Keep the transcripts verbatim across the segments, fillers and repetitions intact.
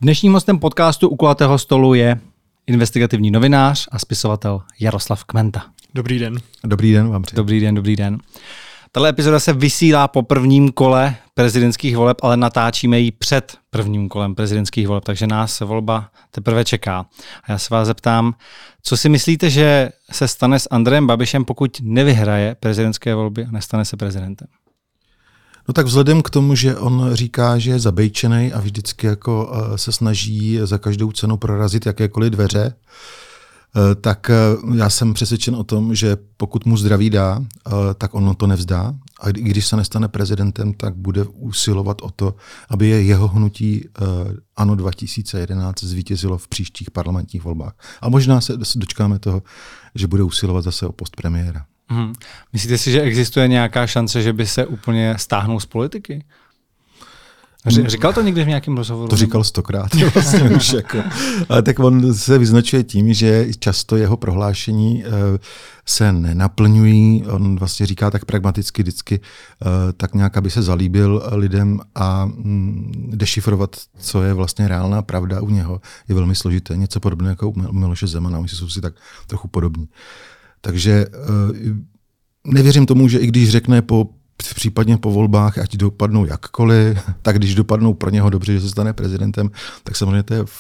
Dnešním hostem podcastu U kulatého stolu je investigativní novinář a spisovatel Jaroslav Kmenta. Dobrý den. Dobrý den vám přeji. Dobrý den, dobrý den. Tahle epizoda se vysílá po prvním kole prezidentských voleb, ale natáčíme ji před prvním kolem prezidentských voleb, takže nás volba teprve čeká. A já se vás zeptám, co si myslíte, že se stane s Andrejem Babišem, pokud nevyhraje prezidentské volby a nestane se prezidentem? No tak vzhledem k tomu, že on říká, že je zabejčenej a vždycky jako se snaží za každou cenu prorazit jakékoliv dveře, tak já jsem přesvědčen o tom, že pokud mu zdraví dá, tak on to nevzdá. A i když se nestane prezidentem, tak bude usilovat o to, aby je jeho hnutí ANO dva tisíce jedenáct zvítězilo v příštích parlamentních volbách. A možná se dočkáme toho, že bude usilovat zase o post premiéra. Hmm. Myslíte si, že existuje nějaká šance, že by se úplně stáhnul z politiky? Říkal to někdy v nějakém rozhovoru? To říkal stokrát. Vlastně už jako. Ale tak on se vyznačuje tím, že často jeho prohlášení se nenaplňují. On vlastně říká tak pragmaticky vždycky, tak nějak, aby se zalíbil lidem a dešifrovat, co je vlastně reálná pravda u něho, je velmi složité. Něco podobného jako u Miloše Zemana. Oni jsou si tak trochu podobní. Takže nevěřím tomu, že i když řekne po případně po volbách, ať dopadnou jakkoliv, tak když dopadnou pro něho dobře, že se stane prezidentem, tak samozřejmě to, je,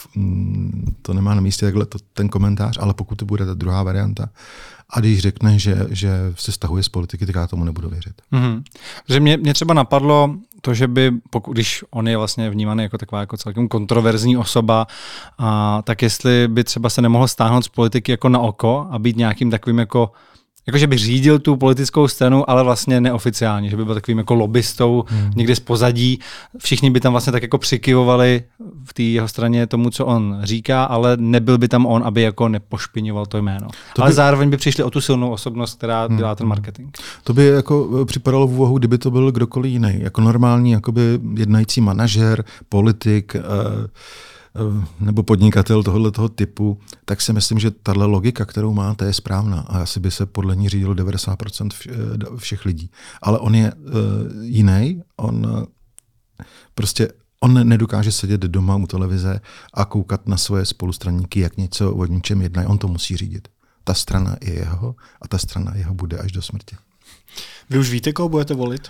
to nemá na místě takhle to, ten komentář, ale pokud to bude ta druhá varianta, a když řekne, že, že se stahuje z politiky, tak já tomu nebudu věřit. Mm-hmm. Protože mě, mě třeba napadlo to, že by, pokud, když on je vlastně vnímaný jako taková jako celkem kontroverzní osoba, a, tak jestli by třeba se nemohl stáhnout z politiky jako na oko a být nějakým takovým jako Jako, že by řídil tu politickou scénu, ale vlastně neoficiálně, že by byl takovým jako lobbystou hmm. někde z pozadí. Všichni by tam vlastně tak jako přikyvovali v té jeho straně tomu, co on říká, ale nebyl by tam on, aby jako nepošpiňoval to jméno. To ale by... zároveň by přišli o tu silnou osobnost, která hmm. dělá ten marketing. To by jako připadalo v úvahu, kdyby to byl kdokoliv jiný. Jako normální jakoby jednající manažer, politik, eh, nebo podnikatel tohoto typu, tak si myslím, že tahle logika, kterou má, ta je správná a asi by se podle ní řídilo devadesát procent všech lidí. Ale on je uh, jiný, on uh, prostě on nedokáže sedět doma u televize a koukat na svoje spolustraníky, jak něco o něčem jednají, on to musí řídit. Ta strana je jeho a ta strana jeho bude až do smrti. Vy už víte, koho budete volit?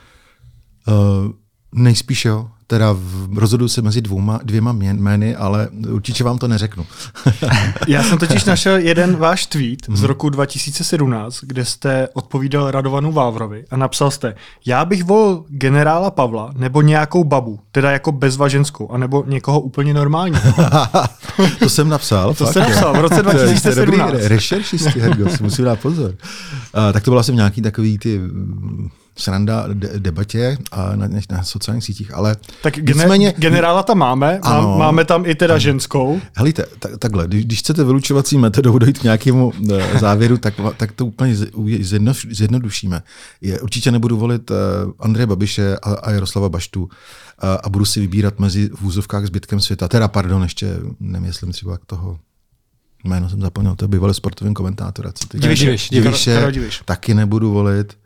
Uh, nejspíš jo. Teda rozhoduju se mezi dvouma, dvěma jmény, ale určitě vám to neřeknu. Já jsem totiž našel jeden váš tweet z roku dva tisíce sedmnáct, kde jste odpovídal Radovanu Vávrovi a napsal jste: já bych volil generála Pavla nebo nějakou babu, teda jako bezvaženskou, anebo někoho úplně normálního. To jsem napsal. To jsem napsal v roce dva tisíce sedmnáct. Dobrý rešeršisti, Hergo, si musím dát pozor. Uh, tak to bylo asi v nějaký takový ty sranda de- debatě a na, na sociálních sítích, ale tak gene- nicméně, generála tam máme, ano, máme tam i teda ano. ženskou. Helejte, tak, takhle, když, když chcete vylučovací metodou dojít k nějakému uh, závěru, tak, tak to úplně zjedno, zjednodušíme. Je, určitě nebudu volit uh, Andreje Babiše a, a Jaroslava Baštu uh, a budu si vybírat mezi v úzovkách zbytkem světa. Teda, pardon, ještě nemyslím třeba k toho jméno jsem zapomněl, to je bývalý sportovní komentátor. Diviš, Diviše, taky nebudu volit.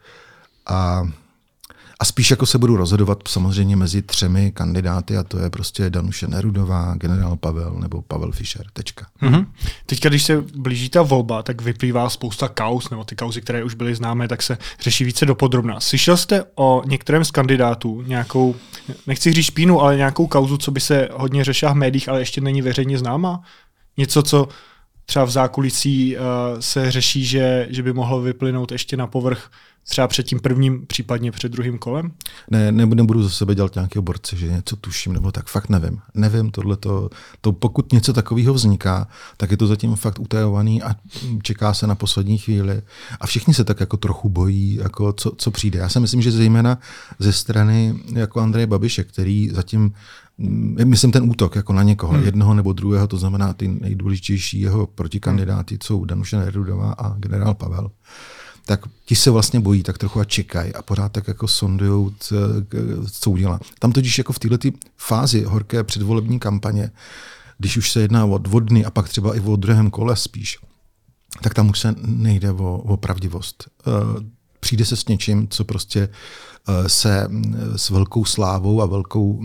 A, a spíš jako se budu rozhodovat samozřejmě mezi třemi kandidáty a to je prostě Danuše Nerudová, generál Pavel nebo Pavel Fischer. Tečka. Mm-hmm. Teďka, když se blíží ta volba, tak vyplývá spousta kauz, nebo ty kauzy, které už byly známé, tak se řeší více dopodrobná. Slyšel jste o některém z kandidátů nějakou, nechci říct špínu, ale nějakou kauzu, co by se hodně řešila v médiích, ale ještě není veřejně známá? Něco, co třeba v zákulisí uh, se řeší, že, že by mohlo vyplynout ještě na povrch třeba před tím prvním, případně před druhým kolem? Ne, nebudu, nebudu za sebe dělat nějakého borce, že něco tuším, nebo tak fakt nevím. Nevím, tohleto, to, pokud něco takového vzniká, tak je to zatím fakt utajovaný a čeká se na poslední chvíli. A všichni se tak jako trochu bojí, jako co, co přijde. Já si myslím, že zejména ze strany jako Andreje Babiše, který zatím, myslím ten útok jako na někoho, hmm. jednoho nebo druhého, to znamená ty nejdůležitější jeho protikandidáty, jsou Danuše Nerudová a generál Pavel, tak ti se vlastně bojí, tak trochu a čekají a pořád tak jako sondujou, co udělá. Tam totiž jako v této fázi horké předvolební kampaně, když už se jedná o dva dny a pak třeba i o druhém kole spíš, tak tam už se nejde o, o pravdivost. Přijde se s něčím, co prostě se s velkou slávou a velkou,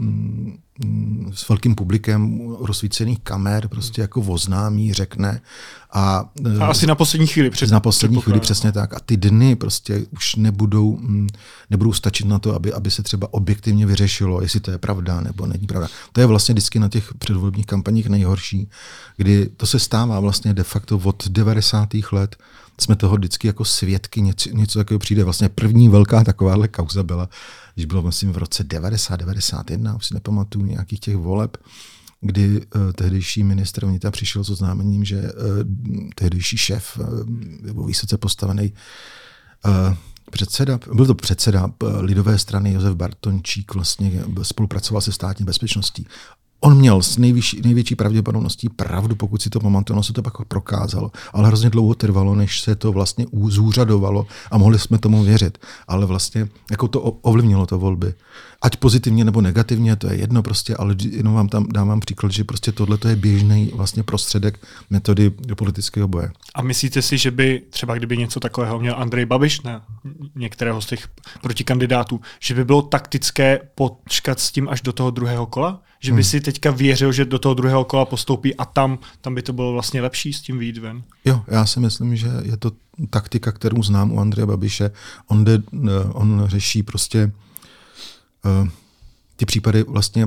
s velkým publikem rozsvícených kamer prostě jako oznámí, řekne. A, a asi na poslední chvíli. Před, na poslední chvíli, přesně tak. A ty dny prostě už nebudou, nebudou stačit na to, aby, aby se třeba objektivně vyřešilo, jestli to je pravda nebo není pravda. To je vlastně vždycky na těch předvolebních kampaních nejhorší, kdy to se stává vlastně de facto od devadesátých let. Jsme toho vždycky jako svědky, něco, něco takového přijde. Vlastně první velká takováhle kauza byla, když bylo myslím v roce devadesát, devadesát jedna, už si nepamatuju nějakých těch voleb, kdy uh, tehdejší ministr vnitra přišel s oznámením, že uh, tehdejší šéf, uh, nebo vysoce postavený uh, předseda, byl to předseda uh, lidové strany Josef Bartončík, vlastně spolupracoval se státní bezpečností. On měl s nejvyšší, největší pravděpodobností pravdu, pokud si to pamatuju, ono se to pak prokázalo, ale hrozně dlouho trvalo, než se to vlastně zúřadovalo a mohli jsme tomu věřit. Ale vlastně jako to ovlivnilo to volby. Ať pozitivně nebo negativně, to je jedno prostě, ale jenom vám tam dávám příklad, že prostě tohle je běžný vlastně prostředek metody politického boje. A myslíte si, že by třeba kdyby něco takového měl Andrej Babiš na některého z těch protikandidátů, že by bylo taktické počkat s tím až do toho druhého kola? Že by hmm. si teďka věřil, že do toho druhého kola postoupí a tam, tam by to bylo vlastně lepší s tím vyjít ven? Jo, já si myslím, že je to taktika, kterou znám u Andreje Babiše. On, jde, on řeší prostě uh, ty případy vlastně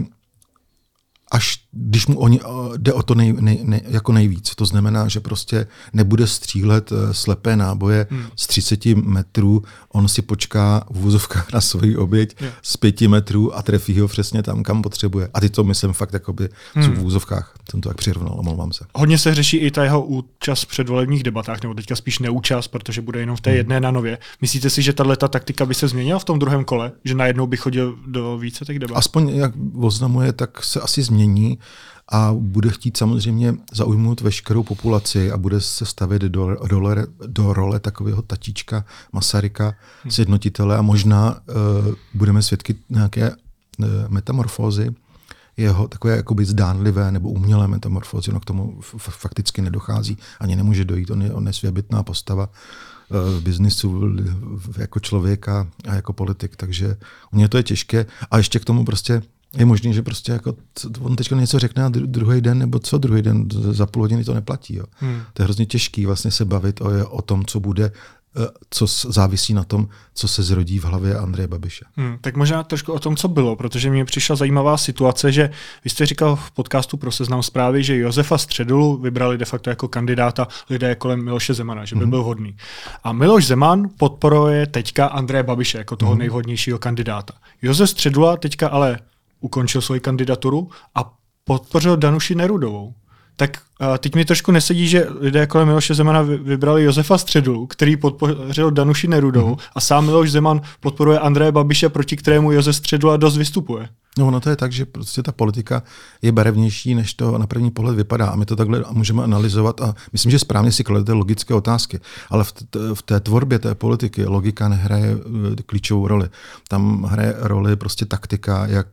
až když mu oni, jde o to nej, nej, nej, jako nejvíc. To znamená, že prostě nebude střílet slepé náboje hmm. z třicet metrů, on si počká v vůzovkách na svoji oběť yeah. z pěti metrů a trefí ho přesně tam, kam potřebuje. A ty to myslím fakt jakoby hmm. jsou v vůzovkách. Jsem to tak přirovnal, omlouvám se. Hodně se řeší i ta jeho účast v předvolebních debatách, nebo teďka spíš neúčast, protože bude jenom v té jedné na Nově. Myslíte si, že tato taktika by se změnila v tom druhém kole? Že najednou by chodil do více těch debat? Aspoň jak oznamuje, tak se asi změní a bude chtít samozřejmě zaujmout veškerou populaci a bude se stavět do role, do role takového tatíčka Masaryka, hmm. sjednotitele a možná uh, budeme svědky nějaké uh, metamorfózy, jeho takové jakoby zdánlivé nebo umělé metamorfózy, no k tomu f- fakticky nedochází, ani nemůže dojít, on je, on je svébytná postava v biznisu jako člověka a jako politik, takže u něj to je těžké a ještě k tomu prostě je možný, že prostě jako on teďka něco řekne a druhý den, nebo co druhý den, za půl hodiny to neplatí. Jo. Hmm. To je hrozně těžký vlastně se bavit o, o tom, co bude, co závisí na tom, co se zrodí v hlavě Andreje Babiše. Hmm, tak možná trošku o tom, co bylo, protože mě přišla zajímavá situace, že vy jste říkal v podcastu pro Seznam Zprávy, že Josefa Středulu vybrali de facto jako kandidáta lidé kolem Miloše Zemana, že by hmm. byl hodný. A Miloš Zeman podporuje teďka Andreje Babiše jako toho hmm. nejvhodnějšího kandidáta. Josef Středula teďka ale ukončil svoji kandidaturu a podpořil Danuši Nerudovou. Tak uh, teď mi trošku nesedí, že lidé kolem Miloše Zemana vybrali Josefa Středulu, který podpořil Danuši Nerudovou mm-hmm. a sám Miloš Zeman podporuje Andreje Babiše, proti kterému Josef Středula dost vystupuje. No, ono to je tak, že prostě ta politika je barevnější, než to na první pohled vypadá a my to takhle můžeme analyzovat a myslím, že správně si kladete logické otázky, ale v, t- v té tvorbě té politiky logika nehraje klíčovou roli. Tam hraje roli prostě taktika, jak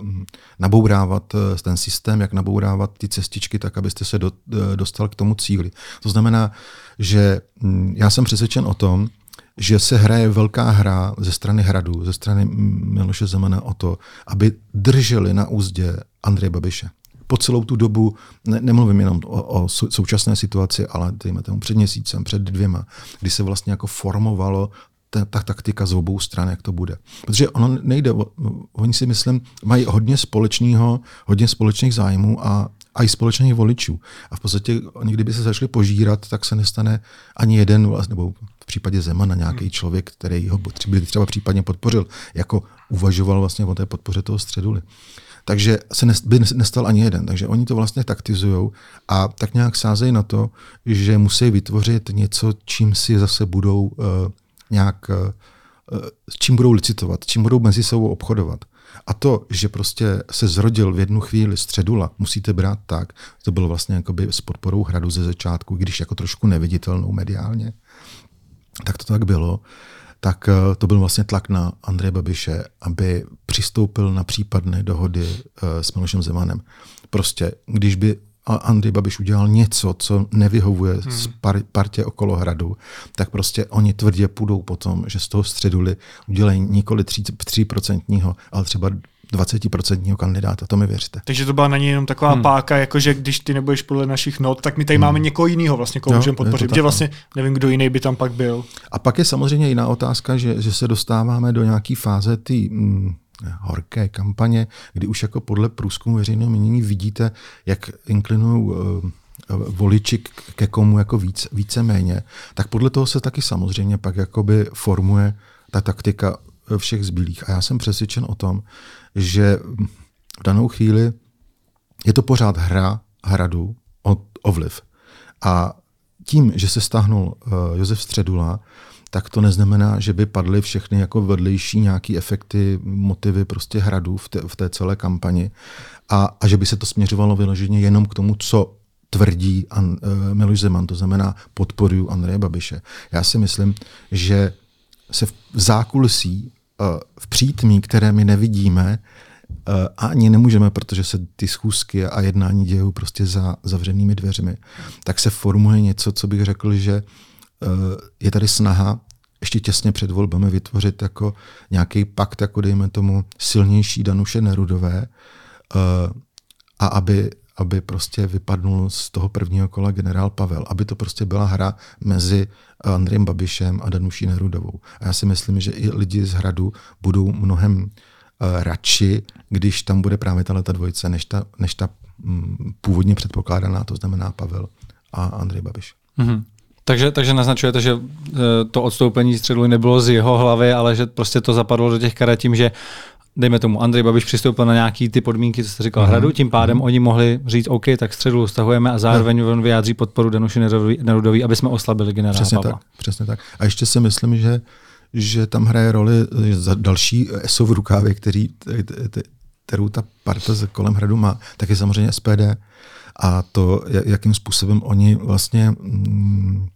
nabourávat ten systém, jak nabourávat ty cestičky tak, abyste se do, dostal k tomu cíli. To znamená, že já jsem přesvědčen o tom, že se hraje velká hra ze strany Hradu, ze strany Miloše Zemana o to, aby drželi na úzdě Andreje Babiše. Po celou tu dobu, ne, nemluvím jenom o, o současné situaci, ale dejme tomu před měsícem, před dvěma, kdy se vlastně jako formovalo ta, ta taktika z obou stran, jak to bude. Protože ono nejde, oni si myslím, mají hodně společného, hodně společných zájmů a a i společných voličů. A v podstatě oni, kdyby se začali požírat, tak se nestane ani jeden, nebo v případě Zemana nějaký člověk, který ho třeba případně podpořil, jako uvažoval vlastně o té podpoře toho Středuly. Takže se by nestal ani jeden. Takže oni to vlastně taktizujou a tak nějak sázejí na to, že musí vytvořit něco, čím si zase budou uh, nějak, uh, s čím budou licitovat, čím budou mezi sebou obchodovat. A to, že prostě se zrodil v jednu chvíli Středula, musíte brát tak, to bylo vlastně jakoby s podporou Hradu ze začátku, když jako trošku neviditelnou mediálně, tak to tak bylo, tak to byl vlastně tlak na Andreje Babiše, aby přistoupil na případné dohody s Milošem Zemanem. Prostě, když by Andrej Babiš udělal něco, co nevyhovuje hmm. par, partě okolo hradu, tak prostě oni tvrdě půjdou potom, že z toho Středuli udělají nikoli tři procenta, ale třeba dvacet procent kandidáta, to mi věřte. Takže to byla na něj jenom taková hmm. páka, jakože když ty nebudeš podle našich not, tak my tady hmm. máme někoho jiného, vlastně, koho no, můžeme podpořit, protože vlastně nevím, kdo jiný by tam pak byl. A pak je samozřejmě jiná otázka, že, že se dostáváme do nějaké fáze ty mm, horké kampaně, kdy už jako podle průzkumu veřejného mínění vidíte, jak inklinují uh, voliči ke komu jako víc, víceméně, tak podle toho se taky samozřejmě pak jakoby formuje ta taktika všech zbylých. A já jsem přesvědčen o tom, že v danou chvíli je to pořád hra hradu o, o vliv. A tím, že se stáhnul uh, Josef Středula, tak to neznamená, že by padly všechny jako vedlejší nějaký efekty, motivy prostě hradu v té, v té celé kampani a, a že by se to směřovalo vyloženě jenom k tomu, co tvrdí An, uh, Miloš Zeman, to znamená podporuju Andreje Babiše. Já si myslím, že se v zákulisí, uh, v přítmí, které my nevidíme, uh, a ani nemůžeme, protože se ty schůzky a jednání dějou prostě za zavřenými dveřmi, tak se formuje něco, co bych řekl, že je tady snaha ještě těsně před volbami vytvořit jako nějaký pakt, jako dejme tomu silnější Danuše Nerudové a aby, aby prostě vypadnul z toho prvního kola generál Pavel, aby to prostě byla hra mezi Andrejem Babišem a Danuší Nerudovou. A já si myslím, že i lidi z hradu budou mnohem radši, když tam bude právě tato dvojice, než ta, než ta původně předpokládaná, to znamená Pavel a Andrej Babiš. Mm-hmm. Takže, takže naznačujete, že to odstoupení Středuly nebylo z jeho hlavy, ale že prostě to zapadlo do těch karet tím, že dejme tomu, Andrej Babiš přistoupil na nějaký ty podmínky, co jste říkal, uh-huh. hradu, tím pádem uh-huh. oni mohli říct, OK, tak Středulu stahujeme a zároveň on vyjádří podporu Danuši Nerudový, aby jsme oslabili generála přesně Pavla. Tak, přesně tak. A ještě si myslím, že, že tam hraje roli další eso v rukávě, který, kterou ta parta kolem hradu má, tak je samozřejmě S P D. A to, jakým způsobem oni vlastně hm,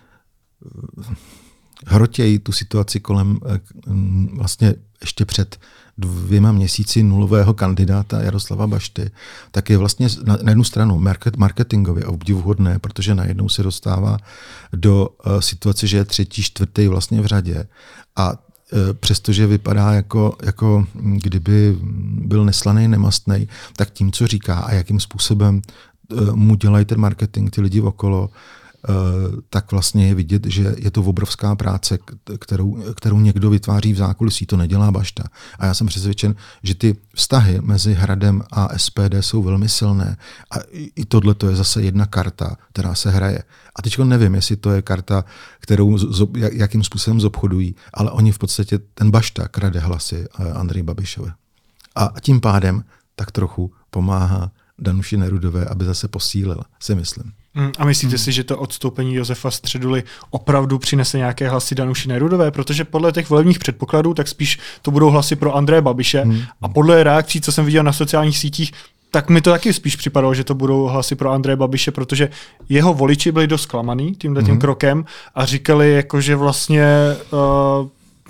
hrotějí tu situaci kolem hm, vlastně ještě před dvěma měsíci nulového kandidáta Jaroslava Bašty, tak je vlastně na, na jednu stranu market, marketingově obdivuhodné, protože najednou se dostává do uh, situace, že je třetí, čtvrtý vlastně v řadě a přestože vypadá jako, jako kdyby byl neslaný, nemastnej, tak tím, co říká a jakým způsobem mu dělají ten marketing, ty lidi okolo, tak vlastně je vidět, že je to obrovská práce, kterou, kterou někdo vytváří v zákulisí, to nedělá Bašta. A já jsem přesvědčen, že ty vztahy mezi Hradem a S P D jsou velmi silné. A i tohle to je zase jedna karta, která se hraje. A teď nevím, jestli to je karta, kterou jakým způsobem zobchodují, ale oni v podstatě, ten Bašta krade hlasy Andreji Babišovi. A tím pádem tak trochu pomáhá Danuši Nerudové, aby zase posílila, si myslím. A myslíte hmm. si, že to odstoupení Josefa Středuly opravdu přinese nějaké hlasy Danuši Nerudové? Protože podle těch volebních předpokladů, tak spíš to budou hlasy pro Andreje Babiše. Hmm. A podle reakcí, co jsem viděl na sociálních sítích, tak mi to taky spíš připadalo, že to budou hlasy pro Andreje Babiše, protože jeho voliči byli dost zklamaný tímhle tím hmm. krokem a říkali, jako, že vlastně uh,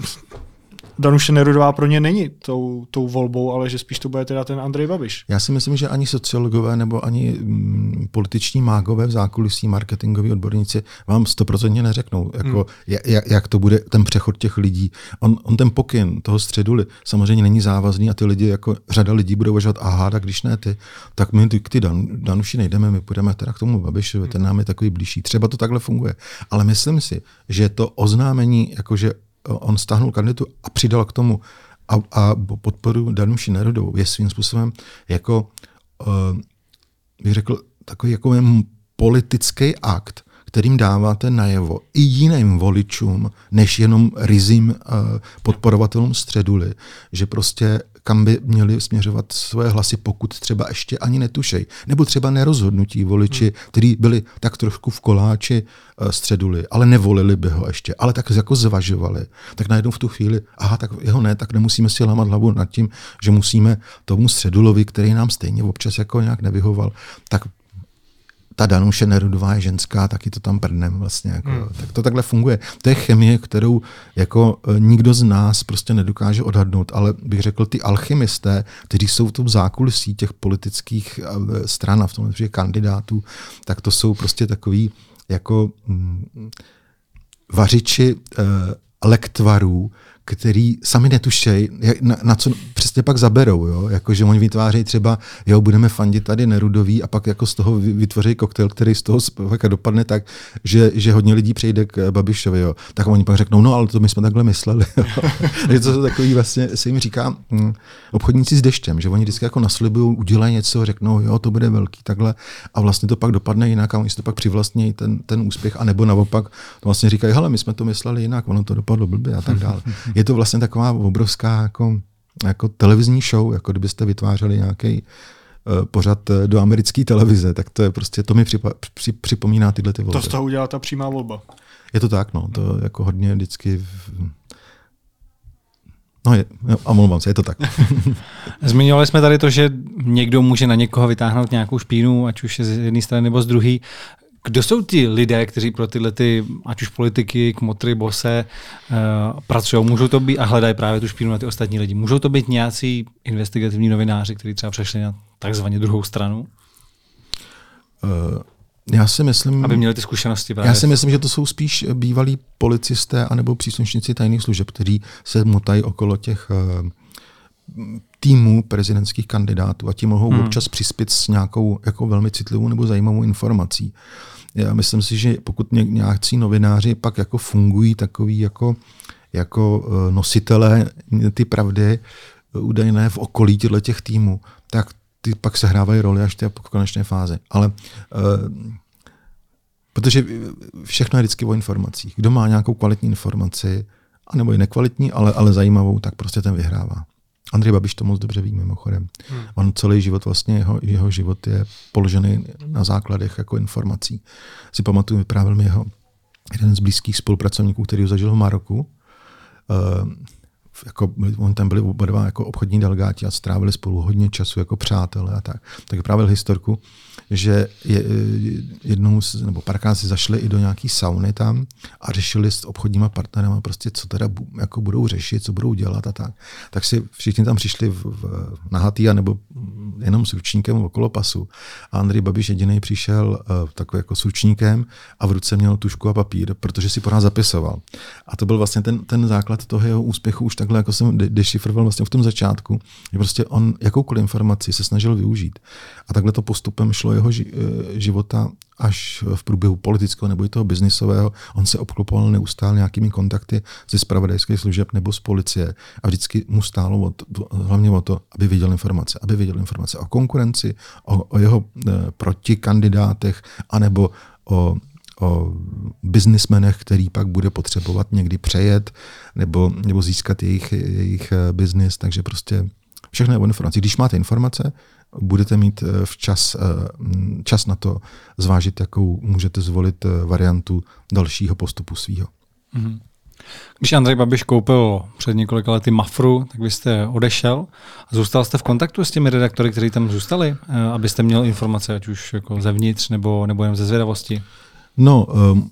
Danuše Nerudová pro ně není tou, tou volbou, ale že spíš to bude teda ten Andrej Babiš. Já si myslím, že ani sociologové nebo ani mm, političní mágové v zákulisí, marketingoví odborníci vám stoprocentně neřeknou, jako, hmm. jak, jak to bude ten přechod těch lidí. On, on ten pokyn toho Středuly samozřejmě není závazný a ty lidi, jako řada lidí budou uvažovat, aha, tak když ne ty, tak my ty, k ty Dan, Danuši nejdeme, my půjdeme teda k tomu Babišovi, ten nám je takový blížší. Třeba to takhle funguje. Ale myslím si, že to oznámení, jakože on stáhnul kandidaturu a přidal k tomu a, a podporu Danuši Nerudovou je svým způsobem jako, uh, bych řekl, takový jako politický akt, kterým dáváte najevo i jiným voličům, než jenom ryzím uh, podporovatelům Středuly, že prostě kam by měli směřovat svoje hlasy, pokud třeba ještě ani netušej. Nebo třeba nerozhodnutí voliči, hmm. kteří byli tak trošku v koláči uh, Středuly, ale nevolili by ho ještě, ale tak jako zvažovali. Tak najednou v tu chvíli, aha, tak jeho ne, tak nemusíme si lámat hlavu nad tím, že musíme tomu Středulovi, který nám stejně občas jako nějak nevyhoval, tak ta Danuše Nerudová je ženská, taky to tam prdnem vlastně. Jako, hmm. Tak to takhle funguje. To je chemie, kterou jako nikdo z nás prostě nedokáže odhadnout, ale bych řekl, ty alchymisté, kteří jsou v tom zákulisí těch politických stran a v tom kandidátů, tak to jsou prostě takový jako hm, vařiči eh, lektvarů, který sami netušejí, na, na co přesně pak zaberou. Jo? Jako, že oni vytvářejí třeba, jo, budeme fandit tady Nerudový a pak jako z toho vytvoří koktejl, který z toho dopadne tak, že, že hodně lidí přejde k Babišovi. Jo? Tak oni pak řeknou, no ale to my jsme takhle mysleli. Takže to jsou takový vlastně, se jim říká hm, obchodníci s deštěm, že oni vždycky jako naslibují, udělají něco, řeknou, jo, to bude velký takhle a vlastně to pak dopadne jinak a oni si to pak přivlastní ten, ten úspěch, anebo naopak to vlastně říkají, hele, my jsme to mysleli jinak, ono to dopadlo blbě a tak dále. Je to vlastně taková obrovská jako, jako televizní show, jako kdybyste vytvářeli nějaký uh, pořad do americké televize, tak to je prostě, to mi připa, při, připomíná tyhle ty volby. To z toho udělá ta přímá volba. Je to tak, no, to jako hodně vždycky... V... No je, jo, a mluvám se, je to tak. Zmiňovali jsme tady to, že někdo může na někoho vytáhnout nějakou špínu, ať už je z jedné strany nebo z druhé. Kdo jsou ti lidé, kteří pro tyhle, ty, ať už politiky, kmotry, bose, uh, pracují? Můžou to být a hledají právě tu špínu na ty ostatní lidi? Můžou to být nějací investigativní novináři, kteří třeba přešli na takzvaně druhou stranu? Uh, já si myslím... Aby měli ty zkušenosti právě. Já si myslím, že to jsou spíš bývalí policisté anebo příslušníci tajných služeb, kteří se motají okolo těch uh, týmů prezidentských kandidátů a ti mohou hmm. občas přispět s nějakou jako velmi citlivou nebo zajímavou informací. Já myslím si, že pokud nějací novináři pak jako fungují takový jako, jako nositelé ty pravdy údajné v okolí těchto těch týmů, tak ty pak sehrávají roli až v konečné fázi. Ale uh, protože všechno je vždycky o informacích. Kdo má nějakou kvalitní informaci, anebo i nekvalitní, ale, ale zajímavou, tak prostě ten vyhrává. Andrej Babiš to moc dobře ví, mimochodem. Hmm. On celý život, vlastně jeho, jeho život je položený na základech jako informací. Si pamatuju, vyprávěl mi jeho jeden z blízkých spolupracovníků, který ho zažil v Maroku. Uh, jako, oni tam byli oba dva jako obchodní delegáti a strávili spolu hodně času jako přátelé a tak. Tak vyprávěl historku, že je, jednou nebo párkrát si zašli i do nějaký sauny tam a řešili s obchodníma partnerama prostě, co teda jako budou řešit, co budou dělat a tak. Tak si všichni tam přišli v, v, nahatý a nebo jenom s ručníkem okolo pasu. A Andrej Babiš jedinej přišel uh, takový jako s ručníkem a v ruce měl tužku a papír, protože si pořád zapisoval. A to byl vlastně ten, ten základ toho jeho úspěchu už takhle, jako jsem de- dešifroval vlastně v tom začátku, že prostě on jakoukoliv informaci se snažil využít. A takhle to postupem šlo jeho ži- života až v průběhu politického nebo i toho biznisového. On se obklopoval neustále nějakými kontakty ze zpravodajských služeb nebo z policie a vždycky mu stálo o to, hlavně o to, aby viděl informace, aby viděl informace o konkurenci, o, o jeho e, protikandidátech, anebo o o biznismenech, který pak bude potřebovat někdy přejet nebo, nebo získat jejich, jejich biznis, takže prostě všechno je o informaci. Když máte informace, budete mít včas čas na to zvážit, jakou můžete zvolit variantu dalšího postupu svýho. Mm-hmm. Když Andrej Babiš koupil před několika lety Mafru, tak vy jste odešel a zůstal jste v kontaktu s těmi redaktory, kteří tam zůstali, abyste měl informace, ať už jako zevnitř nebo, nebo jen ze zvědavosti? No, um,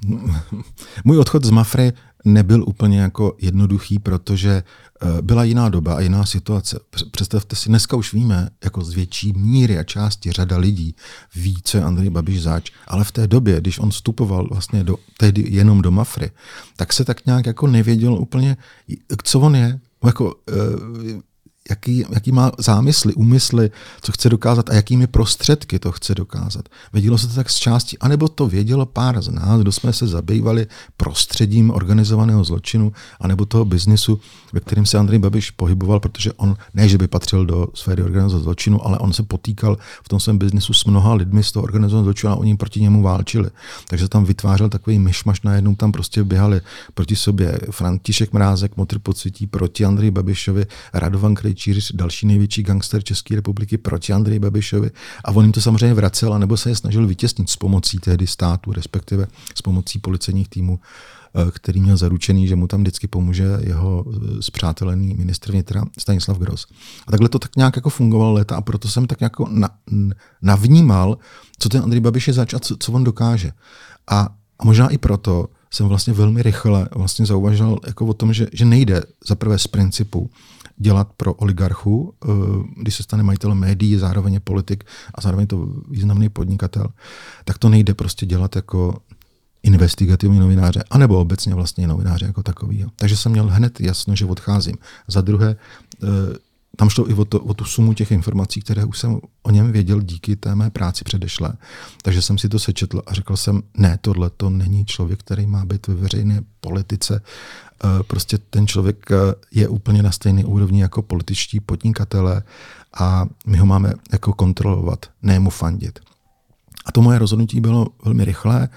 můj odchod z Mafry nebyl úplně jako jednoduchý, protože uh, byla jiná doba a jiná situace. Představte si, dneska už víme, jako z větší míry a části řada lidí ví, co je Andrej Babiš zač, ale v té době, když on vstupoval vlastně do, tehdy jenom do Mafry, tak se tak nějak jako nevěděl úplně, co on je. Jako, uh, Jaký, jaký má zámysly, úmysly, co chce dokázat a jakými prostředky to chce dokázat. Vědělo se to tak z části, anebo to vědělo pár z nás, kdo jsme se zabývali prostředím organizovaného zločinu, anebo toho biznisu, ve kterém se Andrej Babiš pohyboval, protože on ne, že by patřil do sféry organizovaného zločinu, ale on se potýkal v tom svém biznisu s mnoha lidmi z toho organizovaného zločinu a oni proti němu válčili. Takže tam vytvářel takový myšmaš, najednou tam prostě běhali proti sobě František Mrázek, Motr Pocití, proti Andreji Babišovi, Radovan Krejčí, Krejčíř, další největší gangster České republiky proti Andreji Babišovi a on jim to samozřejmě vracel, anebo se je snažil vytěsnit s pomocí tehdy státu, respektive s pomocí policejních týmů, který měl zaručený, že mu tam vždycky pomůže jeho spřátelený ministr vnitra Stanislav Gross. A takhle to tak nějak jako fungovalo léta a proto jsem tak jako na, navnímal, co ten Andrej Babiš je zač a co, co on dokáže. A, a možná i proto jsem vlastně velmi rychle vlastně zauvažoval jako o tom, že, že nejde za prvé z principu dělat pro oligarchu, když se stane majitelem médií, zároveň je politik a zároveň to významný podnikatel, tak to nejde prostě dělat jako investigativní novináře, anebo obecně vlastně novináře jako takový. Takže jsem měl hned jasno, že odcházím. Za druhé, tam šlo i o, to, o tu sumu těch informací, které už jsem o něm věděl díky té mé práci předešlé. Takže jsem si to sečetl a řekl jsem, ne, tohle to není člověk, který má být ve veřejné politice. Prostě ten člověk je úplně na stejné úrovni jako političtí podnikatelé a my ho máme jako kontrolovat, ne mu fandit. A to moje rozhodnutí bylo velmi rychlé.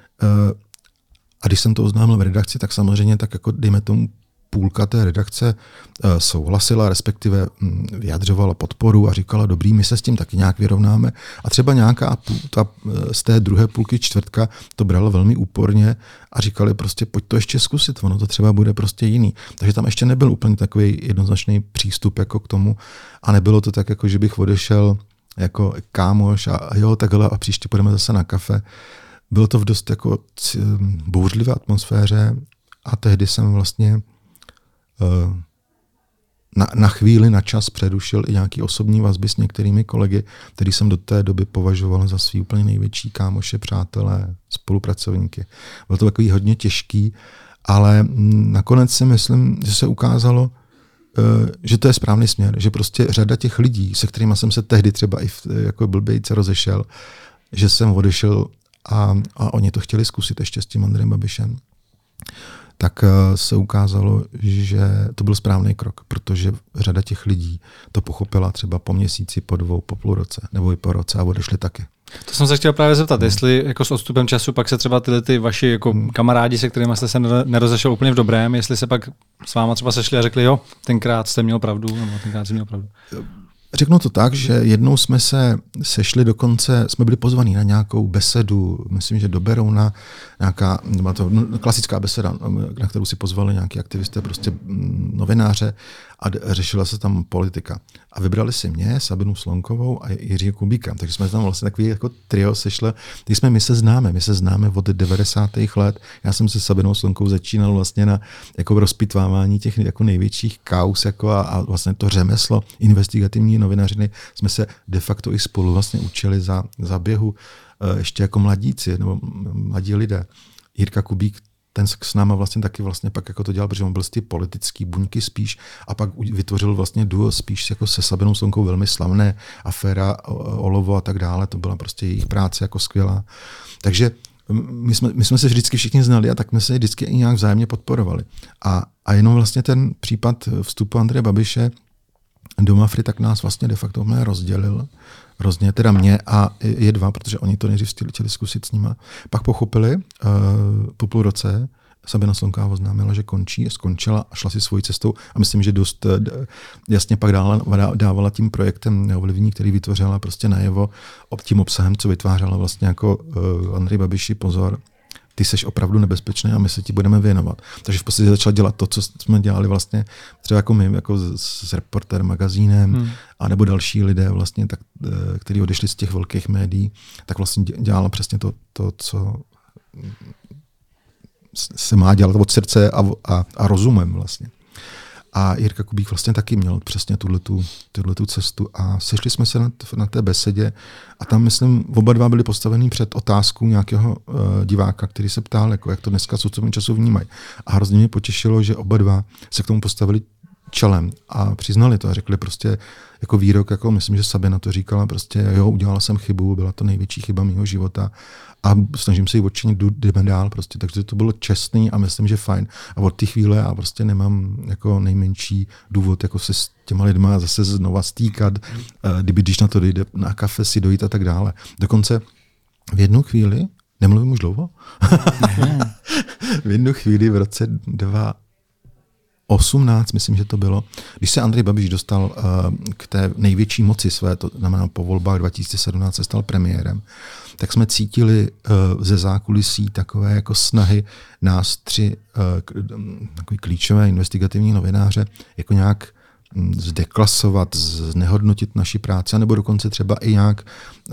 A když jsem to oznámil v redakci, tak samozřejmě tak jako dejme tomu půlka té redakce souhlasila, respektive vyjadřovala podporu a říkala, dobrý, my se s tím taky nějak vyrovnáme. A třeba nějaká ta, z té druhé půlky čtvrtka to brala velmi úporně a říkali prostě, pojď to ještě zkusit, ono to třeba bude prostě jiný. Takže tam ještě nebyl úplně takový jednoznačný přístup jako k tomu a nebylo to tak, jako že bych odešel jako kámoš a jo, takhle a příště půjdeme zase na kafe. Bylo to v dost jako bouřlivé atmosféře a tehdy jsem vlastně na, na chvíli, na čas přerušil i nějaký osobní vazby s některými kolegy, který jsem do té doby považoval za svý úplně největší kámoše, přátelé, spolupracovníky. Bylo to takový hodně těžký, ale nakonec si myslím, že se ukázalo, že to je správný směr, že prostě řada těch lidí, se kterými jsem se tehdy třeba i v, jako blbejce rozešel, že jsem odešel a, a oni to chtěli zkusit ještě s tím Andrejem Babišem, tak se ukázalo, že to byl správný krok, protože řada těch lidí to pochopila třeba po měsíci, po dvou, po půl roce, nebo i po roce a odešli taky. To jsem se chtěl právě zeptat, hmm. jestli jako s odstupem času pak se třeba tyhle ty vaši jako hmm. kamarádi, se kterými jste se nerozešel úplně v dobrém, jestli se pak s váma třeba sešli a řekli, jo, tenkrát jste měl pravdu, nebo tenkrát jsi měl pravdu. Řeknu to tak, že jednou jsme se sešli dokonce, jsme byli pozvaní na nějakou besedu, myslím, že do Berouna, nějaká byla to klasická beseda, na kterou si pozvali nějaký aktivisté, prostě novináře a řešila se tam politika. A vybrali si mě, Sabinu Slonkovou a Jiřího Kubíka. Takže jsme tam vlastně takový jako trio sešli. Teď jsme, my se známe, my se známe od devadesátých let. Já jsem se Sabinou Slonkovou začínal vlastně na jako rozpitvávání těch jako největších kauz jako a, a vlastně to řemeslo investigativní novinařiny jsme se de facto i spolu vlastně učili za, za běhu ještě jako mladíci nebo mladí lidé. Jirka Kubík, ten s náma vlastně taky vlastně pak jako to dělal, protože on byl z ty politický buňky spíš a pak vytvořil vlastně duo spíš jako se Sabinou Slonkou velmi slavné, Aféra, Olovo a tak dále, to byla prostě jejich práce jako skvělá. Takže my jsme, my jsme se vždycky všichni znali a tak jsme se vždycky i nějak vzájemně podporovali. A, a jenom vlastně ten případ vstupu Andreje Babiše do Mafry tak nás vlastně de facto mě rozdělil. Hrozně, teda mě a je dva, protože oni to nejdřív chtěli zkusit s nima. Pak pochopili, uh, po půl roce Sabina Slonková oznámila, že končí, skončila a šla si svojí cestou a myslím, že dost uh, jasně pak dávala, dávala tím projektem Neovlivní, který vytvořila prostě najevo tím obsahem, co vytvářela vlastně jako uh, Andrej Babiši, pozor, ty seš opravdu nebezpečný a my se ti budeme věnovat. Takže v podstatě začal dělat to, co jsme dělali vlastně třeba jako my, jako s, s Reporter magazínem, hmm. a nebo další lidé vlastně, tak, kteří odešli z těch velkých médií, tak vlastně dělala přesně to, to co se má dělat od srdce a, a, a rozumem vlastně. A Jirka Kubík vlastně taky měl přesně tuhletu, tuhletu cestu a sešli jsme se na, t- na té besedě a tam, myslím, oba dva byli postavení před otázkou nějakého uh, diváka, který se ptal, jako, jak to dneska s odstupem času vnímají. A hrozně mě potěšilo, že oba dva se k tomu postavili čelem a přiznali to a řekli prostě jako výrok, jako myslím, že Sabina to říkala, prostě jo, udělala jsem chybu, byla to největší chyba mého života a snažím se ji odčinit, jdeme dál, prostě, takže to bylo čestný a myslím, že fajn. A od té chvíle já prostě nemám jako nejmenší důvod jako se s těma lidma zase znova stýkat, kdyby když na to dojde, na kafe si dojít a tak dále. Dokonce v jednu chvíli, nemluvím už dlouho, v jednu chvíli v roce dva osmnáct, myslím, že to bylo, když se Andrej Babiš dostal uh, k té největší moci své, to znamená po volbách dva tisíce sedmnáct se stal premiérem, tak jsme cítili uh, ze zákulisí takové jako snahy nás tři uh, takový klíčové investigativní novináře jako nějak um, zdeklasovat, znehodnotit naši práci, nebo dokonce třeba i nějak uh,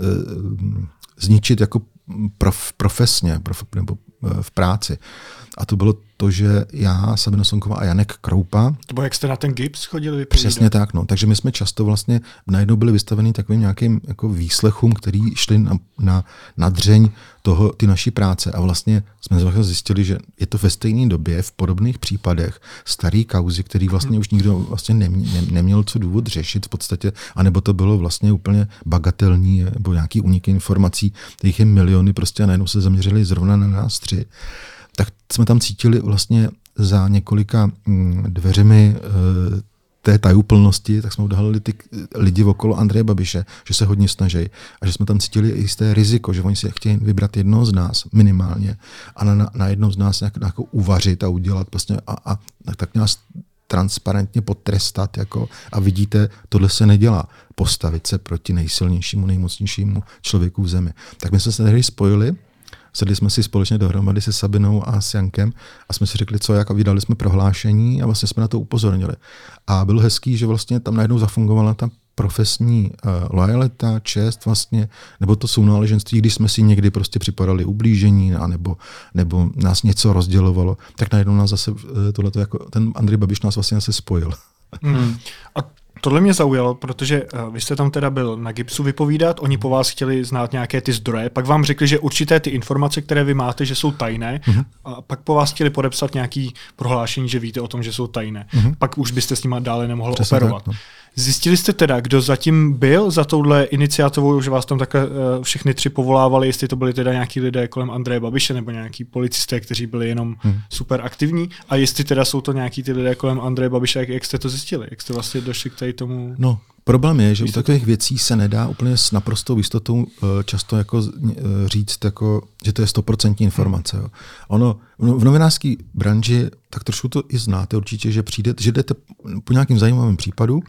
zničit jako prof, profesně prof, nebo uh, v práci. A to bylo to, že já, Sabina Sonková a Janek Kroupa. To bylo, jak jste na ten gips chodili vypovídat. Přesně tak, no. Takže my jsme často vlastně najednou byli vystaveni takovým nějakým jako výslechům, který šli na, na, na dřeň toho, ty naší práce. A vlastně jsme zjistili, že je to ve stejné době v podobných případech starý kauzy, který vlastně hmm. už nikdo vlastně nemě, ne, neměl co důvod řešit v podstatě, anebo to bylo vlastně úplně bagatelní, nebo nějaký úniky informací, kterých je miliony prostě a najednou se zaměřili zrovna na nás tři. Tak jsme tam cítili vlastně za několika dveřmi e, té tajuplnosti, tak jsme odhalili ty lidi okolo Andreje Babiše, že se hodně snaží a že jsme tam cítili i jisté riziko, že oni si chtějí vybrat jednoho z nás minimálně a na, na jednou z nás nějak, nějak uvařit a udělat vlastně a, a tak nás transparentně potrestat jako, a vidíte, tohle se nedělá. Postavit se proti nejsilnějšímu, nejmocnějšímu člověku v zemi. Tak my jsme se tehdy spojili. Sedli jsme si společně dohromady se Sabinou a s Jankem a jsme si řekli, co jak, a vydali jsme prohlášení a vlastně jsme na to upozornili. A bylo hezký, že vlastně tam najednou zafungovala ta profesní uh, lojalita, čest vlastně, nebo to sounáleženství, když jsme si někdy prostě připadali ublížení, anebo, nebo nás něco rozdělovalo, tak najednou nás zase uh, tohleto jako, ten Andrej Babiš nás vlastně zase spojil. Hmm. A tohle mě zaujalo, protože uh, vy jste tam teda byl na gipsu vypovídat, oni po vás chtěli znát nějaké ty zdroje, pak vám řekli, že určité ty informace, které vy máte, že jsou tajné, uh-huh. a pak po vás chtěli podepsat nějaký prohlášení, že víte o tom, že jsou tajné. Uh-huh. Pak už byste s nimi dále nemohli Přesně operovat. Tak, no. Zjistili jste teda, kdo zatím byl za touhle iniciativou, že vás tam takhle uh, všechny tři povolávali, jestli to byli teda nějaký lidé kolem Andreje Babiše nebo nějaký policisté, kteří byli jenom hmm. super aktivní, a jestli teda jsou to nějaký ty lidé kolem Andreje Babiše, jak, jak jste to zjistili? Jak jste vlastně došli k tady tomu? No, problém je, že u takových věcí se nedá úplně s naprostou jistotou uh, často jako uh, říct, jako, že to je stoprocentní informace. Jo. Ono v novinářské branži tak trošku to i znáte určitě, že přijdete, že jdete po nějakým zajímavým případu,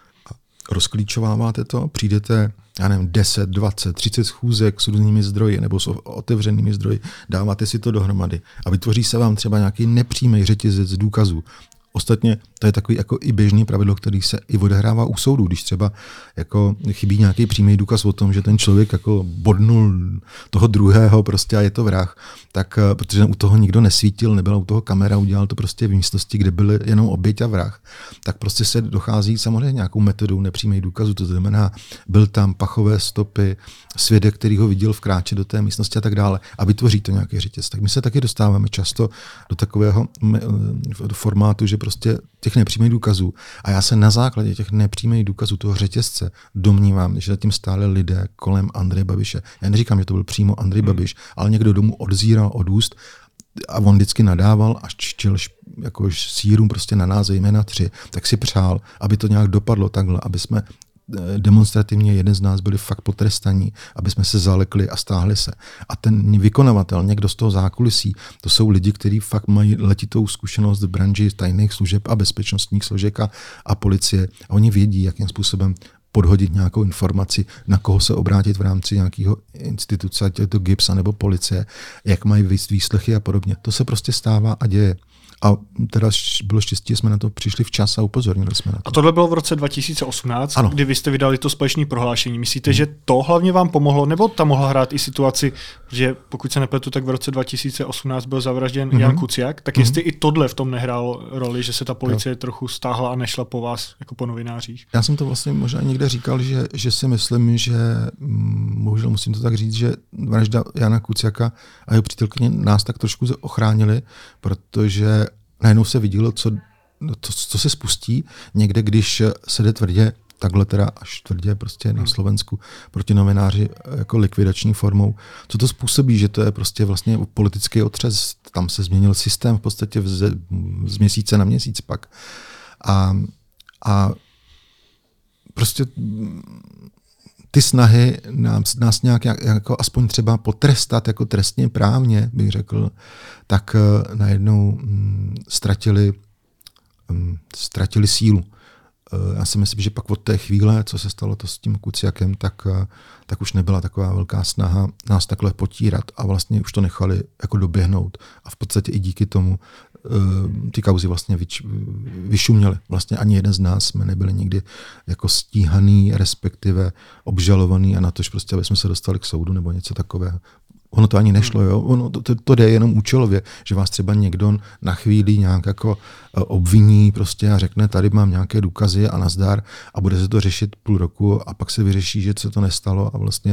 rozklíčováváte to, přijdete, já nevím, deset, dvacet, třicet schůzek s různými zdroji nebo s otevřenými zdroji, dáváte si to dohromady a vytvoří se vám třeba nějaký nepřímý řetězec důkazů. Ostatně to je takový jako i běžný pravidlo, který se i odehrává u soudu, když třeba jako chybí nějaký přímý důkaz o tom, že ten člověk jako bodnul toho druhého prostě a je to vrah, tak protože u toho nikdo nesvítil, nebyla u toho kamera, udělal to prostě v místnosti, kde byly jenom oběť a vrah, tak prostě se dochází samozřejmě nějakou metodou nepřímých důkazů, to znamená, byl tam pachové stopy, svědek, který ho viděl vkráčet do té místnosti a tak dále a vytvoří to nějaký řetěz. Tak my se taky dostáváme často do takového formátu, že prostě těch nepřímých důkazů. A já se na základě těch nepřímých důkazů toho řetězce domnívám, že zatím stále lidé kolem Andreje Babiše. Já neříkám, že to byl přímo Andrej hmm. Babiš, ale někdo domů odzíral od úst a on vždycky nadával a čtil jako sírům prostě na nás, jména tři, tak si přál, aby to nějak dopadlo takhle, aby jsme demonstrativně jeden z nás byli fakt potrestaní, aby jsme se zalekli a stáhli se. A ten vykonavatel, někdo z toho zákulisí, to jsou lidi, kteří fakt mají letitou zkušenost v branži tajných služeb a bezpečnostních složek a, a policie. A oni vědí, jakým způsobem podhodit nějakou informaci, na koho se obrátit v rámci nějakého instituce, ať je to gips nebo policie, jak mají výslechy a podobně. To se prostě stává a děje. A teda bylo štěstí, že jsme na to přišli včas a upozornili jsme na to. A tohle bylo v roce dva tisíce osmnáct, ano. Kdy vy jste vydali to společné prohlášení. Myslíte, hmm. že to hlavně vám pomohlo, nebo tam mohla hrát i situaci, že pokud se nepletu, tak v roce dva tisíce osmnáct byl zavražděn hmm. Jan Kuciak, tak hmm. jestli i tohle v tom nehrálo roli, že se ta policie jo. trochu stáhla a nešla po vás jako po novinářích? Já jsem to vlastně možná někde říkal, že, že si myslím, že možná musím to tak říct, že vražda Jana Kuciaka a jeho přítelkyně nás tak trošku ochránili, protože najednou se vidělo, co, to, co se spustí někde, když se jde tvrdě, takhle teda až tvrdě prostě na Slovensku proti novináři jako likvidační formou. Co to způsobí, že to je prostě vlastně politický otřes, tam se změnil systém v podstatě z, z měsíce na měsíc pak. A, a prostě ty snahy nás, nás nějak jako aspoň třeba potrestat jako trestně právně, bych řekl, tak najednou mm, ztratili um, ztratili sílu. Uh, já si myslím, že pak od té chvíle, co se stalo to s tím Kuciakem, tak, uh, tak už nebyla taková velká snaha nás takhle potírat a vlastně už to nechali jako doběhnout. A v podstatě i díky tomu uh, ty kauzy vlastně vyč, vyšuměly. Vlastně ani jeden z nás jsme nebyli nikdy jako stíhaný, respektive obžalovaný a na tož prostě, aby jsme se dostali k soudu nebo něco takového. Ono to ani nešlo, jo? Ono to, to, to jde jenom účelově, že vás třeba někdo na chvíli nějak jako obviní prostě a řekne, tady mám nějaké důkazy a nazdar a bude se to řešit půl roku a pak se vyřeší, že se to nestalo a vlastně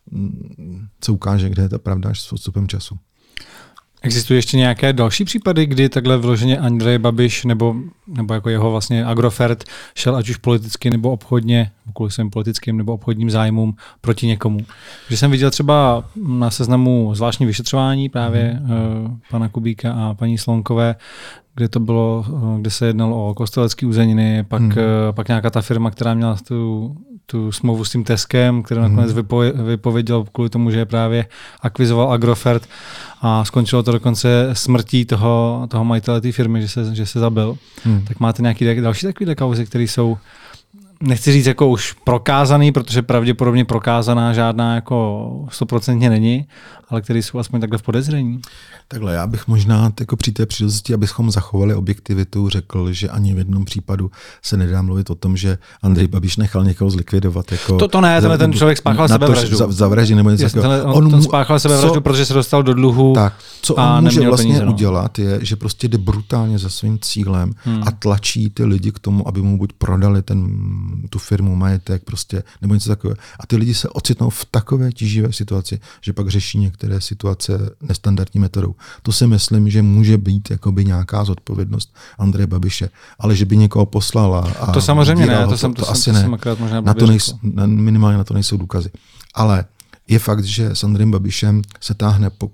se ukáže, kde je ta pravda až s odstupem času. Existují ještě nějaké další případy, kdy takhle vyloženě Andrej Babiš nebo, nebo jako jeho vlastně Agrofert šel ať už politicky nebo obchodně, kvůli svým politickým nebo obchodním zájmům proti někomu? Že jsem viděl třeba na seznamu zvláštní vyšetřování právě mm. uh, pana Kubíka a paní Slonkové, kde to bylo, kde se jednalo o Kostelecké uzeniny, pak, hmm. pak nějaká ta firma, která měla tu, tu smlouvu s tím Teskem, kterou nakonec hmm. vypověděl kvůli tomu, že je právě akvizoval Agrofert a skončilo to dokonce smrtí toho, toho majitele té firmy, že se, že se zabil. Hmm. Tak máte nějaké další takové kauzy, které jsou, nechci říct jako už prokázaný, protože pravděpodobně prokázaná žádná jako stoprocentně není, ale které jsou aspoň takhle v podezření. Takhle, já bych možná jako při té příležitosti, abychom zachovali objektivitu, řekl, že ani v jednom případu se nedá mluvit o tom, že Andrej Babiš nechal někoho zlikvidovat. Jako to, to ne, tenhle ten člověk spáchal sebevraždu. Za, zavraždí nebo něco takového. On, on spáchal sebevraždu, protože se dostal do dluhu. Tak, co on může vlastně peníze, no. udělat, je, že prostě jde brutálně za svým cílem hmm. a tlačí ty lidi k tomu, aby mu buď prodali ten, tu firmu, majetek, prostě, nebo něco takového. A ty lidi se ocitnou v takové tíživé situaci, že pak řeší některé situace nestandardní metodou. To si myslím, že může být jakoby nějaká zodpovědnost Andreje Babiše, ale že by někoho poslala. A to samozřejmě ne, to, to, jsem, to, to jsem, asi to ne. jsem akorát možná na to nejsou, minimálně na to nejsou důkazy. Ale je fakt, že s Andrejem Babišem se táhne po,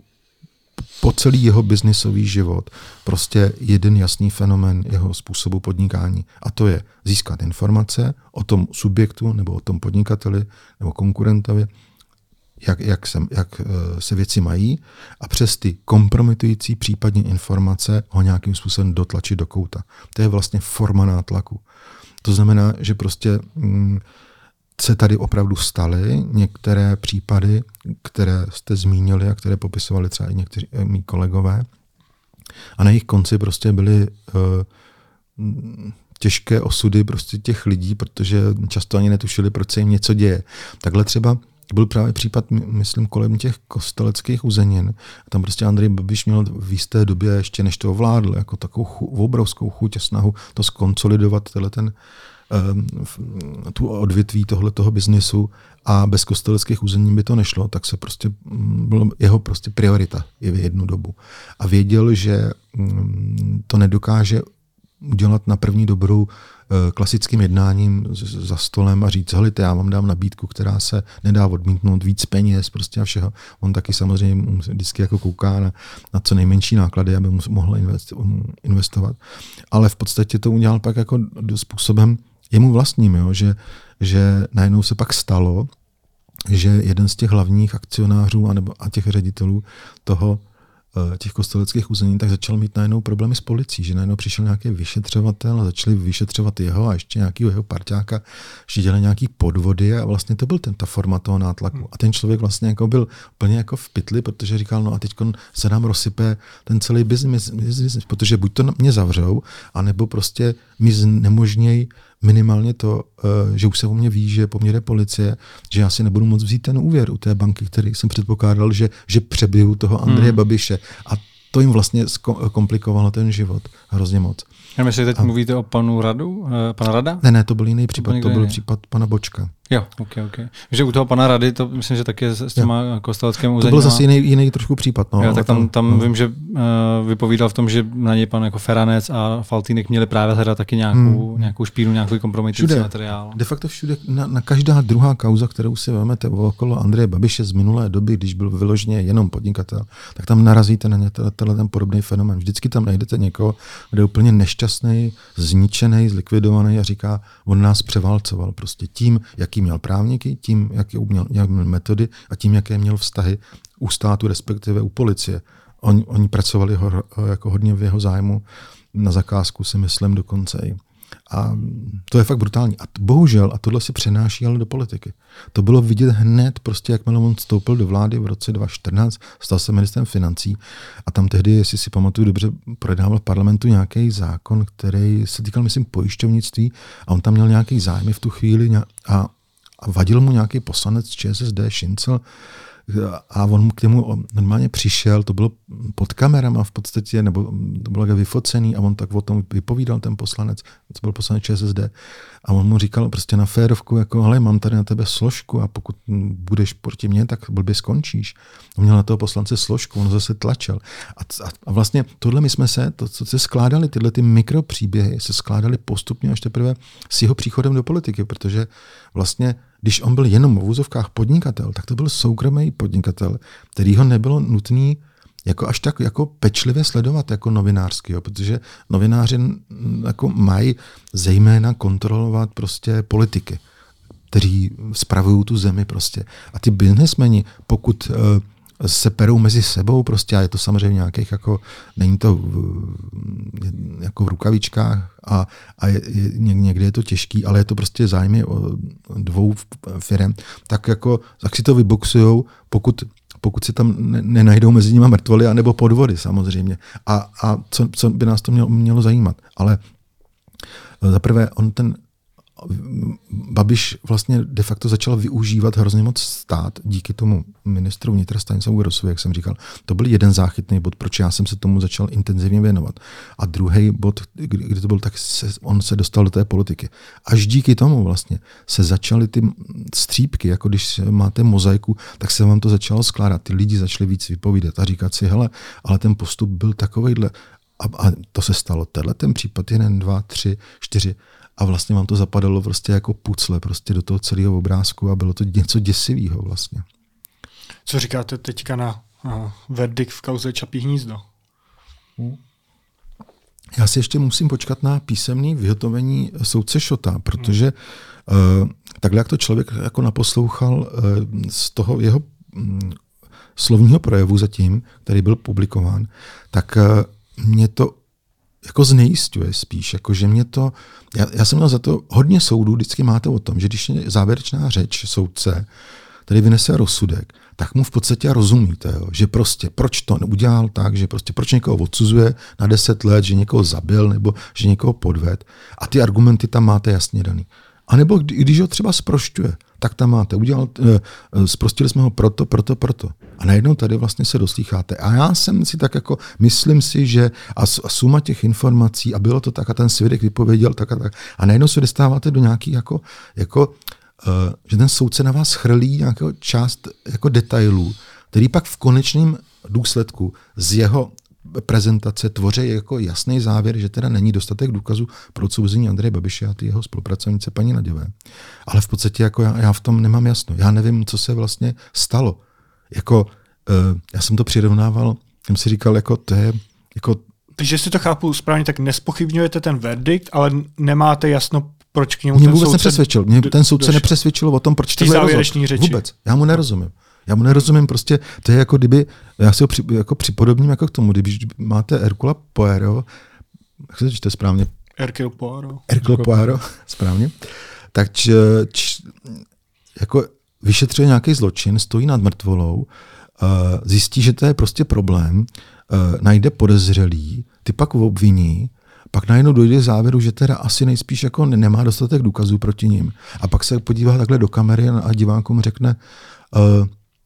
po celý jeho biznisový život prostě jeden jasný fenomén jeho způsobu podnikání. A to je získat informace o tom subjektu nebo o tom podnikateli nebo konkurentovi, Jak, jak, se, jak se věci mají a přes ty kompromitující případně informace ho nějakým způsobem dotlačit do kouta. To je vlastně forma nátlaku. To znamená, že prostě mm, se tady opravdu staly některé případy, které jste zmínili a které popisovali třeba i někteří mý kolegové. A na jejich konci prostě byly uh, těžké osudy prostě těch lidí, protože často ani netušili, proč se jim něco děje. Takhle třeba byl právě případ, myslím, kolem těch Kosteleckých uzenin. Tam prostě Andrej Babiš měl v jisté době, ještě než to ovládl, jako takovou chu, obrovskou chuť a snahu to skonsolidovat, ten, um, tu odvětví tohletoho biznisu a bez Kosteleckých uzenin by to nešlo, tak se prostě byl jeho prostě priorita je v jednu dobu. A věděl, že um, to nedokáže udělat na první dobrou klasickým jednáním za stolem a říct, helejte, já vám dám nabídku, která se nedá odmítnout, víc peněz prostě a všeho. On taky samozřejmě vždycky jako kouká na, na co nejmenší náklady, aby mohl investovat. Ale v podstatě to udělal pak jako způsobem jemu vlastním, jo? Že, že najednou se pak stalo, že jeden z těch hlavních akcionářů a, nebo, a těch ředitelů toho těch Kosteleckých území, tak začal mít najednou problémy s policií, že najednou přišel nějaký vyšetřovatel a začali vyšetřovat jeho a ještě nějakého jeho parťáka, že dělali nějaký podvody a vlastně to byl ten, ta forma toho nátlaku. A ten člověk vlastně jako byl plně jako v pytli, protože říkal, no a teď se nám rozsype ten celý biznis, protože buď to mě zavřou, anebo prostě mi znemožněj minimálně to, že už se o mě ví, že po mě jde policie, že já si nebudu moct vzít ten úvěr u té banky, který jsem předpokládal, že, že přebiju toho Andreje hmm. Babiše. A to jim vlastně komplikovalo ten život hrozně moc. Já myslím, že teď a... mluvíte o panu Radu, pana Rada? Ne, ne, to byl jiný případ, to byl jiný. případ pana Bočka. Jo, ok, ok. Že u toho pana Rady, to myslím, že taky s těma Kosteleckými územíma. To byl zase jiný, jiný trošku případ. No, jo, tak tam, tam no. vím, že uh, vypovídal v tom, že na něj pan jako Feranec a Faltýnek měli právě hledat taky nějakou, hmm. nějakou špínu, nějaký kompromitující materiál. De facto všude, na, na každá druhá kauza, kterou si vezmete okolo Andreje Babiše z minulé doby, když byl vyloženě jenom podnikatel, tak tam narazíte na tenhle ten podobný fenomén. Vždycky tam najdete někoho, kdo je úplně nešťastný, zničený, zlikvidovaný a říká, on nás převálcoval prostě tím, jaký měl právníky, tím, jaké měl, jak měl metody a tím, jaké měl vztahy u státu, respektive u policie. Oni, oni pracovali ho, jako hodně v jeho zájmu na zakázku, si myslím dokonce i. A to je fakt brutální. A bohužel, a tohle si přenáší ale do politiky. To bylo vidět hned, prostě jakmile on vstoupil do vlády v roce dva tisíce čtrnáct, stal se ministrem financí a tam tehdy, jestli si pamatuju dobře, projednával v parlamentu nějaký zákon, který se týkal, myslím, pojišťovnictví a on tam měl nějaký zájmy v tu chvíli a, a vadil mu nějaký poslanec ČSSD, Šincl, a on k němu normálně přišel, to bylo pod kamerama v podstatě, nebo to bylo vyfocený a on tak o tom vypovídal ten poslanec, to byl poslanec ČSSD a on mu říkal prostě na férovku, jako hele, mám tady na tebe složku a pokud budeš proti mně, tak blbě skončíš. On měl na toho poslance složku, on zase tlačil. A, a, a vlastně tohle my jsme se, to, co se skládali, tyhle ty mikropříběhy se skládaly postupně až teprve s jeho příchodem do politiky, protože vlastně když on byl jenom v úzovkách podnikatel, tak to byl soukromý podnikatel, který ho nebylo nutný jako až tak jako pečlivě sledovat jako novinářský, jo, protože novináři jako mají zejména kontrolovat prostě politiky, kteří spravují tu zemi prostě. A ty biznesmeni, pokud uh, se perou mezi sebou prostě, a je to samozřejmě nějakých jako, není to v, jako v rukavičkách a, a je, je, někde je to těžký, ale je to prostě zájmy dvou firem, tak jako, tak si to vyboxujou, pokud pokud se tam nenajdou mezi nimi mrtvoly, anebo podvody samozřejmě. A, a co, co by nás to mělo, mělo zajímat. Ale zaprvé on ten Babiš vlastně de facto začal využívat hrozně moc stát díky tomu ministru vnitra Stanislavu Grosovi, jak jsem říkal. To byl jeden záchytný bod, proč já jsem se tomu začal intenzivně věnovat. A druhý bod, kdy, kdy to byl, tak se, on se dostal do té politiky. Až díky tomu vlastně se začaly ty střípky, jako když máte mozaiku, tak se vám to začalo skládat. Ty lidi začali víc vypovídat a říkat si, hele, ale ten postup byl takovejhle. A, a to se stalo. Tenhle ten případ, jeden, dva, tři, čtyři. A vlastně vám to zapadalo prostě jako pucle prostě do toho celého obrázku a bylo to něco děsivého vlastně. Co říkáte teďka na uh, verdikt v kauze Čapí hnízdo? Hmm. Já si ještě musím počkat na písemné vyhotovení soudce Šota, protože hmm. uh, takhle, jak to člověk jako naposlouchal uh, z toho jeho um, slovního projevu zatím, který byl publikován, tak uh, mě to jako znejisťuje spíš, jako že mě to, já, já jsem měl za to, hodně soudů vždycky máte o tom, že když je závěrečná řeč soudce, který vynese rozsudek, tak mu v podstatě rozumíte, jo? Že prostě proč to neudělal tak, že prostě proč někoho odsuzuje na deset let, že někoho zabil nebo že někoho podved a ty argumenty tam máte jasně daný. A nebo kdy, když ho třeba zprošťuje, tak tam máte, udělal, zprostili jsme ho proto, proto, proto. A najednou tady vlastně se doslýcháte. A já jsem si tak jako, myslím si, že a, a suma těch informací a bylo to tak a ten svědek vypověděl tak a tak. A najednou se dostáváte do nějaký jako, jako uh, že ten soudce na vás chrlí nějakou část jako detailů, který pak v konečném důsledku z jeho prezentace tvoří jako jasný závěr, že teda není dostatek důkazů pro odsouzení Andreje Babiše a ty jeho spolupracovnice paní Naďové. Ale v podstatě jako já, já v tom nemám jasno. Já nevím, co se vlastně stalo. Jako, uh, já jsem to přirovnával, jsem si říkal, jako to je jako... Takže jestli to chápu správně, tak nespochybňujete ten verdikt, ale nemáte jasno, proč k němu mě ten vůbec soudce... nepřesvědčil. Mě ten soudce došel. nepřesvědčil o tom, proč to závěrečný řeči. Vůbec. Já mu nerozumím. Já mu nerozumím, prostě to je jako kdyby, já si ho při, jako připodobním jako k tomu, když máte Hercula Poirot, jak se to čte správně? Hercule Poirot. Hercule Poirot, správně. Tak č, č, jako vyšetřuje nějaký zločin, stojí nad mrtvolou, uh, zjistí, že to je prostě problém, uh, najde podezřelý, ty pak obviní, pak najednou dojde k závěru, že teda asi nejspíš jako nemá dostatek důkazů proti nim. A pak se podívá takhle do kamery a divákům řekne, uh,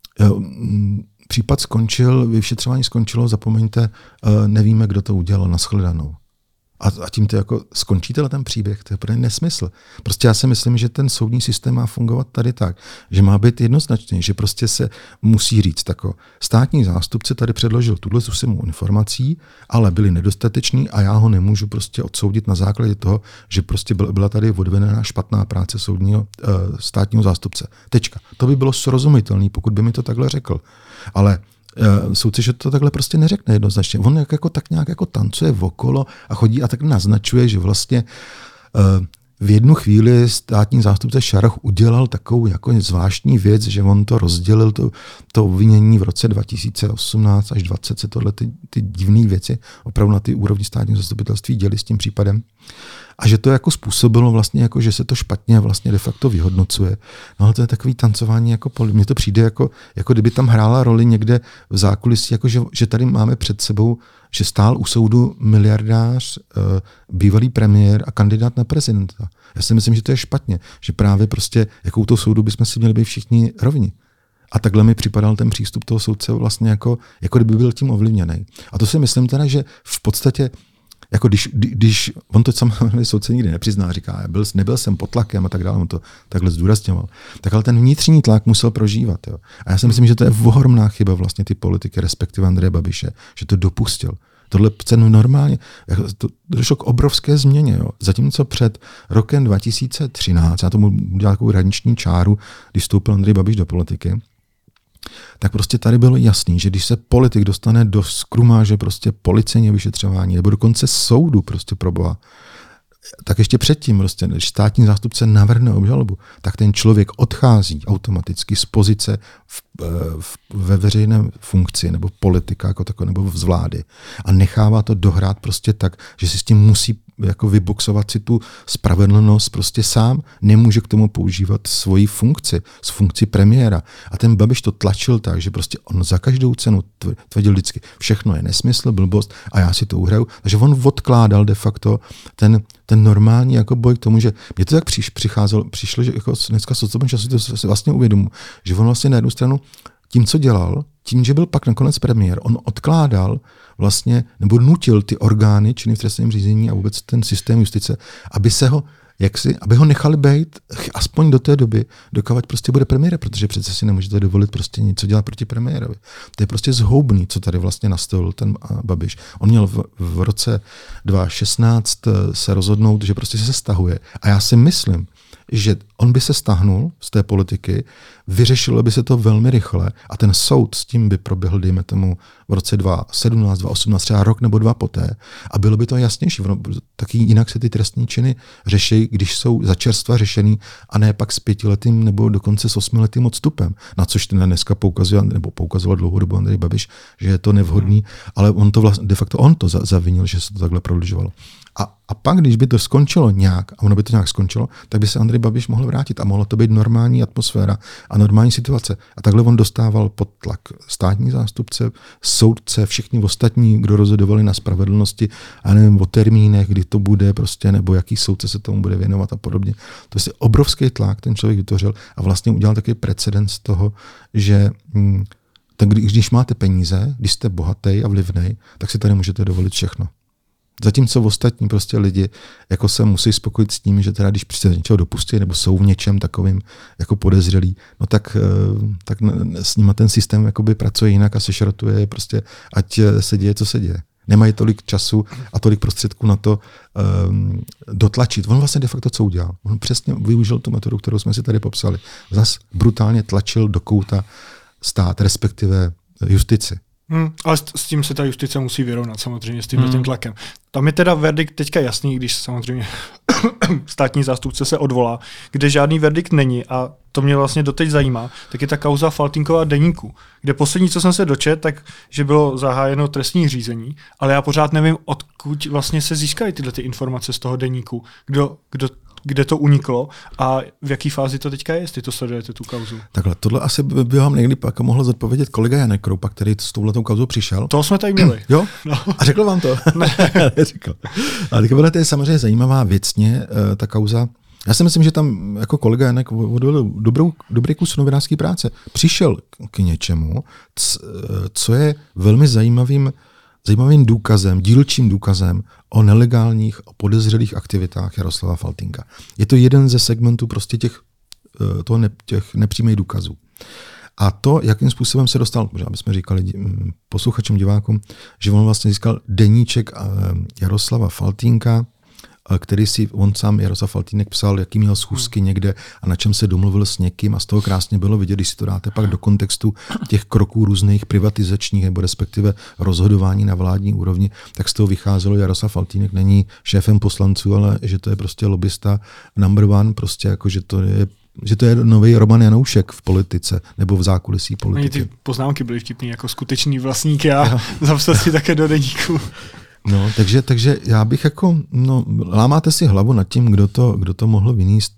případ skončil, vyšetřování skončilo, zapomeňte, nevíme, kdo to udělal, nashledanou. A, a tím to jako skončíte ten příběh, to je pro nesmysl. Prostě já si myslím, že ten soudní systém má fungovat tady tak, že má být jednoznačný, že prostě se musí říct tako. Státní zástupce tady předložil tuhle sumu informací, ale byly nedostateční a já ho nemůžu prostě odsoudit na základě toho, že prostě byla tady odvedená špatná práce soudního uh, státního zástupce. Tečka. To by bylo srozumitelné, pokud by mi to takhle řekl. Ale Uh, soudce, že to takhle prostě neřekne jednoznačně. On jak, jako tak nějak jako tancuje okolo a chodí a tak naznačuje, že vlastně uh, v jednu chvíli státní zástupce Šaroch udělal takovou jako zvláštní věc, že on to rozdělil, to, to obvinění v roce dva tisíce osmnáct až dvacet se tohle ty, ty divné věci opravdu na ty úrovni státního zastupitelství děli s tím případem. A že to jako způsobilo vlastně, jako, že se to špatně vlastně de facto vyhodnocuje. No ale to je takový tancování, jako mně to přijde, jako, jako kdyby tam hrála roli někde v zákulisí, jako že, že tady máme před sebou, že stál u soudu miliardář, bývalý premiér a kandidát na prezidenta. Já si myslím, že to je špatně, že právě prostě, jakou to soudu bychom si měli být všichni rovni. A takhle mi připadal ten přístup toho soudce vlastně jako, jako kdyby byl tím ovlivněný. A to si myslím teda, že v podstatě jako když, když on to samozřejmě soudce nikdy nepřizná, říká, byl, nebyl jsem pod tlakem a tak dále, on to takhle zdůrazňoval, tak ale ten vnitřní tlak musel prožívat. Jo. A já si myslím, že to je ohromná chyba vlastně ty politiky, respektive Andreje Babiše, že to dopustil. Tohle cenu normálně, to došlo k obrovské změně. Jo. Zatímco před rokem dva tisíce třináct, já tomu udělal takovou hraniční čáru, když vstoupil Andrej Babiš do politiky, tak prostě tady bylo jasný, že když se politik dostane do skrumáže prostě policejního vyšetřování nebo dokonce soudu prostě pro boha, tak ještě předtím, prostě, když státní zástupce navrhne obžalobu, tak ten člověk odchází automaticky z pozice v, v, ve veřejné funkci nebo politika jako takové, nebo z vlády a nechává to dohrát prostě tak, že si s tím musí jako vyboxovat si tu spravedlnost prostě sám, nemůže k tomu používat svoji funkci, z funkci premiéra. A ten Babiš to tlačil tak, že prostě on za každou cenu tvrdil vždycky, všechno je nesmysl, blbost a já si to uhraju. Takže on odkládal de facto ten, ten normální jako boj k tomu, že mě to tak přicházelo, přišlo, že jako dneska s odstupem času to si vlastně uvědomu, že on vlastně na jednu stranu tím, co dělal, tím, že byl pak nakonec premiér, on odkládal vlastně, nebo nutil ty orgány činné v trestním řízení a vůbec ten systém justice, aby se ho, jaksi, aby ho nechali být aspoň do té doby, dokávat prostě bude premiér, protože přece si nemůžete dovolit prostě něco dělat proti premiérovi. To je prostě zhoubný, co tady vlastně nastavil ten Babiš. On měl v, v roce dva tisíce šestnáct se rozhodnout, že prostě se stahuje. A já si myslím, že on by se stáhnul z té politiky, vyřešilo by se to velmi rychle a ten soud s tím by proběhl, dejme tomu, v roce dva tisíce sedmnáct, dva tisíce osmnáct, třeba rok nebo dva poté a bylo by to jasnější. Taky jinak se ty trestní činy řeší, když jsou za čerstva řešený a ne pak s pětiletým nebo dokonce s osmiletým odstupem. Na což ten dneska poukazuje, nebo poukazoval dlouhou dobu Andrej Babiš, že je to nevhodný, ale on to vlastně, de facto on to zavinil, že se to takhle prodlužovalo. A, a pak, když by to skončilo nějak, a ono by to nějak skončilo, tak by se Andrej Babiš mohl vrátit a mohla to být normální atmosféra a normální situace. A takhle on dostával pod tlak státní zástupce, soudce, všichni ostatní, kdo rozhodovali na spravedlnosti, a nevím, o termínech, kdy to bude prostě, nebo jaký soudce se tomu bude věnovat a podobně. To je obrovský tlak, ten člověk vytvořil a vlastně udělal takový precedens toho, že hm, tak když máte peníze, když jste bohatý a vlivnej, tak si tady můžete dovolit všechno. Zatímco ostatní prostě lidi jako se musí spokojit s tím, že teda když se něčeho dopustí nebo jsou v něčem takovým jako podezřelí, no tak, tak s nima ten systém jakoby pracuje jinak a sešrotuje prostě, ať se děje, co se děje. Nemají tolik času a tolik prostředků na to um, dotlačit. On vlastně de facto co udělal? On přesně využil tu metodu, kterou jsme si tady popsali. Zas brutálně tlačil do kouta stát, respektive justici. Hmm, ale s, s tím se ta justice musí vyrovnat samozřejmě, s tím hmm. tím tlakem. Tam je teda verdikt teďka jasný, když samozřejmě státní zástupce se odvolá, kde žádný verdikt není a to mě vlastně doteď zajímá, tak je ta kauza Faltýnkova deníku, kde poslední, co jsem se dočetl, tak že bylo zahájeno trestní řízení, ale já pořád nevím, odkud vlastně se získaly tyhle ty informace z toho deníku, kdo, kdo kde to uniklo a v jaký fázi to teďka je, jestli to sledujete tu kauzu. Takhle, tohle asi by vám někdy pak mohl zodpovědět kolega Janek Kroupa, který s touhletou kauzou přišel. To jsme tady měli. Jo? No. A řekl vám to? Ne. Řekl. Ale teďka to je samozřejmě zajímavá věcně, ta kauza. Já si myslím, že tam jako kolega Janek odvedl dobrou, dobrý kus novinářské práce. Přišel k něčemu, co je velmi zajímavým zajímavým důkazem, dílčím důkazem o nelegálních, o podezřelých aktivitách Jaroslava Faltýnka. Je to jeden ze segmentů prostě těch, toho ne, těch nepřímých důkazů. A to, jakým způsobem se dostal, možná bychom říkali posluchačům, divákům, že on vlastně získal deníček Jaroslava Faltýnka který si on sám Jaroslav Faltýnek psal, jaký měl schůzky hmm. někde a na čem se domluvil s někým a z toho krásně bylo vidět, když si to dáte pak do kontextu těch kroků různých privatizačních nebo respektive rozhodování na vládní úrovni, tak z toho vycházelo, Jaroslav Faltýnek není šéfem poslanců, ale že to je prostě lobista number one, prostě jako, že to je že to je nový Roman Janoušek v politice nebo v zákulisí politiky. Ty poznámky byly vtipný jako skutečný vlastník a zapsal si také do deníku. No, takže, takže já bych jako, no, lámáte si hlavu nad tím, kdo to, kdo to mohl vynést.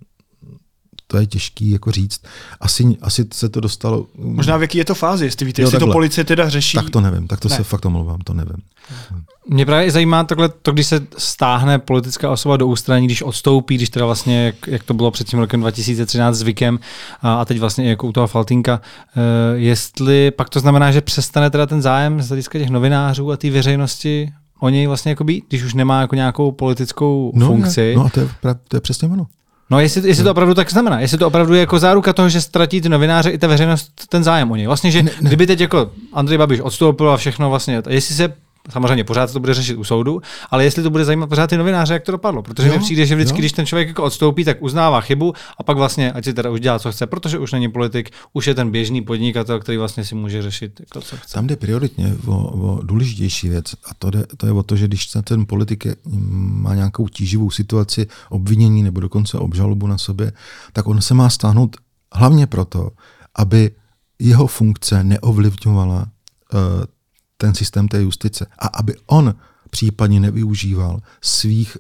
To je těžký jako říct. Asi, asi se to dostalo... Možná v jaký je to fázi, jestli víte, jo, jestli takhle. To policie teda řeší. Tak to nevím, tak to ne. se fakt omlouvám, to nevím. Mě právě zajímá takhle to, když se stáhne politická osoba do ústraní, když odstoupí, když teda vlastně, jak, jak to bylo před tím rokem dva tisíce třináct zvykem a, a teď vlastně jako u toho Faltýnka, e, jestli pak to znamená, že přestane teda ten zájem z hlediska těch novinářů a té veřejnosti o něj vlastně jako být, když už nemá jako nějakou politickou no, funkci. No a to je, to je přesně ono. No jestli, jestli to opravdu tak znamená, jestli to opravdu je jako záruka toho, že ztratí ty novináře i ta veřejnost ten zájem o něj. Vlastně, že ne, ne. kdyby teď jako Andrej Babiš odstoupil a všechno vlastně, jestli se samozřejmě pořád se to bude řešit u soudu, ale jestli to bude zajímat pořád ty novináře, jak to dopadlo. Protože jo, mi přijde, že vždycky, jo. když ten člověk jako odstoupí, tak uznává chybu a pak vlastně, ať si teda už dělá, co chce, protože už není politik, už je ten běžný podnikatel, který vlastně si může řešit, jako co chce. Tam jde prioritně o, o důležitější věc a to, jde, to je o to, že když ten politik je, má nějakou tíživou situaci, obvinění nebo dokonce obžalobu na sobě, tak on se má stáhnout hlavně proto, aby jeho funkce neovlivňovala uh, ten systém té justice a aby on případně nevyužíval svých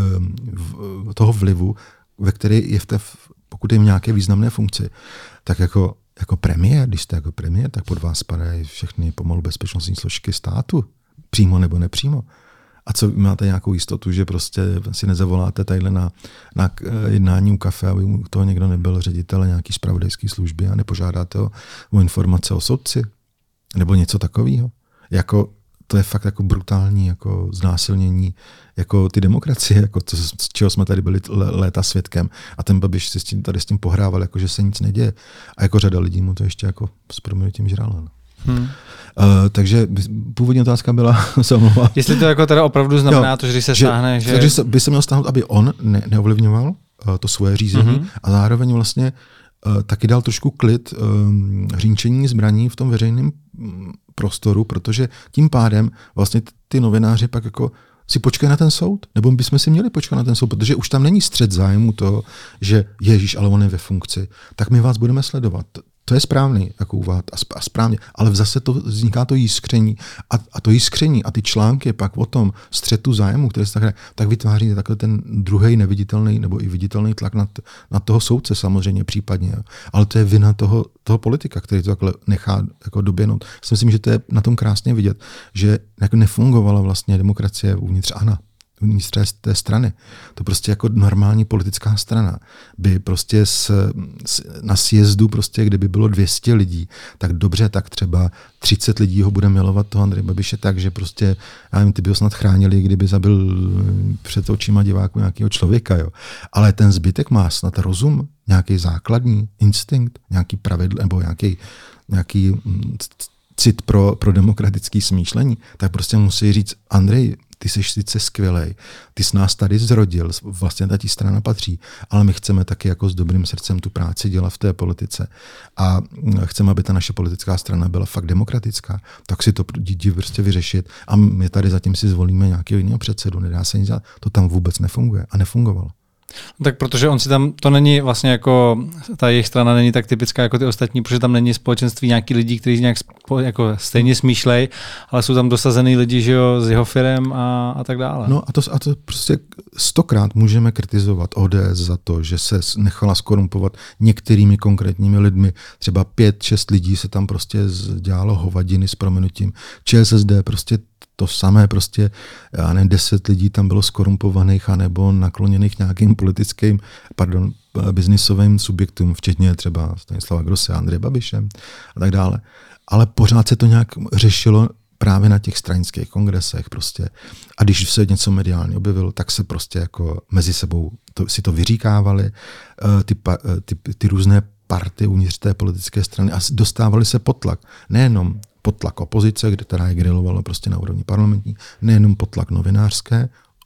toho vlivu, ve který je v té, pokud je v nějaké významné funkci, tak jako, jako premiér, když jste jako premiér, tak pod vás spadají všechny pomalu bezpečnostní složky státu, přímo nebo nepřímo. A co máte nějakou jistotu, že prostě si nezavoláte tadyhle na, na jednání u kafe, aby u toho někdo nebyl ředitel nějaký zpravodajské služby a nepožádáte ho o informace o soudci nebo něco takového. Jako, to je fakt jako brutální jako znásilnění jako ty demokracie, jako to, z čeho jsme tady byli léta svědkem. A ten Babiš si s tím, tady s tím pohrával, jako, že se nic neděje. A jako řada lidí mu to ještě jako s proměnutím žrala. Hmm. Uh, takže původní otázka byla, se omlouvám. Jestli to jako teda opravdu znamená jo, to, že když se stáhne, že... Takže by se měl stáhnout, aby on ne, neovlivňoval uh, to svoje řízení mm-hmm. a zároveň vlastně uh, taky dal trošku klid um, řínčení zbraní v tom veřejném um, prostoru, protože tím pádem vlastně ty novináři pak jako si počkají na ten soud, nebo bychom si měli počkat na ten soud, protože už tam není střet zájmu toho, že ježíš, ale on je ve funkci, tak my vás budeme sledovat. To je správný, jako uvád, a správně, ale zase to vzniká to jiskření a, a to jiskření a ty články pak o tom střetu zájmu, které se tak hraje, tak vytváří takhle ten druhý neviditelný nebo i viditelný tlak na, na toho soudce samozřejmě případně. Jo. Ale to je vina toho, toho politika, který to takhle nechá jako doběhnout. Já si myslím, že to je na tom krásně vidět, že jako nefungovala vlastně demokracie uvnitř ANO. Uvnitř té strany. To prostě jako normální politická strana by prostě s, s, na sjezdu, prostě, kde by bylo dvě stě lidí, tak dobře, tak třeba třicet lidí ho bude milovat toho Andreje Babiše tak, že prostě, já nevím, ty by ho snad chránili, kdyby zabil před očima diváků nějakého člověka. Jo. Ale ten zbytek má snad rozum, nějaký základní instinkt, nějaký pravidlo, nebo nějaký, nějaký cit pro, pro demokratické smýšlení, tak prostě musí říct, Andrej, ty jsi sice skvělej, ty jsi nás tady zrodil, vlastně ta ti strana patří, ale my chceme taky jako s dobrým srdcem tu práci dělat v té politice a chceme, aby ta naše politická strana byla fakt demokratická, tak si to jdi prostě vyřešit a my tady zatím si zvolíme nějakého jiného předsedu, nedá se nic dělat. To tam vůbec nefunguje a nefungovalo. Tak protože on si tam, to není vlastně jako, ta jejich strana není tak typická jako ty ostatní, protože tam není společenství nějaký lidí, kteří nějak spo, jako stejně smýšlej, ale jsou tam dosazený lidi, že jo, s jeho firem a, a tak dále. No a to, a to prostě stokrát můžeme kritizovat O D S za to, že se nechala skorumpovat některými konkrétními lidmi. Třeba pět, šest lidí se tam prostě dělalo hovadiny s prominutím. ČSSD prostě to samé prostě, já nevím, deset lidí tam bylo skorumpovaných anebo nakloněných nějakým politickým, pardon, biznisovým subjektům, včetně třeba Stanislava Grosse, Andreje Babiše a tak dále. Ale pořád se to nějak řešilo právě na těch stranických kongresech prostě. A když se něco mediálně objevilo, tak se prostě jako mezi sebou to, si to vyříkávali, ty, ty, ty různé party uvnitř té politické strany a dostávali se pod tlak. Nejenom pod tlak opozice, kde která je grilovala prostě na úrovni parlamentní, nejenom pod tlak novinářské,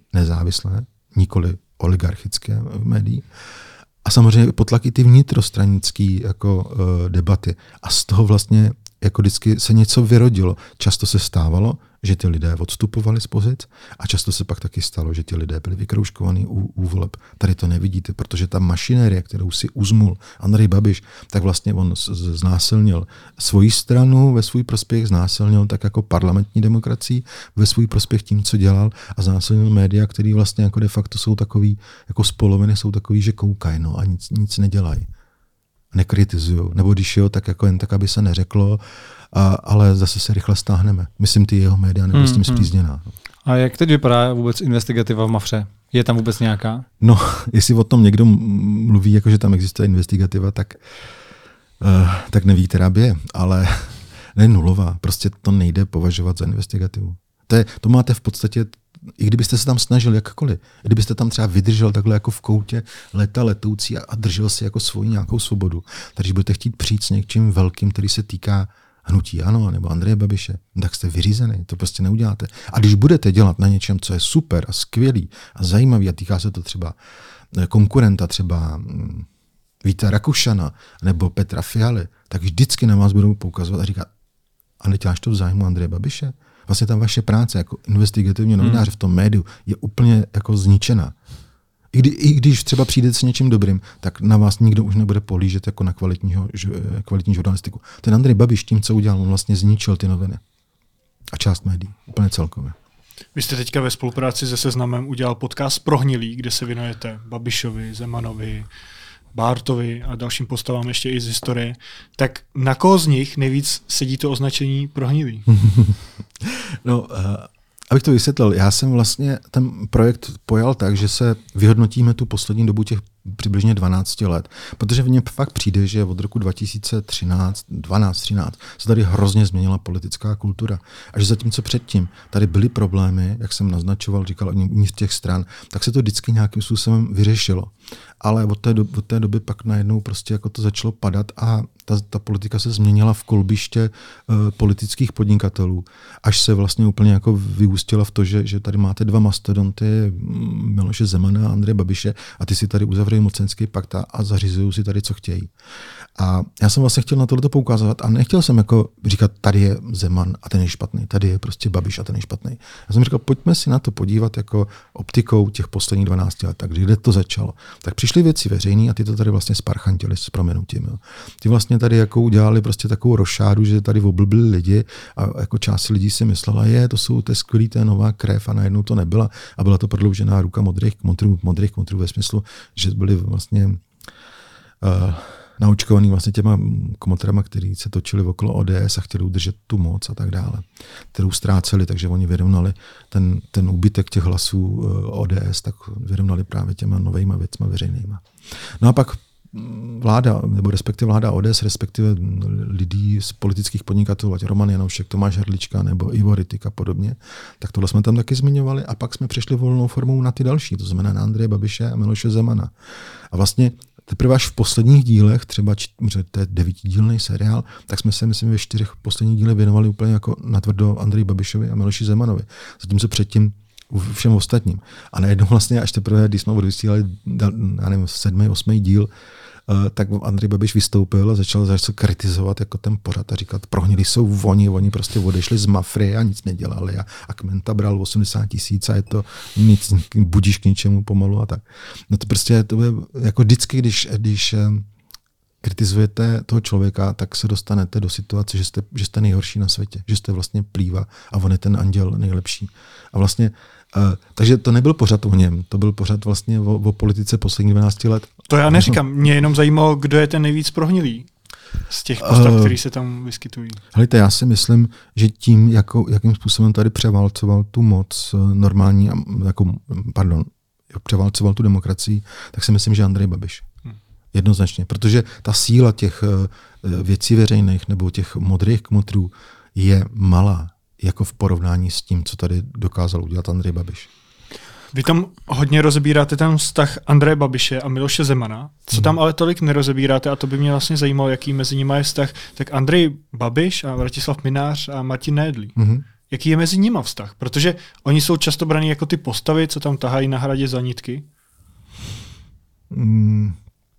nezávislé, nikoli oligarchické médií. A samozřejmě potlaky ty vnitrostranické jako uh, debaty. A z toho vlastně jako vždycky se něco vyrodilo. Často se stávalo, že ty lidé odstupovali z pozic a často se pak taky stalo, že ti lidé byli vykroužkovaní u, u voleb. Tady to nevidíte, protože ta mašinérie, kterou si uzmul Andrej Babiš, tak vlastně on znásilnil svoji stranu ve svůj prospěch, znásilnil tak jako parlamentní demokracii ve svůj prospěch tím, co dělal a znásilnil média, který vlastně jako de facto jsou takový, jako z poloviny jsou takový, že koukají no, a nic, nic nedělají. Nekritizují. Nebo když jo, tak jako jen tak, aby se neřeklo, a, ale zase se rychle stáhneme. Myslím, ty jeho média nebo hmm, s tím spřízněná. A jak teď vypadá vůbec investigativa v Mafře? Je tam vůbec nějaká? No, jestli o tom někdo mluví, jako že tam existuje investigativa, tak, uh, tak neví, která by je. Ale ne nulová. Prostě to nejde považovat za investigativu. To, je, to máte v podstatě, i kdybyste se tam snažil jakkoliv, kdybyste tam třeba vydržel takhle jako v koutě leta letoucí a, a držel si jako svoji nějakou svobodu, takže budete chtít přijít s něčím velkým, který se týká hnutí ANO nebo Andreje Babiše, tak jste vyřízený, to prostě neuděláte. A když budete dělat na něčem, co je super a skvělý a zajímavý a týká se to třeba konkurenta, třeba Víta Rakušana nebo Petra Fialy, tak vždycky na vás budou poukazovat a říkat, a neděláš to v zájmu Andreje Babiše? Vlastně ta vaše práce jako investigativní novináře v tom médiu je úplně jako zničená. I, kdy, I když třeba přijdete s něčím dobrým, tak na vás nikdo už nebude pohlížet jako na kvalitního, kvalitní žurnalistiku. Ten Andrej Babiš tím, co udělal, on vlastně zničil ty noviny. A část médií, úplně celkově. Vy jste teďka ve spolupráci se Seznamem udělal podcast Prohnilý, kde se věnujete Babišovi, Zemanovi, Bártovi a dalším postavám ještě i z historie. Tak na koho z nich nejvíc sedí to označení Prohnilý? No, uh, abych to vysvětlil, já jsem vlastně ten projekt pojal tak, že se vyhodnotíme tu poslední dobu těch přibližně dvanáct let, protože v něm fakt přijde, že od roku dva tisíce třináct, dvanáct, třináct se tady hrozně změnila politická kultura. A že zatímco předtím tady byly problémy, jak jsem naznačoval, říkal uvnitř těch stran, tak se to vždycky nějakým způsobem vyřešilo. Ale od té, doby, od té doby pak najednou prostě jako to začalo padat a ta, ta politika se změnila v kolbiště uh, politických podnikatelů, až se vlastně úplně jako vyústila v to, že, že tady máte dva mastodonty, Miloše Zemana a Andreje Babiše, a ty si tady uzavřeli mocenský pakt a, a zařizují si tady, co chtějí. A já jsem vlastně chtěl na tohleto poukázat a nechtěl jsem jako říkat, tady je Zeman a ten je špatný, tady je prostě Babiš a ten je špatný. Já jsem říkal, pojďme si na to podívat jako optikou těch posledních dvanácti let, tak kde to začalo. Tak přišly věci veřejné a ty to tady vlastně sparchantili s prominutím. Jo. Ty vlastně tady jako udělali prostě takovou rošádu, že tady oblbili lidi a jako část lidí si myslela, je, to jsou to skvělý, to je nová krev a najednou to nebyla a byla to prodloužená ruka modrých kmotrů, modrých kmotrů ve smyslu, že byli vlastně uh, naočkovaný vlastně těma kmotrama, který se točili okolo O D S a chtěli udržet tu moc a tak dále, kterou ztráceli, takže oni vyrovnali ten, ten úbytek těch hlasů O D S, tak vyrovnali právě těma novejma věcma veřejnýma. No a pak vláda, nebo respektive vláda O D S, respektive lidí z politických podnikatelů, ať Roman Janoušek, Tomáš Hrdlička nebo Ivo Rittig a podobně, tak tohle jsme tam taky zmiňovali a pak jsme přešli volnou formou na ty další, to znamená na Andreje Babiše a Miloše Zemana. A vlastně teprve až v posledních dílech, třeba to je devítidílný seriál, tak jsme se, myslím, ve čtyřech posledních dílech věnovali úplně jako natvrdo Andreji Babišovi a Miloši Zemanovi. Zatímco předtím všem ostatním. A najednou vlastně až teprve, když jsme odvysílali, já nevím, sedmý, osmý díl, uh, tak Andrej Babiš vystoupil a začal, začal kritizovat jako ten pořad a říkat, prohnili jsou oni, oni prostě odešli z Mafry a nic nedělali a, a Kmenta bral osmdesát tisíc a je to nic, budíš k ničemu pomalu a tak. No to prostě to je jako vždycky, když, když kritizujete toho člověka, tak se dostanete do situace, že jste, že jste nejhorší na světě, že jste vlastně plýva a on je ten anděl nejlepší. A vlastně Uh, takže to nebyl pořad o něm, to byl pořad vlastně o, o politice posledních dvanácti let. To já neříkám, mě jenom zajímalo, kdo je ten nejvíc prohnilý z těch postav, uh, který se tam vyskytují. Helejte, já si myslím, že tím, jako, jakým způsobem tady převálcoval tu moc normální, jako, pardon, převálcoval tu demokracii, tak si myslím, že Andrej Babiš. Hmm. Jednoznačně, protože ta síla těch uh, věcí veřejných nebo těch modrých kmotrů je malá, jako v porovnání s tím, co tady dokázal udělat Andrej Babiš. Vy tam hodně rozebíráte ten vztah Andreje Babiše a Miloše Zemana, co tam ale tolik nerozebíráte a to by mě vlastně zajímalo, jaký mezi nimi je vztah, tak Andrej Babiš a Vratislav Mynář a Martin Nejedlý. Mm-hmm. jaký je mezi nima vztah? Protože oni jsou často braní jako ty postavy, co tam tahají na Hradě za nitky. Hmm.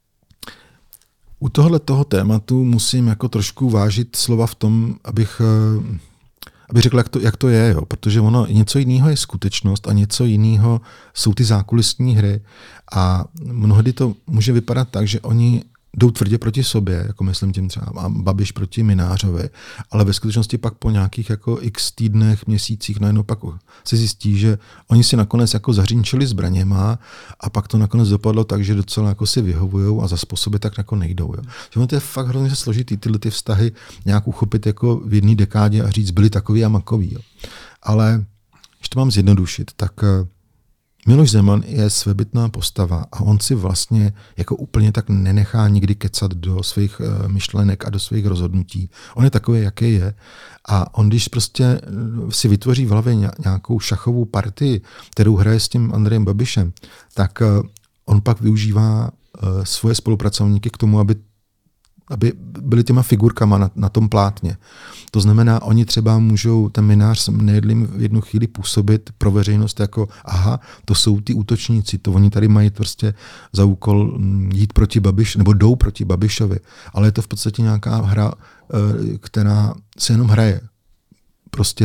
U tohle toho tématu musím jako trošku vážit slova v tom, abych, abych řekl, jak to, jak to je, jo? Protože ono něco jiného je skutečnost a něco jiného jsou ty zákulisní hry a mnohdy to může vypadat tak, že oni jdou tvrdě proti sobě, jako myslím tím třeba Babiš proti Mynářovi, ale ve skutečnosti pak po nějakých jako x týdnech, měsících najednou pak se zjistí, že oni si nakonec jako zařínčili zbraněma a pak to nakonec dopadlo tak, že docela jako si vyhovujou a za způsoby tak jako nejdou. Jo. Že to je fakt hrozně složitý, tyhle ty vztahy nějak uchopit jako v jedné dekádě a říct, byli takový a makový. Jo. Ale když to mám zjednodušit, tak Miloš Zeman je svébytná postava a on si vlastně jako úplně tak nenechá nikdy kecat do svých myšlenek a do svých rozhodnutí. On je takový, jaký je. A on, když prostě si vytvoří v hlavě nějakou šachovou partii, kterou hraje s tím Andrejem Babišem, tak on pak využívá svoje spolupracovníky k tomu, aby aby byli těma figurkama na, na tom plátně. To znamená, oni třeba můžou, ten Mynář s Nejedlým v jednu chvíli působit pro veřejnost jako, aha, to jsou ty útočníci, to oni tady mají prostě za úkol jít proti Babiš, nebo jdou proti Babišovi, ale je to v podstatě nějaká hra, která se jenom hraje. Prostě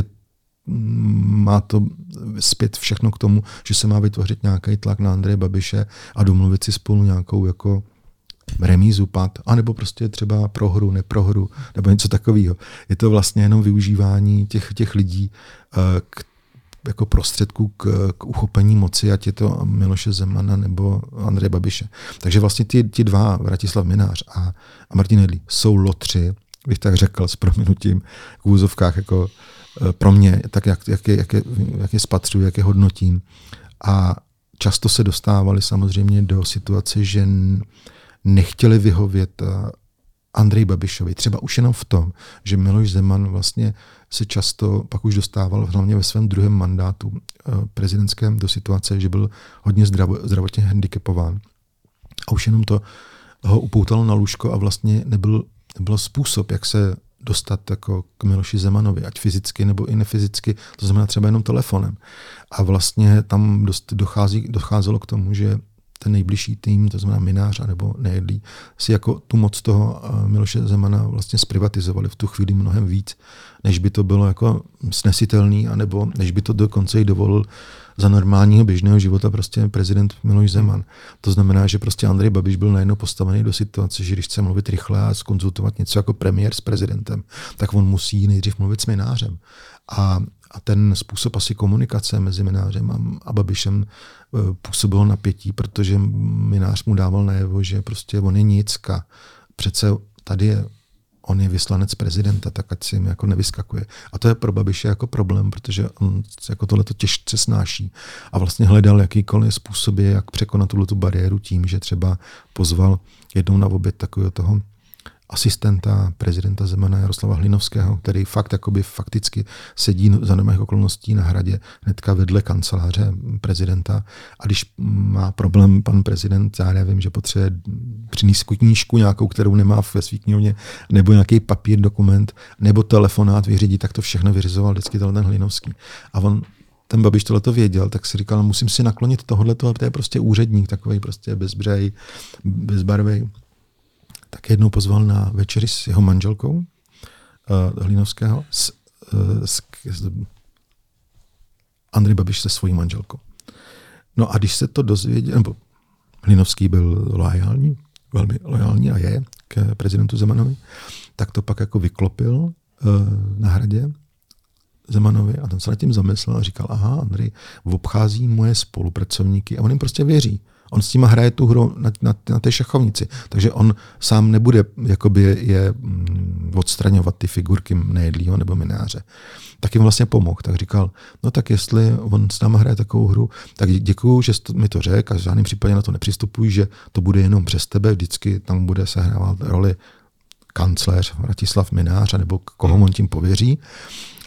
má to zpět všechno k tomu, že se má vytvořit nějaký tlak na Andreje Babiše a domluvit si spolu nějakou jako remízu, pad, anebo prostě třeba prohru, neprohru, nebo něco takového. Je to vlastně jenom využívání těch, těch lidí k, jako prostředků k, k uchopení moci, ať je to Miloše Zemana nebo Andreje Babiše. Takže vlastně ty, ty dva, Vratislav Mynář a, a Martin Nejedlý, jsou lotři, bych tak řekl s prominutím v úzovkách, jako pro mě, tak jak, jak, je, jak, je, jak je spatřuji, jak je hodnotím. A často se dostávali samozřejmě do situace, že nechtěli vyhovět Andreji Babišovi. Třeba už jenom v tom, že Miloš Zeman vlastně se často pak už dostával hlavně ve svém druhém mandátu prezidentském do situace, že byl hodně zdravo, zdravotně handicapován. A už jenom to ho upoutalo na lůžko a vlastně nebyl, nebyl způsob, jak se dostat jako k Miloši Zemanovi, ať fyzicky nebo i nefyzicky, to znamená třeba jenom telefonem. A vlastně tam dost dochází, docházelo k tomu, že ten nejbližší tým, to znamená Mynář nebo Nejedlý, si jako tu moc toho Miloše Zemana vlastně zprivatizovali v tu chvíli mnohem víc, než by to bylo jako snesitelný, anebo než by to dokonce i dovolil za normálního běžného života prostě prezident Miloš Zeman. To znamená, že prostě Andrej Babiš byl najednou postavený do situace, že když chce mluvit rychle a zkonzultovat něco jako premiér s prezidentem, tak on musí nejdřív mluvit s Mynářem. A A ten způsob asi komunikace mezi Mynářem a Babišem působil napětí, protože Mynář mu dával najevo, že prostě on je nicka. Přece tady je, on je vyslanec prezidenta, tak ať si jim jako nevyskakuje. A to je pro Babiše jako problém, protože on jako tohleto těžce snáší a vlastně hledal jakýkoliv způsoby, jak překonat tuto bariéru tím, že třeba pozval jednou na oběd takového toho asistenta prezidenta Zemana Jaroslava Hlinovského, který fakt jakoby fakticky sedí za normálních okolností na Hradě hnedka vedle kanceláře prezidenta a když má problém pan prezident, já nevím, že potřebuje přinést knížku nějakou, kterou nemá ve svý knihovně, nebo nějaký papír, dokument, nebo telefonát vyřídit, tak to všechno vyřizoval vždycky ten Hlinovský. A on ten Babiš tohleto věděl, tak si říkal, musím si naklonit tohleto, to je prostě úředník, takový prostě bezbřej, bezbarvej. Tak jednou pozval na večeři s jeho manželkou uh, Hlinovského, s, uh, s, s Andrej Babiš se svojí manželkou. No a když se to dozvěděl, nebo Hlinovský byl loajální, velmi loajální a je k prezidentu Zemanovi, tak to pak jako vyklopil uh, na Hradě Zemanovi a ten se nad tím zamyslel a říkal, aha, Andrej obchází moje spolupracovníky a on jim prostě věří. On s tím hraje tu hru na, na, na té šachovnici, takže on sám nebude jakoby je mm, odstraňovat ty figurky Nejedlýho nebo Mynáře. Tak jim vlastně pomohl. Tak říkal, no tak jestli on s náma hraje takovou hru, tak děkuju, že jsi mi to řekl a v žádném případě na to nepřistupuji, že to bude jenom přes tebe, vždycky tam bude sehrávat roli kancléř Vratislav Mynář nebo koho on tím pověří.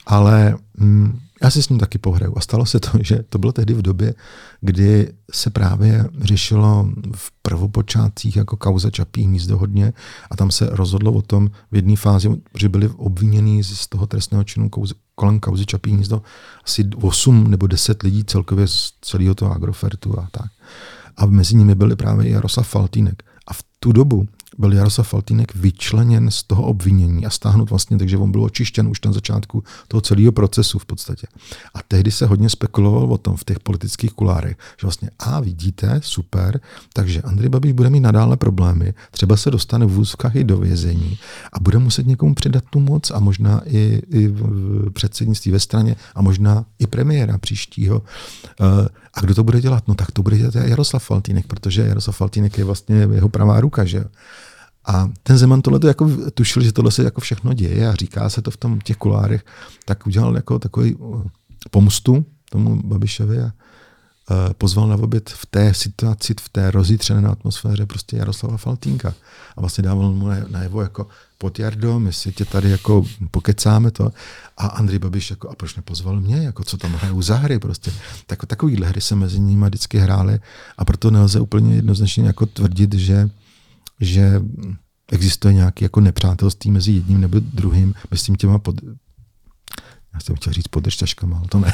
ale mm, já si s ním taky pohraju. A stalo se to, že to bylo tehdy v době, kdy se právě řešilo v prvopočátcích jako kauza Čapí hnízdo hodně a tam se rozhodlo o tom v jedné fázi, že byli obvinění z toho trestného činu kauze, kolem kauzy Čapí hnízdo asi osm nebo deset lidí celkově z celého toho Agrofertu a tak. A mezi nimi byli právě Jaroslav Faltýnek. A v tu dobu byl Jaroslav Faltýnek vyčleněn z toho obvinění a stáhnut vlastně, takže on byl očištěn už na začátku toho celého procesu v podstatě. A tehdy se hodně spekulovalo o tom v těch politických kulárech, že vlastně a vidíte, super, takže Andrej Babiš bude mít nadále problémy, třeba se dostane v úzkách i do vězení a bude muset někomu předat tu moc a možná i, i v předsednictví ve straně a možná i premiéra příštího. A kdo to bude dělat? No tak to bude dělat Jaroslav Faltýnek, protože Jaroslav Faltýnek je vlastně jeho pravá ruka, že jo. A ten Zeman tohle jako tušil, že tohle se jako všechno děje a říká se to v tom těch kulárech, tak udělal jako takový pomstu tomu Babišovi a pozval na oběd v té situaci, v té rozjitřené atmosféře prostě Jaroslava Faltýnka. A vlastně dával mu najevo jako pod Jardo, my si tě tady jako pokecáme to. A Andrej Babiš jako, a proč nepozval mě, jako co tam hrajou za hry prostě. Tak, takovýhle hry se mezi nimi vždycky hrály a proto nelze úplně jednoznačně jako tvrdit, že že existuje nějaké jako nepřátelství mezi jedním nebo druhým, myslím těma pod... Já jsem chtěl říct podržtaškama, ale to ne.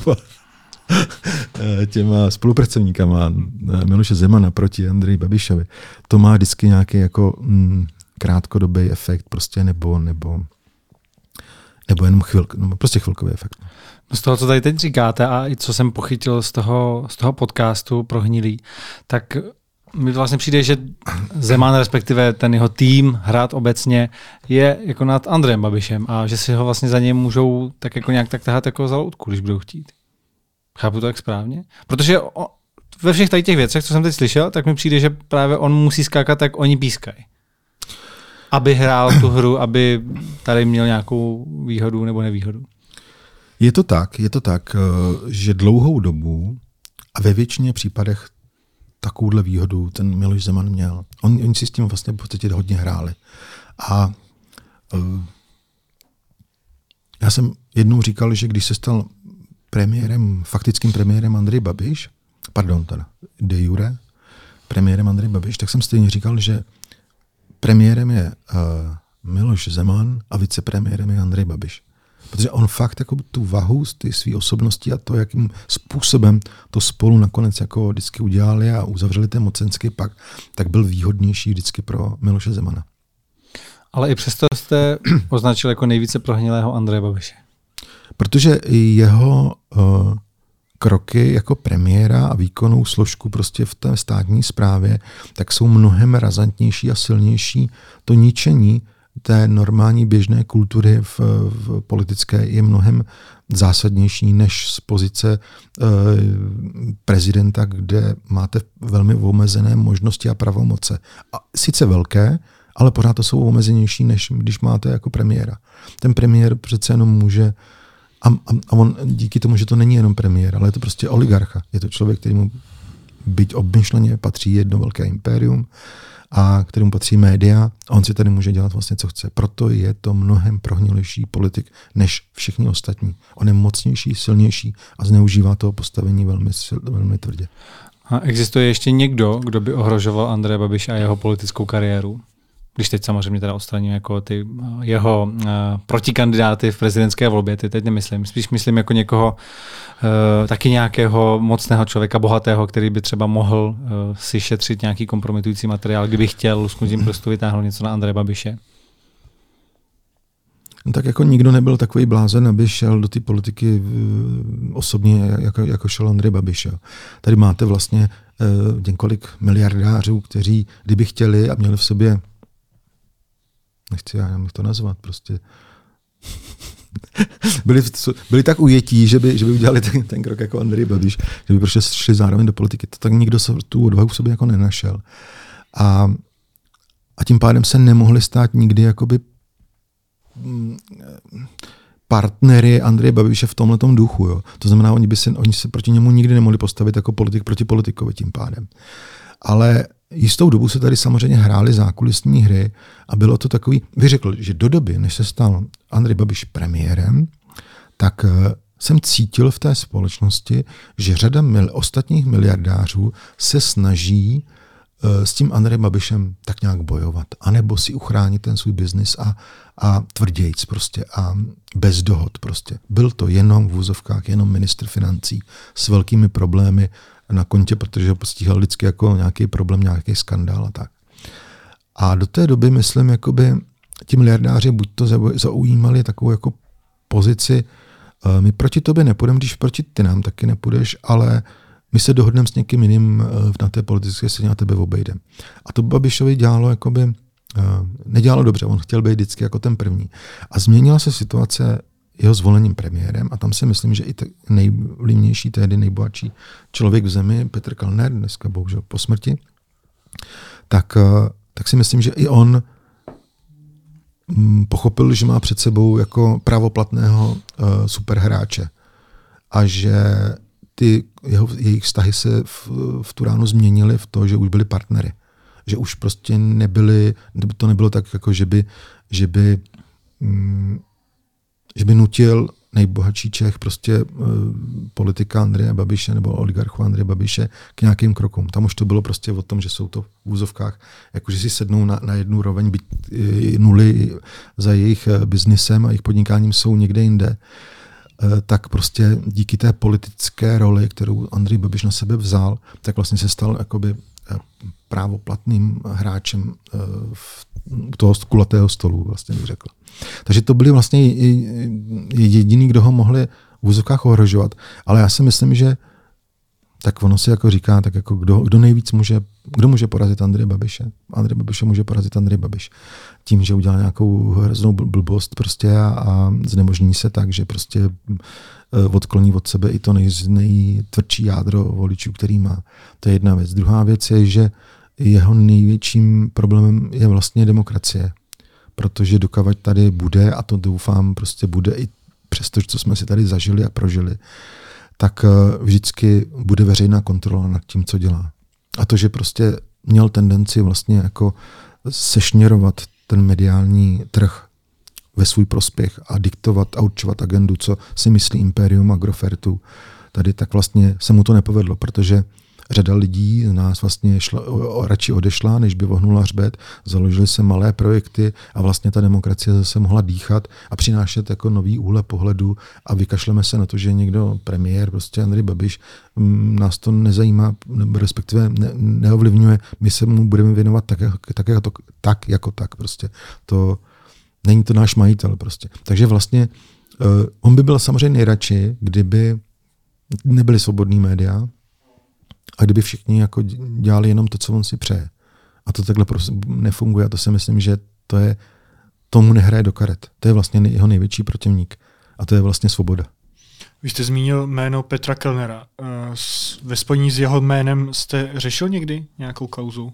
těma spolupracovníkama Miloše Zemana proti Andreji Babišovi. To má vždycky nějaký jako mm, krátkodobý efekt prostě nebo, nebo, nebo jenom chvilk, no, prostě chvilkový efekt. Z toho, co tady teď říkáte a i co jsem pochytil z toho, z toho podcastu Prohnilý, tak mi vlastně přijde, že Zeman, respektive ten jeho tým, Hrad obecně, je jako nad Andrejem Babišem a že si ho vlastně za něj můžou tak jako nějak tak tahat jako za loutku, když budou chtít. Chápu to tak správně? Protože o, ve všech tady těch věcech, co jsem teď slyšel, tak mi přijde, že právě on musí skákat, tak oni pískají. Aby hrál tu hru, aby tady měl nějakou výhodu nebo nevýhodu. Je to tak, je to tak, že dlouhou dobu a ve většině případech takovouhle výhodu ten Miloš Zeman měl. On, oni si s tím vlastně v podstatě hodně hráli. A uh, já jsem jednou říkal, že když se stal premiérem, faktickým premiérem Andrej Babiš, pardon, teda de jure, premiérem Andrej Babiš, tak jsem stejně říkal, že premiérem je uh, Miloš Zeman a vicepremiérem je Andrej Babiš. Protože on fakt jako tu vahu z té své osobnosti a to, jakým způsobem to spolu nakonec jako vždycky udělali a uzavřeli ten mocenský pakt, tak byl výhodnější vždycky pro Miloše Zemana. Ale i přesto jste označil jako nejvíce prohnilého Andreje Babiše. Protože jeho uh, kroky jako premiéra a výkonnou složku prostě v té státní správě, tak jsou mnohem razantnější a silnější. To ničení té normální běžné kultury v, v politické je mnohem zásadnější než z pozice e, prezidenta, kde máte velmi omezené možnosti a pravomoce. A sice velké, ale pořád to jsou omezenější, než když máte jako premiéra. Ten premiér přece jenom může, a, a, a on díky tomu, že to není jenom premiér, ale je to prostě oligarcha. Je to člověk, který mu byť obmyšleně patří jedno velké impérium, a kterému patří média a on si tady může dělat vlastně, co chce. Proto je to mnohem prohnilejší politik než všichni ostatní. On je mocnější, silnější a zneužívá toho postavení velmi, velmi tvrdě. A existuje ještě někdo, kdo by ohrožoval Andreje Babiše a jeho politickou kariéru? Když teď samozřejmě teda odstraním jako ty jeho uh, protikandidáty v prezidentské volbě, ty teď nemyslím. Spíš myslím jako někoho, uh, taky nějakého mocného člověka, bohatého, který by třeba mohl uh, si šetřit nějaký kompromitující materiál, kdyby chtěl lusknutím prstu vytáhnout něco na Andreje Babiše. No tak jako nikdo nebyl takový blázen, aby šel do té politiky osobně, jako, jako šel Andrej Babiš. Tady máte vlastně uh, několik miliardářů, kteří kdyby chtěli a měli v sobě, nechci já bych to nazvat, prostě byli, byli tak ujetí, že by, že by udělali ten, ten krok jako Andrej Babiš, že by prostě šli zároveň do politiky. To tak nikdo se tu odvahu v sobě jako nenašel. A, a tím pádem se nemohli stát nikdy jakoby partnery Andreje Babiše v tomhletom duchu. Jo. To znamená, oni, by se, oni se proti němu nikdy nemohli postavit jako politik proti politikovi tím pádem. Ale jistou dobu se tady samozřejmě hrály zákulisní hry a bylo to takový, vy řekl, že do doby, než se stal Andrej Babiš premiérem, tak jsem cítil v té společnosti, že řada mil, ostatních miliardářů se snaží uh, s tím Andrejem Babišem tak nějak bojovat, anebo si uchránit ten svůj biznis a, a tvrdějc prostě a bez dohod prostě. Byl to jenom v úzovkách, jenom ministr financí s velkými problémy na kontě, protože ho postíhal vždycky jako nějaký problém, nějaký skandál a tak. A do té doby, myslím, jakoby ti miliardáři buď to zaujímali takovou jako pozici, my proti tobě nepůjdeme, když proti ty nám taky nepůjdeš, ale my se dohodneme s někým jiným na té politické scéně a tebe obejdem. A to Babišovi dělalo jakoby, nedělalo dobře, on chtěl být vždycky jako ten první. A změnila se situace jeho zvolením premiérem a tam si myslím, že i nejvlivnější, tehdy nejbohatší člověk v zemi, Petr Kellner, dneska bohužel po smrti, tak, tak si myslím, že i on pochopil, že má před sebou jako právoplatného uh, superhráče a že ty jeho, jejich vztahy se v, v tu ránu změnily v to, že už byli partnery. Že už prostě nebyli, to nebylo tak, jako že by, že by, mm, že by nutil nejbohatší Čech, prostě uh, politika Andreje Babiše nebo oligarchu Andreje Babiše k nějakým krokům. Tam už to bylo prostě o tom, že jsou to v úzovkách, jakože si sednou na, na jednu roveň, byť uh, nuly za jejich uh, biznisem a jejich podnikáním jsou někde jinde. Uh, tak prostě díky té politické roli, kterou Andrej Babiš na sebe vzal, tak vlastně se stal jakoby uh, právoplatným hráčem uh, v, u toho kulatého stolu, vlastně bych řekl. Takže to byli vlastně jediný, kdo ho mohli v úzovkách ohrožovat. Ale já si myslím, že tak ono si jako říká, tak jako kdo, kdo nejvíc může, kdo může porazit Andreje Babiše? Andrej Babiše může porazit Andrej Babiš. Tím, že udělá nějakou hroznou blbost prostě a, a znemožní se tak, že prostě odkloní od sebe i to nej, nejtvrdší jádro voličů, který má. To je jedna věc. Druhá věc je, že jeho největším problémem je vlastně demokracie. Protože dokud tady bude, a to doufám prostě bude i přesto, co jsme si tady zažili a prožili, tak vždycky bude veřejná kontrola nad tím, co dělá. A to, že prostě měl tendenci vlastně jako sešněrovat ten mediální trh ve svůj prospěch a diktovat a určovat agendu, co si myslí Imperium Agrofertu, tady tak vlastně se mu to nepovedlo, protože řada lidí z nás vlastně šla, radši odešla, než by vohnula hřbet, založily se malé projekty a vlastně ta demokracie zase mohla dýchat a přinášet jako nový úhle pohledu a vykašleme se na to, že někdo premiér, prostě Andrej Babiš, nás to nezajímá, respektive ne, neovlivňuje, my se mu budeme věnovat tak, tak, jako, tak jako tak prostě. To není to náš majitel prostě. Takže vlastně uh, on by byl samozřejmě nejradši, kdyby nebyly svobodný média, a kdyby všichni jako dělali jenom to, co on si přeje. A to takhle prostě nefunguje. A to si myslím, že to je, tomu nehraje do karet. To je vlastně jeho největší protivník. A to je vlastně svoboda. Vy jste zmínil jméno Petra Kellnera. Ve spojení s jeho jménem jste řešil někdy nějakou kauzu?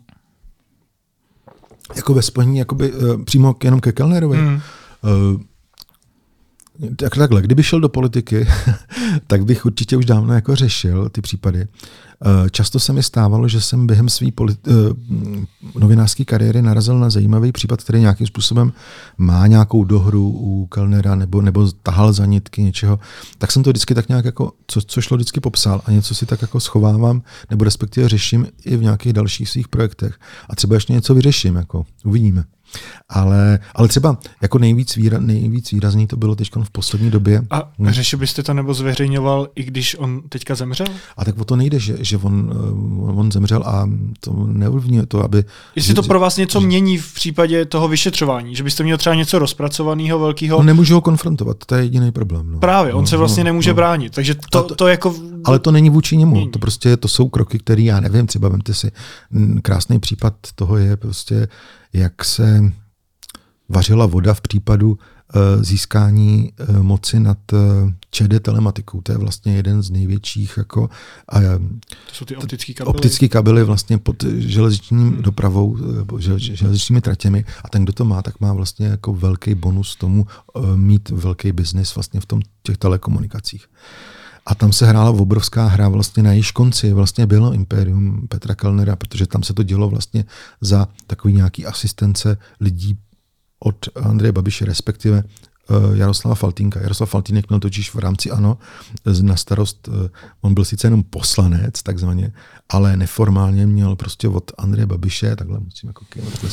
Jako ve spojení jakoby, uh, přímo jenom ke Kellnerovi? Hmm. Uh, tak, takhle, kdyby šel do politiky, tak bych určitě už dávno jako řešil ty případy. Často se mi stávalo, že jsem během své politi- novinářské kariéry narazil na zajímavý případ, který nějakým způsobem má nějakou dohru u Kellnera nebo, nebo tahal za nitky něčeho. Tak jsem to vždycky tak nějak jako, co, co šlo vždycky popsal a něco si tak jako schovávám nebo respektive řeším i v nějakých dalších svých projektech. A třeba ještě něco vyřeším, jako uvidíme. Ale, ale třeba jako nejvíc, výra, nejvíc výrazný to bylo teď v poslední době. A řešil byste to nebo zveřejňoval, i když on teďka zemřel? A tak o to nejde, že, že on, on zemřel a to neovlivňuje to, aby... Jestli to pro vás něco že, mění v případě toho vyšetřování, že byste měl třeba něco rozpracovaného velkého... No nemůžu ho konfrontovat, to je jediný problém. No. Právě, on no, se vlastně no, nemůže no. bránit, takže to, to, to jako... Ale to není vůči němu, mění. To prostě to jsou kroky, které já nevím, třeba vemte si, krásný případ toho je prostě, jak se vařila voda v případu uh, získání uh, moci nad uh, ČD telematikou. To je vlastně jeden z největších jako uh, to jsou ty optické kabely. Optické kabely vlastně pod železničním hmm. dopravou, uh, železničními tratěmi a ten, kdo to má, tak má vlastně jako velký bonus tomu uh, mít velký biznis vlastně v tom těch telekomunikacích. A tam se hrála obrovská hra, vlastně na jejíž konci vlastně bylo Imperium Petra Kellnera, protože tam se to dělo vlastně za takový nějaký asistence lidí od Andreje Babiše, respektive Jaroslava Faltýnka. Jaroslav Faltýnek měl totiž v rámci ANO na starost, on byl sice jenom poslanec, takzvaně, ale neformálně měl prostě od Andreje Babiše, takhle musím jako,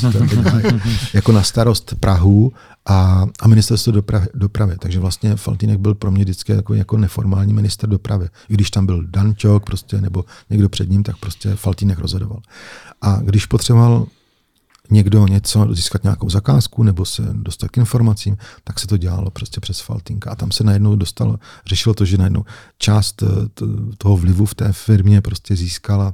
takhle jako na starost Prahu a, a ministerstvo dopravy, dopravy. Takže vlastně Faltýnek byl pro mě vždycky jako, jako neformální minister dopravy. I když tam byl Dančok prostě, nebo někdo před ním, tak prostě Faltýnek rozhodoval. A když potřeboval někdo něco, získat nějakou zakázku nebo se dostat k informacím, tak se to dělalo prostě přes Faltýnka. A tam se najednou dostalo, řešilo to, že najednou část toho vlivu v té firmě prostě získala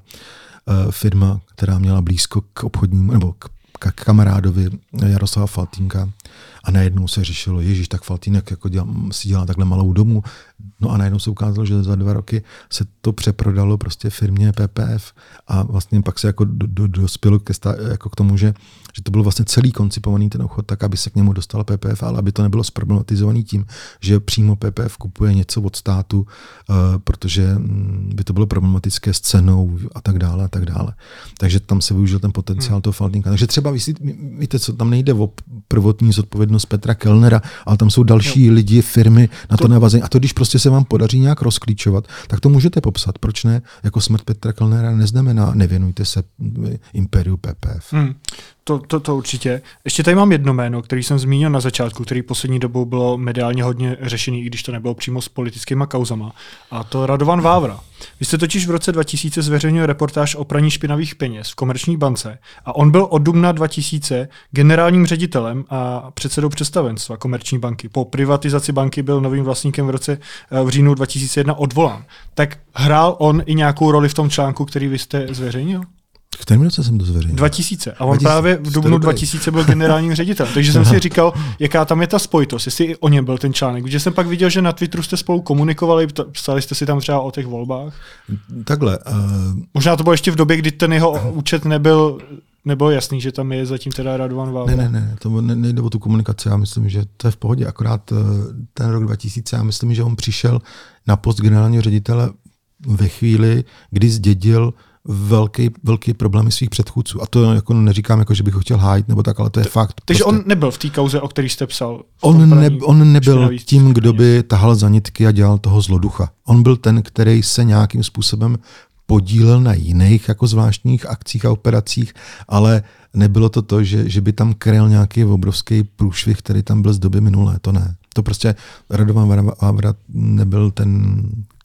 firma, která měla blízko k obchodnímu, nebo k, k kamarádovi Jaroslava Faltýnka. A najednou se řešilo, ježiš, tak Faltýnek jako dělá, si dělá takhle malou domu. No a najednou se ukázalo, že za dva roky se to přeprodalo prostě firmě P P F a vlastně pak se jako do, do, dospělo ke stá, jako k tomu, že, že to byl vlastně celý koncipovaný ten obchod tak, aby se k němu dostal P P F, ale aby to nebylo zproblematizovaný tím, že přímo P P F kupuje něco od státu, uh, protože by to bylo problematické s cenou a tak dále a tak dále. Takže tam se využil ten potenciál hmm. toho Faltýnka. Takže třeba víte co, tam nejde o prvotní zodpovědnost Petra Kellnera, ale tam jsou další jo. lidi, firmy na to, to navazení. A to, když prostě se vám podaří nějak rozklíčovat, tak to můžete popsat. Proč ne? Jako smrt Petra Kellnera neznamená nevěnujte se impériu P P F. Hmm. To, to, to určitě. Ještě tady mám jedno jméno, který jsem zmínil na začátku, který poslední dobou bylo mediálně hodně řešený, i když to nebylo přímo s politickýma kauzama. A to Radovan Vávra. Vy jste totiž v roce dva tisíce zveřejnil reportáž o praní špinavých peněz v Komerční bance a on byl od dubna dva tisíce generálním ředitelem a předsedou představenstva Komerční banky. Po privatizaci banky byl novým vlastníkem v roce v říjnu dva tisíce jedna odvolán. Tak hrál on i nějakou roli v tom článku, který vy jste zveřejnil? V kterém roce jsem to zveřejnil? dva tisíce. A on dva tisíce. Právě v dubnu dva tisíce byl generálním ředitelem. Takže jsem si říkal, jaká tam je ta spojitost, jestli i o něm byl ten článek. Protože jsem pak viděl, že na Twitteru jste spolu komunikovali, psali jste si tam třeba o těch volbách. Takhle. Uh... Možná to bylo ještě v době, kdy ten jeho účet nebyl, nebylo jasný, že tam je zatím teda Radovan Vávra. Ne, ne, ne, to ne, nejde o tu komunikaci. Já myslím, že to je v pohodě. Akorát ten rok dva tisíce, já myslím, že on přišel na post generálního ředitele ve chvíli, kdy zdědil velký, velký problémy svých předchůdců. A to jako neříkám, jako, že bych ho chtěl hájit, nebo tak, ale to je T- fakt. Takže prostě. On nebyl v té kauze, o který jste psal? On, ne, on nebyl tím, kdo by tahal za nitky a dělal toho zloducha. On byl ten, který se nějakým způsobem podílel na jiných jako zvláštních akcích a operacích, ale nebylo to to, že, že by tam kryl nějaký obrovský průšvih, který tam byl z doby minulé. To ne. To prostě Radovan Vávra nebyl ten...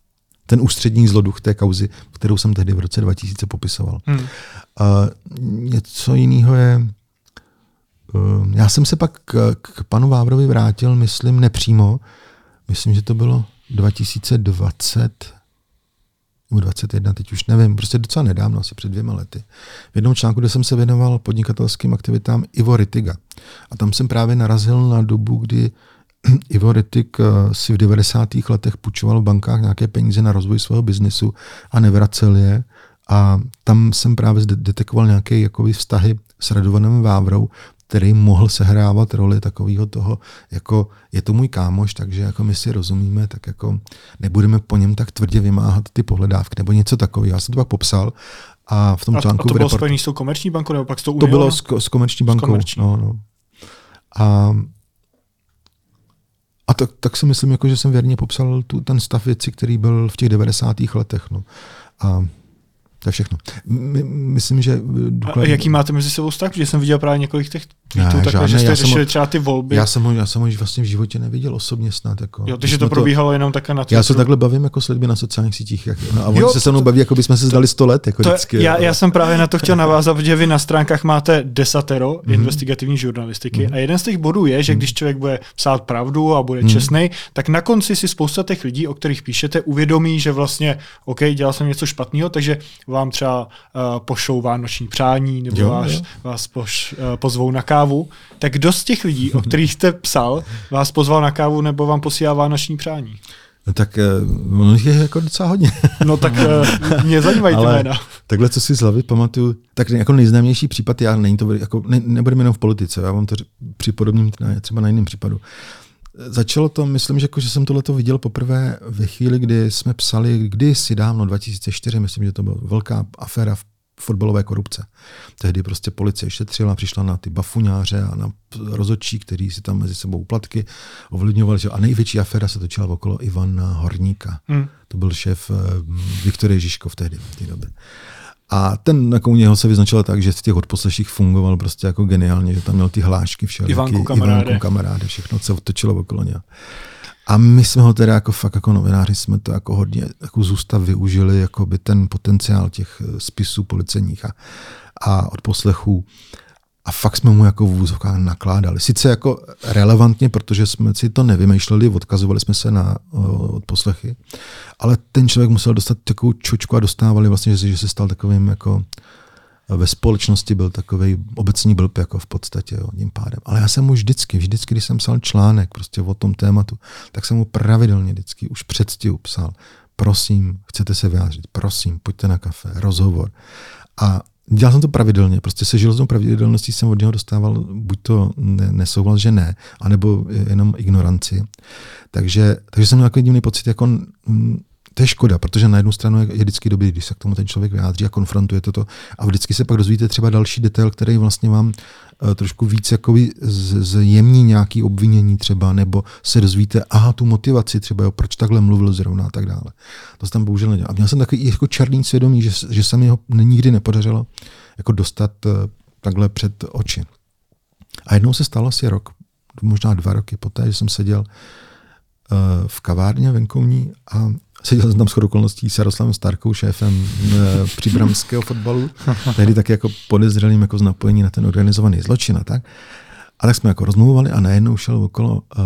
ten ústřední zloduch té kauzy, kterou jsem tehdy v roce dva tisíce popisoval. Hmm. A něco jiného je... Já jsem se pak k, k panu Vávrovi vrátil, myslím, nepřímo. Myslím, že to bylo dva tisíce dvacet nebo dvacet jedna, teď už nevím, prostě docela nedávno, asi před dvěma lety. V jednom článku, kde jsem se věnoval podnikatelským aktivitám Ivo Rittiga. A tam jsem právě narazil na dobu, kdy Ivo Rittig si v devadesátých letech půjčoval v bankách nějaké peníze na rozvoj svého biznisu a nevracel je. A tam jsem právě detekoval nějaké jakoby vztahy s Radovanem Vávrou, který mohl sehrávat roli takového toho, jako je to můj kámoš, takže jako my si rozumíme, tak jako nebudeme po něm tak tvrdě vymáhat ty pohledávky nebo něco takového. Já jsem to pak popsal a v tom a, článku... A to bylo spojené s tou Komerční bankou nebo pak s tou Uniou? To bylo s, s Komerční bankou. S komerční. No, no. A A tak, tak si myslím, jako, že jsem věrně popsal tu, ten stav věci, který byl v těch devadesátých letech. No. A to je všechno. My, myslím, že... Důklad... A jaký máte mezi sebou vztah? Protože jsem viděl právě několik těch tweetů, ne, takhle, že jste řešili třeba ty volby. Já jsem ho, já jsem ho vlastně v životě neviděl osobně snad. Jako. Jo, takže to probíhalo to, jenom takhle na Twitteru. Já se takhle bavím jako s lidmi na sociálních sítích. Jak, no, a oni jo, se se mnou baví, jako bychom se zdali sto let. Jako to, vždycky, já, já jsem právě na to chtěl navázat, protože vy na stránkách máte desatero mm-hmm. investigativní žurnalistiky mm-hmm. a jeden z těch bodů je, že když člověk bude psát pravdu a bude mm-hmm. čestnej, tak na konci si spousta těch lidí, o kterých píšete, uvědomí, že vlastně OK, dělal jsem něco špatného, takže vám třeba uh, pošlou vánoční přání nebo jo, vás, jo. vás poš, uh, pozvou na kávu. Tak kdo z těch lidí, o kterých jste psal, vás pozval na kávu nebo vám posílá vánoční přání? No tak ono je jako docela hodně. No tak uh, mě zajímají ty jména. Takhle, co si z hlavy pamatuju, tak jako nejznámější případ, já není to, jako, ne, nebudeme jenom v politice, já vám to připodobním třeba na jiném případu. Začalo to, myslím, že, jako, že jsem tohleto viděl poprvé ve chvíli, kdy jsme psali, kdysi dávno, dva tisíce čtyři, myslím, že to byla velká aféra v, fotbalové korupce. Tehdy prostě policie šetřila, přišla na ty bafuňáře a na rozhodčí, kteří si tam mezi sebou uplatky ovlivňovali. A největší aféra se točila okolo Ivana Horníka. Hmm. To byl šéf Viktorie Žižkov tehdy v té době. A ten jako u něho se vyznačil tak, že v těch odposleších fungoval prostě jako geniálně, že tam měl ty hlášky všelijaký. Ivanku kamaráde. Ivanku kamaráde, všechno se točilo okolo něho. A my jsme ho teda jako fakt jako novináři jsme to jako hodně jako z ústav využili jako by ten potenciál těch spisů policejních a, a odposlechů. A fakt jsme mu jako v úzovkách nakládali. Sice jako relevantně, protože jsme si to nevymýšleli, odkazovali jsme se na uh, odposlechy, ale ten člověk musel dostat takovou čočku a dostávali vlastně, že, že se stal takovým jako ve společnosti byl takovej obecní blb jako v podstatě jo, tím pádem. Ale já jsem mu vždycky, vždycky, když jsem psal článek prostě o tom tématu, tak jsem mu pravidelně vždycky už předstihu psal, prosím, chcete se vyjádřit, prosím, pojďte na kafe, rozhovor. A dělal jsem to pravidelně, prostě se žil s tou pravidelností, jsem od něho dostával buď to nesouhlas, že ne, anebo jenom ignoranci. Takže, takže jsem měl takový divný pocit, jako to je škoda, protože na jednu stranu je, je vždycky dobrý, když se k tomu ten člověk vyjádří a konfrontuje toto a vždycky se pak dozvíte třeba další detail, který vlastně vám uh, trošku víc jakoby zjemní nějaký obvinění třeba, nebo se dozvíte, aha, tu motivaci třeba, jo, proč takhle mluvil zrovna a tak dále. To se tam bohužel nedělá. A měl jsem takový jako černý svědomí, že, že se mi ho nikdy nepodařilo jako dostat uh, takhle před oči. A jednou se stalo asi rok, možná dva roky poté, že jsem seděl uh, v kavárně venkovní a seděl jsem tam shodou okolností s Jaroslavem Starkou, šéfem e, příbramského fotbalu, tehdy taky jako podezřelým jako z napojení na ten organizovaný zločin a tak. A tak jsme jako rozmluvali a najednou šel okolo e,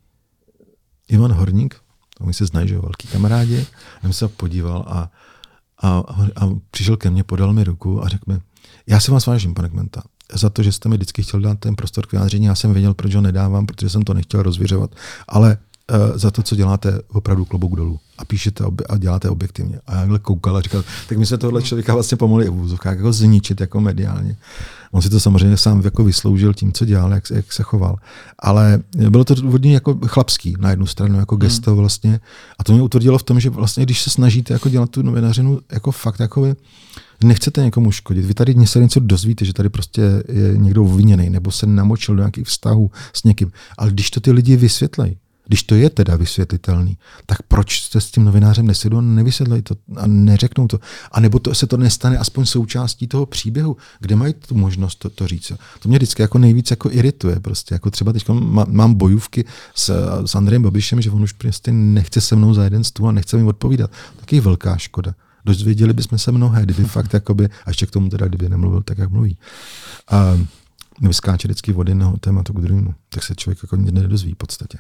Ivan Horník, to mi se znají, že jo, velký kamarádi, a jsem se podíval a, a, a přišel ke mně, podal mi ruku a řekl mi, já si vás vážím, pane Kmenta, za to, že jste mi vždycky chtěl dát ten prostor k vyjádření, já jsem věděl, proč ho nedávám, protože jsem to nechtěl rozvěřovat, ale za to, co děláte opravdu klobouk dolů a píšete a děláte objektivně. A já koukal a říkal, tak my jsme tohle člověka vlastně pomohli v úzovkách jako zničit jako mediálně. On si to samozřejmě sám jako vysloužil tím, co dělal, jak, jak se choval. Ale bylo to hodně jako chlapský na jednu stranu, jako gesto vlastně. A to mě utvrdilo v tom, že vlastně, když se snažíte jako dělat tu novinařinu, jako fakt jako vy nechcete někomu škodit. Vy tady se něco dozvíte, že tady prostě je někdo obviněný nebo se namočil do nějakých vztahů s někým. Ale když to ty lidi vysvětlejí, když to je teda vysvětlitelný, tak proč jste s tím novinářem nesedou a nevysvětlejí to a neřeknou to? A nebo to, se to nestane aspoň součástí toho příběhu, kde mají tu možnost to, to říct. To mě vždycky jako nejvíc jako irituje. Prostě. Jako třeba teď mám bojůvky s, s Andrejem Babišem, že on už prostě nechce se mnou za jeden stůl a nechce mi odpovídat. Taky velká škoda. Dozvěděli bychom se mnohé, kdyby fakt jakoby, a ještě k tomu teda, kdyby nemluvil tak, jak mluví. A vyskáče vždycky od jednoho tématu k druhému, tak se člověk jako nedozví v podstatě.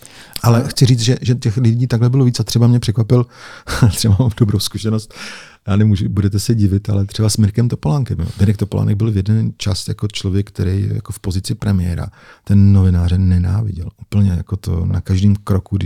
Ale chci říct, že, že těch lidí takhle bylo víc a třeba mě překvapil, třeba mám dobrou zkušenost, já nemůžu, budete se divit, ale třeba s Mirkem Topolánkem. Jo. Mirek Topolánek byl v jeden čas jako člověk, který jako v pozici premiéra ten novináře nenáviděl. Úplně jako to na každém kroku.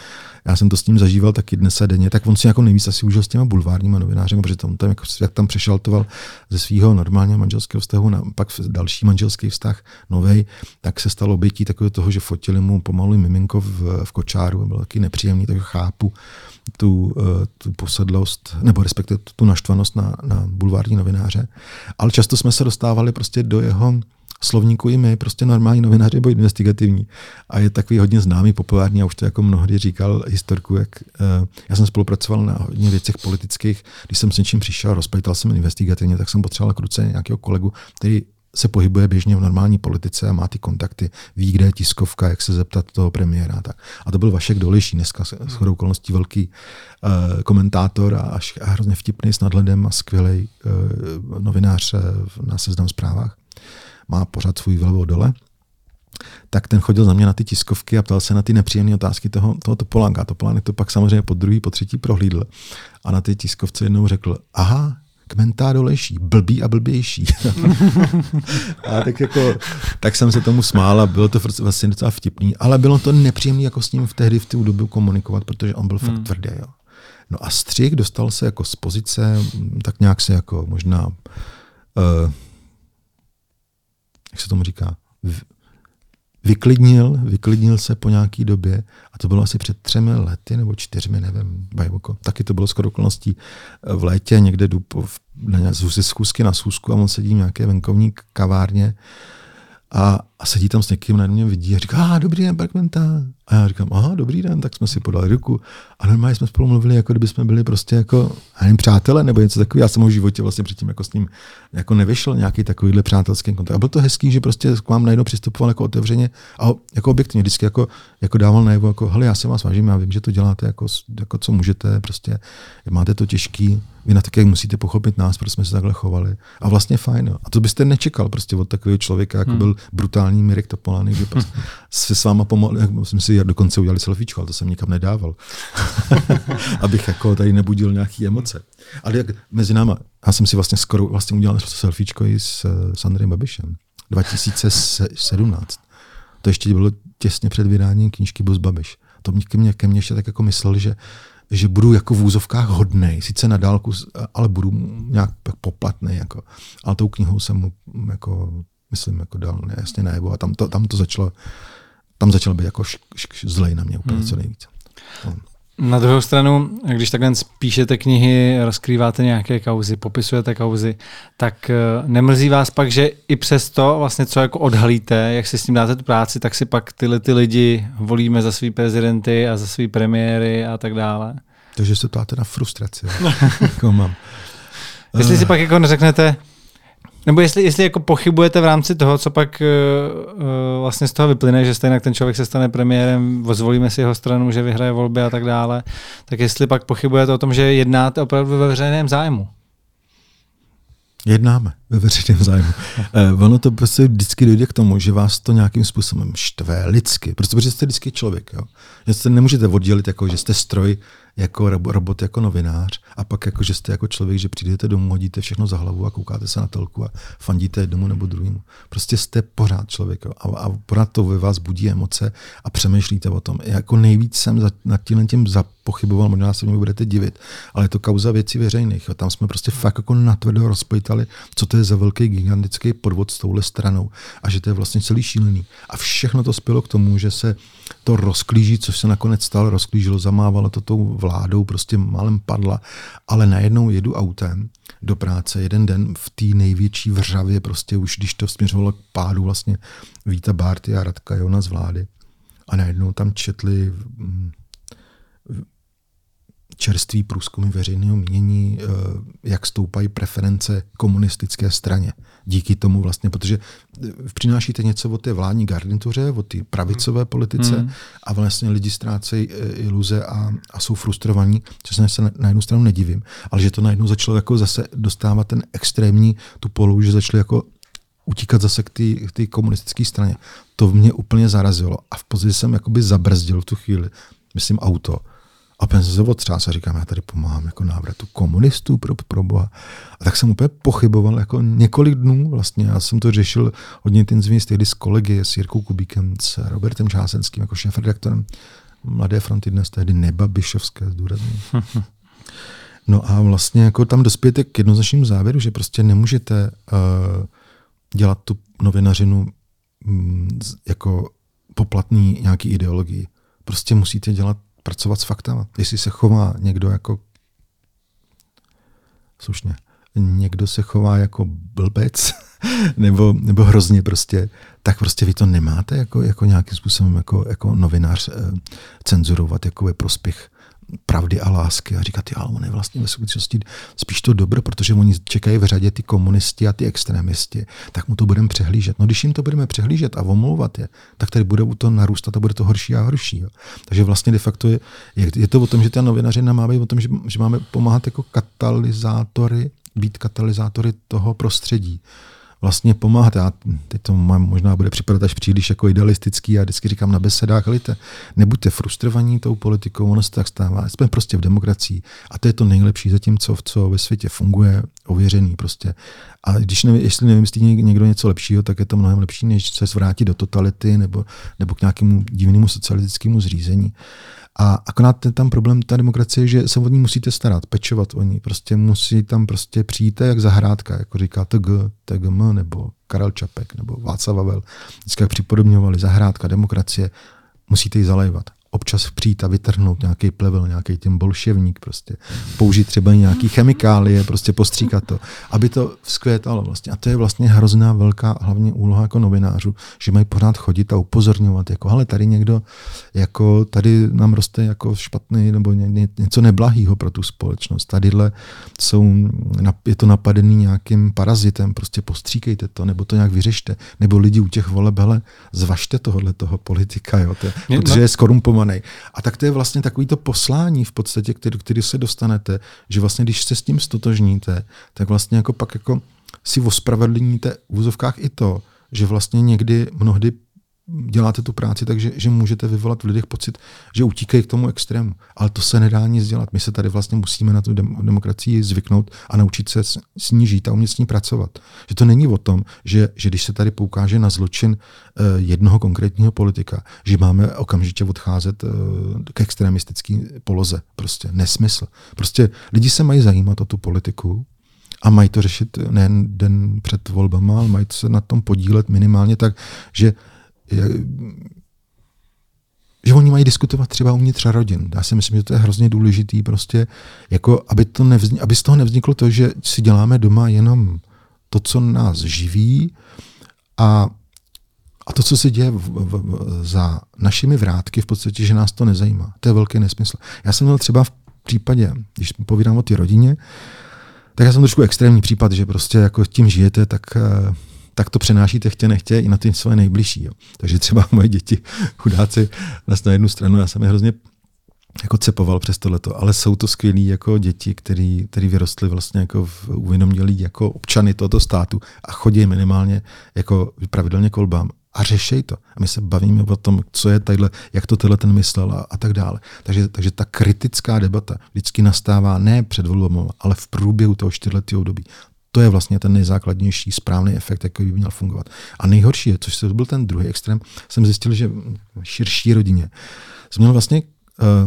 Já jsem to s ním zažíval taky dnes a denně, tak on si jako nejvíc asi užil s těma bulvárníma novináři, protože tam, tam jako, jak tam přešaltoval ze svého normálního manželského vztahu na pak další manželský vztah, novej, tak se stalo obětí takového toho, že fotili mu pomalu miminko v, v kočáru, bylo taky nepříjemný, takže chápu tu, tu posedlost, nebo respektive tu naštvanost na, na bulvární novináře. Ale často jsme se dostávali prostě do jeho slovníku i my, prostě normální novináři nebo investigativní. A je takový hodně známý, populární, a už to jako mnohdy říkal historku, jak uh, já jsem spolupracoval na hodně věcech politických, když jsem s něčím přišel, rozplétal jsem investigativně, tak jsem potřeboval k ruce nějakého kolegu, který se pohybuje běžně v normální politice a má ty kontakty, ví, kde je tiskovka, jak se zeptat toho premiéra. Tak. A to byl Vašek Dolejší, dneska shodou okolností velký uh, komentátor a, až, a hrozně vtipný s nadhledem a skvělý uh, novinář uh, na Seznam Zprávách. Má pořád svůj vlevo dole. Tak ten chodil za mě na ty tiskovky a ptal se na ty nepříjemné otázky toho, toho Topolánka. Topolánek to pak samozřejmě po druhý, po třetí prohlídl. A na ty tiskovce jednou řekl, aha, Kmenta Dolejší, blbý a blbější. A tak, jako, tak jsem se tomu smál a bylo to vlastně docela vtipný, ale bylo to nepříjemné jako s ním v tehdy v tu dobu komunikovat, protože on byl fakt hmm. tvrdý. Jo. No a Střih dostal se jako z pozice, tak nějak se jako možná, uh, jak se tomu říká, v, vyklidnil, vyklidnil se po nějaký době a to bylo asi před třemi lety nebo čtyřmi, nevím, bajvoko. Taky to bylo skoro okolností v létě, někde jdu po, na, z schůzky na schůzku a on sedí v nějaké venkovní kavárně a, a sedí tam s někým, najednou mě vidí a říká, ah, dobrý den, Parkmenta. A já říkám, aha, dobrý den, tak jsme si podali ruku. A normálně jsme spolu mluvili, jako kdyby jsme byli prostě jako, já nevím, přátelé nebo něco takového. Já jsem v životě vlastně předtím jako s ním jako nevyšel nějaký takovýhle přátelský kontakt. A bylo to hezký, že prostě k vám najednou přistupoval jako otevřeně a jako objektivně, vždycky jako, jako dával najevo, jako, hele, já se vás vážím, já vím, že to děláte jako, jako co můžete, prostě máte to těžký, vy na také musíte pochopit nás, protože jsme se takhle chovali. A vlastně fajn. Jo. A to byste nečekal prostě od takového člověka, jako hmm. byl brutální Mirek Topolány, že prostě se s váma pomohl, jsme si dokonce udělali selfiečko, ale to jsem nikam nedával. Abych jako tady nebudil nějaký emoce. Ale jak mezi náma, já jsem si vlastně skoro vlastně udělal selfiečko i s, s Andrejem Babišem. dva tisíce sedmnáct. To ještě bylo těsně před vydáním knížky Bus Babiš. To mě ke mně, ke mně ještě tak jako myslel, že že budu jako v úzovkách hodnej, sice na dálku, ale budu nějak poplatný. Jako. Ale tou knihou jsem mu, jako, myslím, jako dal jasně najevo a tam to, tam to začalo, tam začalo být jako š, š, š, zlej na mě úplně hmm. co nejvíce. No. Na druhou stranu, když takhle píšete knihy, rozkrýváte nějaké kauzy, popisujete kauzy, tak nemrzí vás pak, že i přesto, vlastně co jako odhalíte, jak si s tím dáte tu práci, tak si pak tyhle ty lidi volíme za svý prezidenty a za svý premiéry a tak dále. Takže se ptáte na frustraci. Jako mám. Jestli si pak jako neřeknete, nebo jestli, jestli jako pochybujete v rámci toho, co pak uh, uh, vlastně z toho vyplyne, že stejně ten člověk se stane premiérem, zvolíme si jeho stranu, že vyhraje volby a tak dále, tak jestli pak pochybujete o tom, že jednáte opravdu ve veřejném zájmu. Jednáme ve veřejném zájmu. uh, ono to prostě vždycky dojde k tomu, že vás to nějakým způsobem štve lidsky, protože jste vždycky člověk. Jo? Že se nemůžete oddělit, jako, že jste stroj, jako robot, jako novinář a pak jako, že jste jako člověk, že přijdete domů, hodíte všechno za hlavu a koukáte se na telku a fandíte jednomu nebo druhému. Prostě jste pořád člověk a, a pořád to ve vás budí emoce a přemýšlíte o tom. Jako nejvíc jsem za, nad tím, tím zapochyboval, možná se mě budete divit, ale je to kauza věcí veřejných. Jo. Tam jsme prostě fakt jako natvrdo rozpojitali, co to je za velký gigantický podvod s touhle stranou a že to je vlastně celý šílený. A všechno to spělo k tomu, že se to rozklíží, což se nakonec stalo, rozklížilo, zamávalo to tou vládou, prostě málem padla, ale najednou jedu autem do práce jeden den v té největší vřavě, prostě už když to směřovalo k pádu vlastně Víta Bárty a Radka Jona z vlády. A najednou tam četli čerstvý průzkumy veřejného mínění, jak stoupají preference komunistické straně. Díky tomu vlastně, protože přinášíte něco o té vládní garnituře, o té pravicové politice hmm. a vlastně lidi ztrácejí iluze a, a jsou frustrovaní, což se na jednu stranu nedivím, ale že to najednou začalo jako zase dostávat ten extrémní tu polu, že začali jako utíkat zase k té komunistické straně. To mě úplně zarazilo a v pozici jsem jakoby zabrzdil v tu chvíli, myslím auto. A pak jsem se otřás a říkám, já tady pomáhám jako návratu komunistů pro, pro boha. A tak jsem úplně pochyboval jako několik dnů vlastně. Já jsem to řešil hodně intenzivně tehdy s kolegy, s Jirkou Kubíkem, s Robertem Čásenským jako šéfredaktorem Mladé fronty dnes, tehdy Nebabišovské zdůraznění. No a vlastně jako tam dospějete k jednoznačnému závěru, že prostě nemůžete uh, dělat tu novinařinu um, jako poplatný nějaký ideologii. Prostě musíte dělat pracovat s faktama. Jestli se chová někdo jako slušně, někdo se chová jako blbec nebo, nebo hrozně prostě, tak prostě vy to nemáte jako, jako nějakým způsobem jako, jako novinář eh, cenzurovat jako ve prospěch pravdy a lásky a říkat, ale on je vlastně ve skutečnosti spíš to dobro, protože oni čekají v řadě ty komunisti a ty extremisti, tak mu to budeme přehlížet. No když jim to budeme přehlížet a omlouvat je, tak tady bude to narůstat a bude to horší a horší. Jo. Takže vlastně de facto je, je to o tom, že ta novinařina má být o tom, že, že máme pomáhat jako katalyzátory, být katalyzátory toho prostředí. Vlastně pomáhat. Já teď to možná bude připadat až příliš jako idealistický. Já vždycky říkám na besedách, helejte, nebuďte frustrovaní tou politikou, ono se tak stává. Jsme prostě v demokracii a to je to nejlepší zatím, co, co ve světě funguje ověřený prostě. A když nevím, jestli nevymyslí někdo něco lepšího, tak je to mnohem lepší, než se zvrátit do totality nebo, nebo k nějakému divnému socialistickému zřízení. A akorát ten tam problém ta demokracie, že se o ní musíte starat, pečovat o ní. Prostě musí tam prostě přijít jak zahrádka, jako říká T G, T G M nebo Karel Čapek nebo Václav Havel. Vždycky jak připodobňovali zahrádka, demokracie, musíte ji zalejvat. Občas přijít a vytrhnout nějaký plevel, nějaký ten bolševník, prostě použít třeba nějaký chemikálie, prostě postříkat to, aby to vzkvétalo vlastně. A to je vlastně hrozná velká hlavně úloha jako novinářů, že mají pořád chodit a upozorňovat, jako hele, tady někdo, jako tady nám roste jako špatný nebo ně, něco neblahýho pro tu společnost. Tadyhle jsou, je to napadený nějakým parazitem, prostě postříkejte to, nebo to nějak vyřešte, nebo lidi u těch voleb, hele, zvažte tohohle toho politika, jo, to, protože je skorumpovaný. A tak to je vlastně takový to poslání v podstatě, který, který se dostanete, že vlastně když se s tím stotožníte, tak vlastně jako pak jako si ospravedlníte v úzovkách i to, že vlastně někdy mnohdy děláte tu práci tak, že, že můžete vyvolat v lidech pocit, že utíkají k tomu extrému. Ale to se nedá nic dělat. My se tady vlastně musíme na tu dem- demokracii zvyknout a naučit se s, s ní žít a umět s ní pracovat. Že to není o tom, že, že když se tady poukáže na zločin uh, jednoho konkrétního politika, že máme okamžitě odcházet uh, k extremistické poloze. Prostě nesmysl. Prostě lidi se mají zajímat o tu politiku a mají to řešit nejen den před volbama, ale mají se na tom podílet minimálně tak, že že oni mají diskutovat třeba uvnitř rodin. Já si myslím, že to je hrozně důležitý, prostě, jako aby, to nevzniklo, aby z toho nevzniklo to, že si děláme doma jenom to, co nás živí a, a to, co se děje v, v, v, za našimi vrátky, v podstatě, že nás to nezajímá. To je velký nesmysl. Já jsem měl třeba v případě, když povídám o té rodině, tak já jsem trošku extrémní případ, že prostě jako tím žijete, tak tak to přenášíte chtě nechtě i na ty své nejbližší. Jo. Takže třeba moje děti, chudáci, nás na jednu stranu, já jsem je hrozně jako cepoval přes tohleto, ale jsou to skvělí jako děti, který, který vyrostly vlastně jako v uvědomělí jako občany tohoto státu a chodí minimálně jako pravidelně k volbám a řešej to. A my se bavíme o tom, co je tadyhle, jak to tenhle ten myslel a, a tak dále. Takže, takže ta kritická debata vždycky nastává ne před volbou, ale v průběhu toho čtyřletého období. To je vlastně ten nejzákladnější správný efekt, jaký by měl fungovat. A nejhorší je, což byl ten druhý extrém, jsem zjistil, že v širší rodině jsem měl vlastně, uh,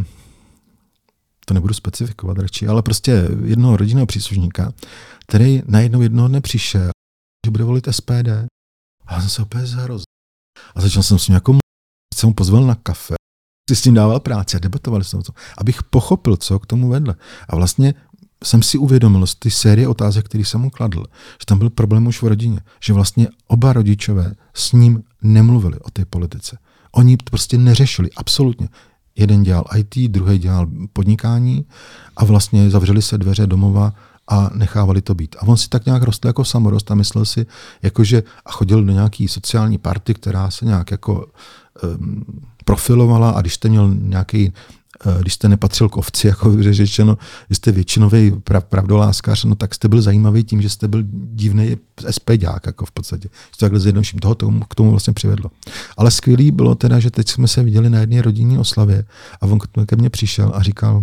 to nebudu specifikovat radši, ale prostě jednoho rodinného příslušníka, který najednou jednoho dne přišel, že bude volit S P D. A já jsem se opět zhrozil. A začal jsem s ním jako jsem mu pozval na kafe, si s tím dával práci a debatovali jsme o tom, abych pochopil, co k tomu vedle. A vlastně jsem si uvědomil z ty série otázek, který jsem mu kladl, že tam byl problém už v rodině, že vlastně oba rodičové s ním nemluvili o té politice. Oni prostě neřešili, absolutně. Jeden dělal í té, druhý dělal podnikání a vlastně zavřeli se dveře domova a nechávali to být. A on si tak nějak rostl jako samorost a myslel si, jakože, a chodil do nějaký sociální party, která se nějak jako um, profilovala a když jste měl nějaký když jste nepatřil k ovci, jako řečeno, že jste většinový prav, pravdoláskař, no tak jste byl zajímavý tím, že jste byl divný SPďák, jako v podstatě. Že to takhle zjednoduším. Toho tomu, k tomu vlastně přivedlo. Ale skvělý bylo teda, že teď jsme se viděli na jedné rodinné oslavě a on ke mně přišel a říkal,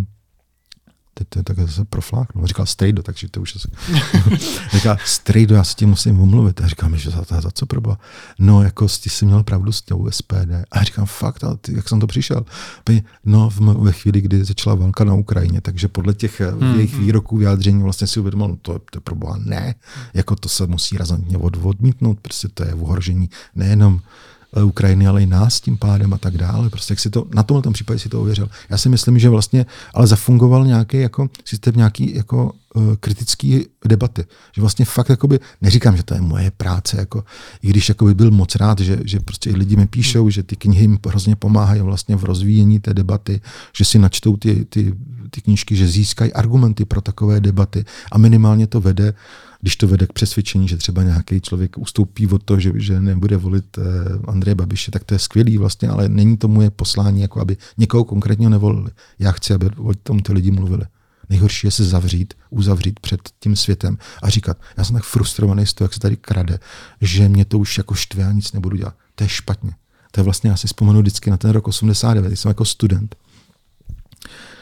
teď to je tak zase profláknu. On říkal strejdo, takže to už je... říkal, strejdo, já se tím musím omluvit. A říkám, že za, za co proba? No, jako ty jsi měl pravdu s tou S P D. A říkám, fakt, ale ty, jak jsem to přišel? No, v, ve chvíli, kdy začala válka na Ukrajině, takže podle těch hmm, jejich výroků, vyjádření vlastně si uvědomil, no to, to proboha ne. Jako to se musí razantně od, odmítnout, prostě to je ohrožení nejenom Ukrajiny, ale i nás tím pádem a tak dále. Prostě jak si to, na tomhle tom případě si to ověřil. Já si myslím, že vlastně ale zafungoval nějaký jako systém nějaký jako uh, kritický debaty. Že vlastně fakt jakoby, neříkám, že to je moje práce, jako, i když jakoby byl moc rád, že, že prostě i lidi mi píšou, že ty knihy jim hrozně pomáhají vlastně v rozvíjení té debaty, že si načtou ty, ty, ty knížky, že získají argumenty pro takové debaty a minimálně to vede, když to vede k přesvědčení, že třeba nějaký člověk ustoupí od toho, že, že nebude volit eh, Andreje Babiše, tak to je skvělý vlastně, ale není to moje poslání, jako aby někoho konkrétního nevolili. Já chci, aby o tom ty lidi mluvili. Nejhorší je se zavřít, uzavřít před tím světem a říkat, já jsem tak frustrovaný z toho, jak se tady krade, že mě to už jako štve a nic nebudu dělat. To je špatně. To je vlastně, já si vzpomenu vždycky na ten rok osmdesát devět, když jsem jako student.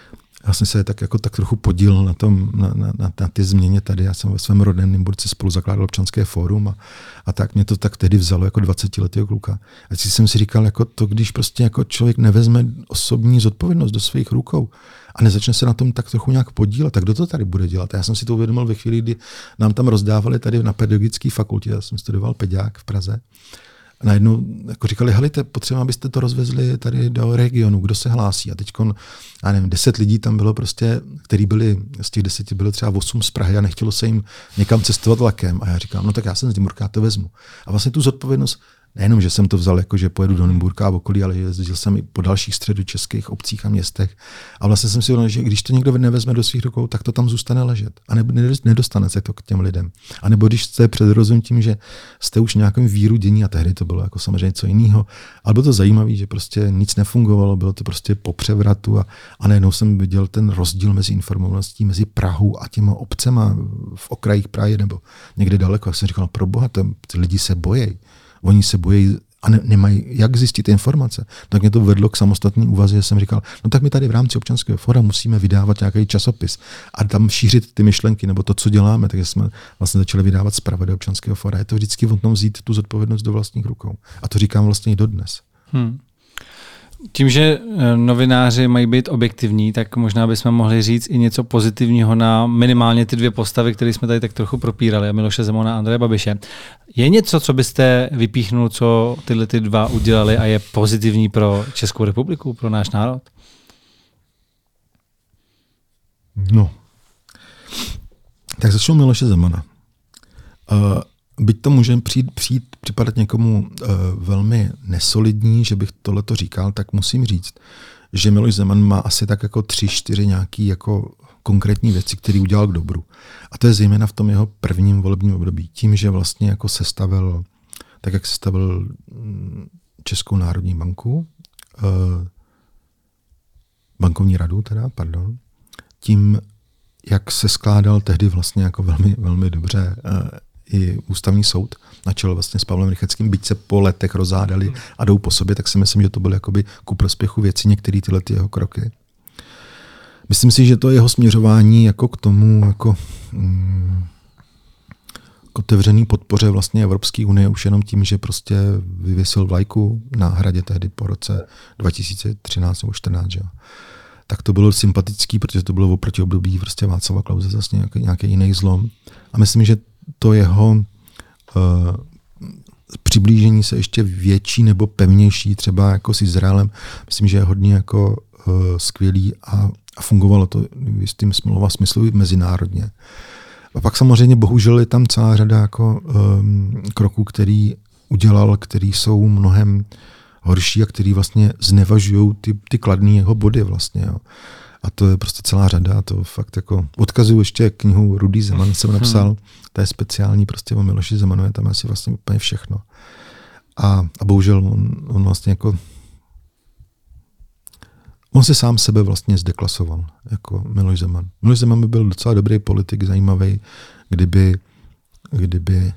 vlastně se tak, jako, tak trochu podílel na, tom, na, na, na, na ty změně tady. Já jsem ve svém rodném Nymburce spolu zakládal občanské fórum a, a tak mě to tak tehdy vzalo jako dvacetiletého kluka. A jsem si říkal, jako to, když prostě jako člověk nevezme osobní zodpovědnost do svých rukou a nezačne se na tom tak trochu nějak podílet, tak kdo to tady bude dělat? A já jsem si to uvědomil ve chvíli, kdy nám tam rozdávali tady na pedagogické fakultě, já jsem studoval pediák v Praze, a najednou jako říkali, helejte, potřeba, abyste to rozvezli tady do regionu, kdo se hlásí. A teď, já nevím, deset lidí tam bylo prostě, který byli, z těch deseti bylo třeba osm z Prahy a nechtělo se jim někam cestovat vlakem. A já říkám, no tak já jsem z Nymburka, to vezmu. A vlastně tu zodpovědnost, nejenom, že jsem to vzal, jako že pojedu do Nymburka a v okolí, ale jezdil jsem i po dalších středočeských obcích a městech. A vlastně jsem si uvědomil, že když to někdo nevezme do svých rukou, tak to tam zůstane ležet. A nedostane se to k těm lidem. A nebo když jste před rozhodnutím, že jste už v nějakém víru dění, a tehdy to bylo jako samozřejmě co jiného. Ale bylo to zajímavé, že prostě nic nefungovalo, bylo to prostě po převratu a, a najednou jsem viděl ten rozdíl mezi informovaností, mezi Prahou a těma obcema v okrajích Prahy nebo někde daleko. A jsem říkal, pro boha, tam ty lidi se bojí. Oni se bojí a ne, nemají jak zjistit informace. Tak mě to vedlo k samostatný úvaze, že jsem říkal, no tak my tady v rámci občanského fóra musíme vydávat nějaký časopis a tam šířit ty myšlenky nebo to, co děláme. Takže jsme vlastně začali vydávat zprávy do občanského fóra. Je to vždycky o tom vzít tu zodpovědnost do vlastních rukou. A to říkám vlastně i dodnes. Hmm. Tím, že novináři mají být objektivní, tak možná bychom mohli říct i něco pozitivního na minimálně ty dvě postavy, které jsme tady tak trochu propírali, a Miloše Zemana a Andreje Babiše. Je něco, co byste vypíchnul, co tyhle ty dva udělali a je pozitivní pro Českou republiku, pro náš národ? No. Tak začnu Miloše Zemana. Uh, Byť to může přijít, přijít, připadat někomu uh, velmi nesolidní, že bych tohleto říkal, tak musím říct, že Miloš Zeman má asi tak jako tři, čtyři nějaký jako konkrétní věci, které udělal k dobru. A to je zejména v tom jeho prvním volebním období. Tím, že vlastně jako sestavil, tak jak sestavil Českou národní banku, uh, bankovní radu teda, pardon, tím, jak se skládal tehdy vlastně jako velmi, velmi dobře uh, i ústavní soud na čele vlastně s Pavlem Rychetským, byť se po letech rozhádali a jdou po sobě, tak si myslím, že to bylo jakoby ku prospěchu věci některé tyhle ty jeho kroky. Myslím si, že to jeho směřování jako k tomu, jako mm, k otevřený podpoře vlastně Evropské unie už jenom tím, že prostě vyvěsil vlajku na Hradě tehdy po roce dva tisíce třináct nebo čtrnáct, že? Tak to bylo sympatický, protože to bylo oproti období prostě Václava Klause zase nějaký, nějaký jiný zlom. A myslím, že to jeho uh, přiblížení se ještě větší nebo pevnější třeba jako s Izraelem, myslím, že je hodně jako uh, skvělý a, a fungovalo to v jistým slova smyslu mezinárodně. A pak samozřejmě bohužel je tam celá řada jako um, kroků, který udělal, který jsou mnohem horší a který vlastně znevažují ty, ty kladné jeho body vlastně. Jo. A to je prostě celá řada, a to fakt jako odkazuju ještě knihu Rudý Zeman, jsem napsal, ta je speciální prostě o Miloši Zemanu, je tam asi vlastně úplně všechno. A, a bohužel on, on vlastně jako on se sám sebe vlastně zdeklasoval, jako Miloš Zeman. Miloš Zeman by byl docela dobrý politik, zajímavý, kdyby, kdyby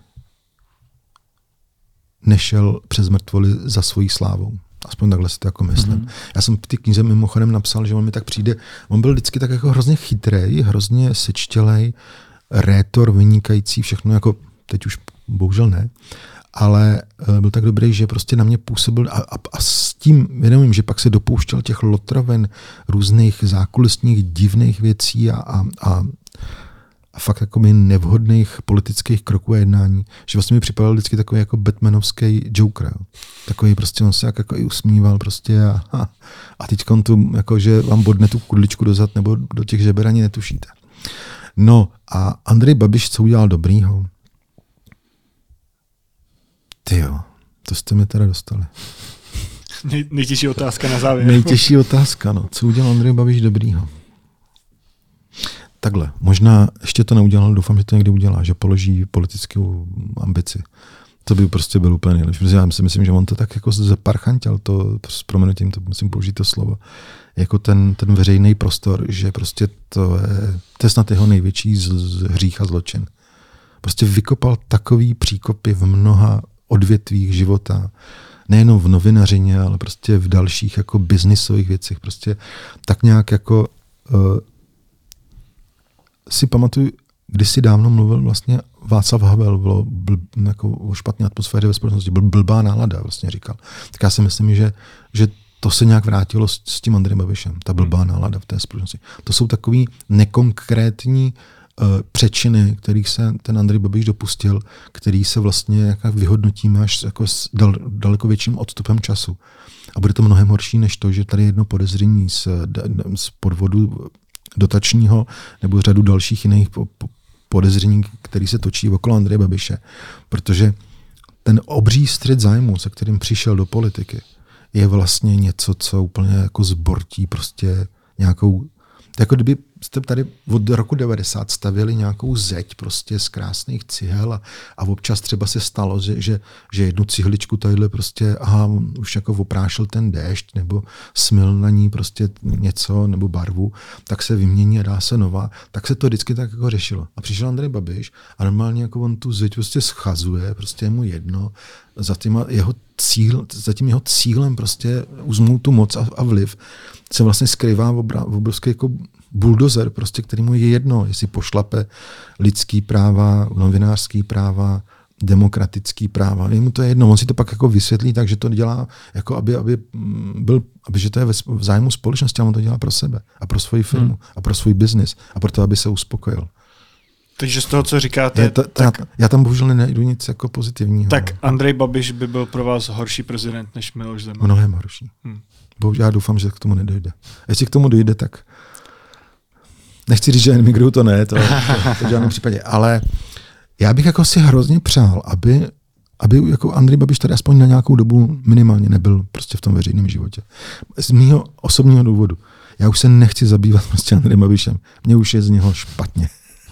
nešel přes mrtvoly za svojí slávou. Aspoň takhle si to jako myslím. Mm-hmm. Já jsem v té knize mimochodem napsal, že on mi tak přijde, on byl vždycky tak jako hrozně chytrý, hrozně sečtělej, rétor, vynikající, všechno jako, teď už bohužel ne, ale byl tak dobrý, že prostě na mě působil a, a, a s tím vědomím, že pak se dopouštěl těch lotroven, různých zákulisních divných věcí a, a, a a fakt jako nevhodných politických kroků a jednání, že vlastně mi připadal vždycky takový jako batmanovský Joker. Jo. Takový prostě on se jak jako i usmíval prostě a, a, a teď on tu, jako, že vám bodne tu kudličku dozad nebo do těch žeber ani netušíte. No a Andrej Babiš, co udělal dobrýho? Tyjo, to jste mi teda dostali. Nej, nejtěžší otázka na závěr. Nejtěžší otázka, no. Co udělal Andrej Babiš dobrýho? Takhle, možná ještě to neudělal, doufám, že to někdy udělá, že položí politickou ambici. To by prostě byl úplně nejlepší, protože já si myslím, že on to tak jako zaparchantěl, to s proměnutím, to musím použít to slovo, jako ten, ten veřejný prostor, že prostě to je, to je snad jeho největší z, z hřích a zločin. Prostě vykopal takový příkopy v mnoha odvětvích života, nejenom v novinařině, ale prostě v dalších jako biznisových věcech, prostě tak nějak jako uh, si pamatuju, když si dávno mluvil vlastně Václav Havel, bylo bl, jako o špatné atmosféře ve společnosti, byl blbá nálada, vlastně říkal. Tak já si myslím, že, že to se nějak vrátilo s, s tím Andrejem Babišem, ta blbá nálada v té společnosti. To jsou takový nekonkrétní uh, přečiny, kterých se ten Andrej Babiš dopustil, který se vlastně jak vyhodnotíme až jako s dal, daleko větším odstupem času. A bude to mnohem horší, než to, že tady jedno podezření z, z podvodu dotačního nebo řadu dalších jiných podezření, který se točí okolo Andreje Babiše. Protože ten obří střet zájmu, se kterým přišel do politiky, je vlastně něco, co úplně jako zbortí prostě nějakou, jako kdyby jste tady od roku devadesát stavěli nějakou zeď prostě z krásných cihel a, a občas třeba se stalo, že, že, že jednu cihličku tadyhle prostě, aha, už jako oprášil ten déšť nebo smyl na ní prostě něco nebo barvu, tak se vymění a dá se nová, tak se to vždycky tak jako řešilo. A přišel Andrej Babiš a normálně jako on tu zeď prostě schazuje, prostě je mu jedno, za tím jeho cíl, za tím jeho cílem prostě uzmout tu moc a, a vliv se vlastně skrývá v, obra, v obrovský jako buldozer, prostě, který mu je jedno, jestli pošlape lidský práva, novinářský práva, demokratický práva. Jemu to je jedno, on si to pak jako vysvětlí tak, že to dělá, jako aby, aby byl, aby, že to je v zájmu společnosti, a on to dělá pro sebe a pro svoji firmu hmm. a pro svůj biznis a pro to, aby se uspokojil. Takže z toho, co říkáte... To, tak, já, já tam bohužel nenajdu nic jako pozitivního. Tak Andrej Babiš by byl pro vás horší prezident než Miloš Zeman. Mnohem horší. Hmm. Bohužel já doufám, že k tomu nedojde. Jestli k tomu dojde, tak nechci říct, že emigruju, to ne, to, to, to v žádném případě, ale já bych jako si hrozně přál, aby, aby jako Andrej Babiš tady aspoň na nějakou dobu minimálně nebyl prostě v tom veřejném životě. Z mýho osobního důvodu. Já už se nechci zabývat prostě Andrejem Babišem. Mně už je z něho špatně.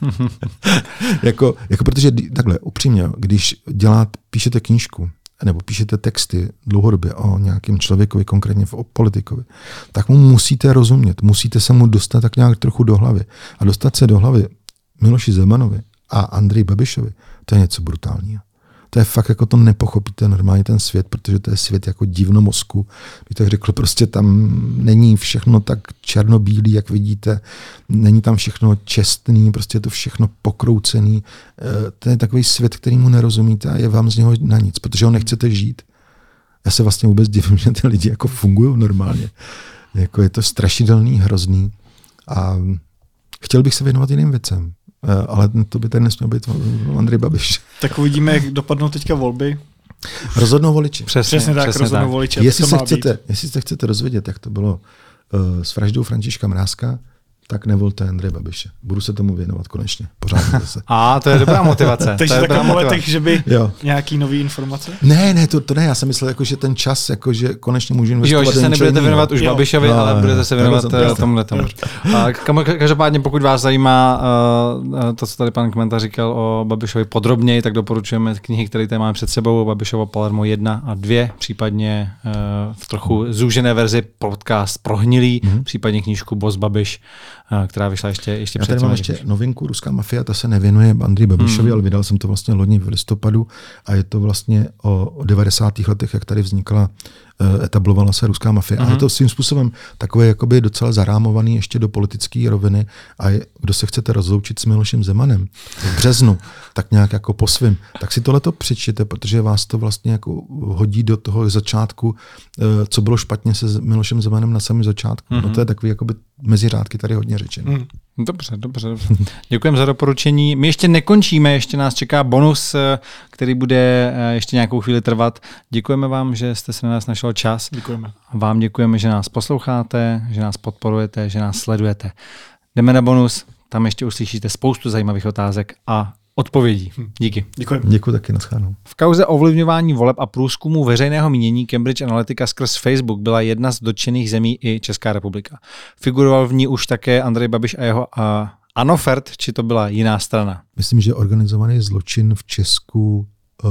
jako, jako protože takhle, upřímně, když dělat, píšete knížku, nebo píšete texty dlouhodobě o nějakém člověkovi, konkrétně o politikovi, tak mu musíte rozumět, musíte se mu dostat tak nějak trochu do hlavy. A dostat se do hlavy Miloši Zemanovi a Andreji Babišovi, to je něco brutálního. To je fakt, jako to nepochopíte normálně ten svět, protože to je svět jako divnomozku. Bych tak řekl, prostě tam není všechno tak černobílý, jak vidíte. Není tam všechno čestný, prostě je to všechno pokroucený. To je takový svět, kterýmu nerozumíte a je vám z něho na nic, protože ho nechcete žít. Já se vlastně vůbec divím, že ty lidi jako fungují normálně. Jako je to strašidelný, hrozný. A chtěl bych se věnovat jiným věcem. Ale to by tady nesměl být Andrej Babiš. Tak uvidíme, jak dopadnou teďka volby. Rozhodnou voliči. Přesně, přesně tak, přesně rozhodnou tak. voliči. Jestli se, chcete, jestli se chcete rozvědět, jak to bylo uh, s vraždou Františka Mrázka, tak nevolte Andreje Babiše. Budu se tomu věnovat konečně. Pořádně zase. A to je dobrá motivace. Takže tak po letech, že by jo. nějaký nový informace? Ne, ne, to, to ne. Já jsem myslel, jako, že ten čas, jako, že konečně můžu investovat. Jo, že se nebudete věnovat už jo. Babišovi, no, ale budete se věnovat tomuhle tomu. Každopádně, pokud vás zajímá uh, to, co tady pan Kmenta říkal o Babišovi podrobněji, tak doporučujeme knihy, které tady máme před sebou, Babišovo Palermo jedna a dvě, případně uh, v trochu zúžené verzi podcast Prohnilý, mm-hmm. případně knížku Boss Babiš, uh, která vyšla ještě, ještě před. Já tady mám ještě novinku, Ruská mafie, ta se nevěnuje Andreji Babišovi, hmm. ale vydal jsem to vlastně loni v listopadu a je to vlastně o, o devadesátých letech, jak tady vznikla, etablovala se ruská mafie. Hmm. A je to svým způsobem takové jakoby docela zarámovaný ještě do politické roviny a je, kdo se chcete rozloučit s Milošem Zemanem v březnu, tak nějak jako po svým, tak si tohleto přečtěte, protože vás to vlastně jako hodí do toho začátku, co bylo špatně se Milošem Zemanem na samém začátku. Hmm. No to je takový jakoby mezi řádky tady hodně řečeno. Hmm. Dobře, dobře, dobře. Děkujeme za doporučení. My ještě nekončíme, ještě nás čeká bonus, který bude ještě nějakou chvíli trvat. Děkujeme vám, že jste se na nás našel čas. Děkujeme. Vám děkujeme, že nás posloucháte, že nás podporujete, že nás sledujete. Jdeme na bonus, tam ještě uslyšíte spoustu zajímavých otázek a odpovědí. Díky. Děkujeme. Děkuji taky, naschledanou. V kauze ovlivňování voleb a průzkumu veřejného mínění Cambridge Analytica skrz Facebook byla jedna z dotčených zemí i Česká republika. Figuroval v ní už také Andrej Babiš a jeho uh, Anofert, či to byla jiná strana? Myslím, že organizovaný zločin v Česku uh,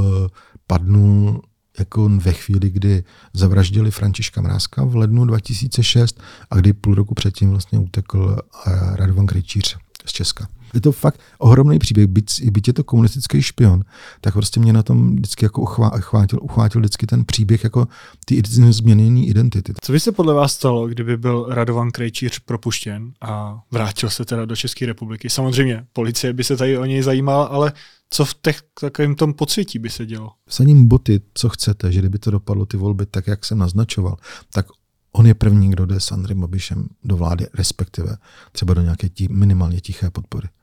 padnul jako ve chvíli, kdy zavraždili Františka Mrázka v lednu dva tisíce šest a kdy půl roku předtím vlastně utekl uh, Radovan Krejčíř z Česka. Je to fakt ohromný příběh, byť, byť je to komunistický špion, tak prostě mě na tom vždycky jako uchvátil, uchvátil vždycky ten příběh jako ty změněné identity. Co by se podle vás stalo, kdyby byl Radovan Krejčíř propuštěn a vrátil se teda do České republiky? Samozřejmě, policie by se tady o něj zajímala, ale co v těch, takovém tom podsvětí by se dělo? Vsadím boty, co chcete, že kdyby to dopadlo ty volby tak, jak jsem naznačoval, tak on je první, kdo jde s Andrejem Babišem do vlády, respektive třeba do nějaké tí, minimálně tiché podpory.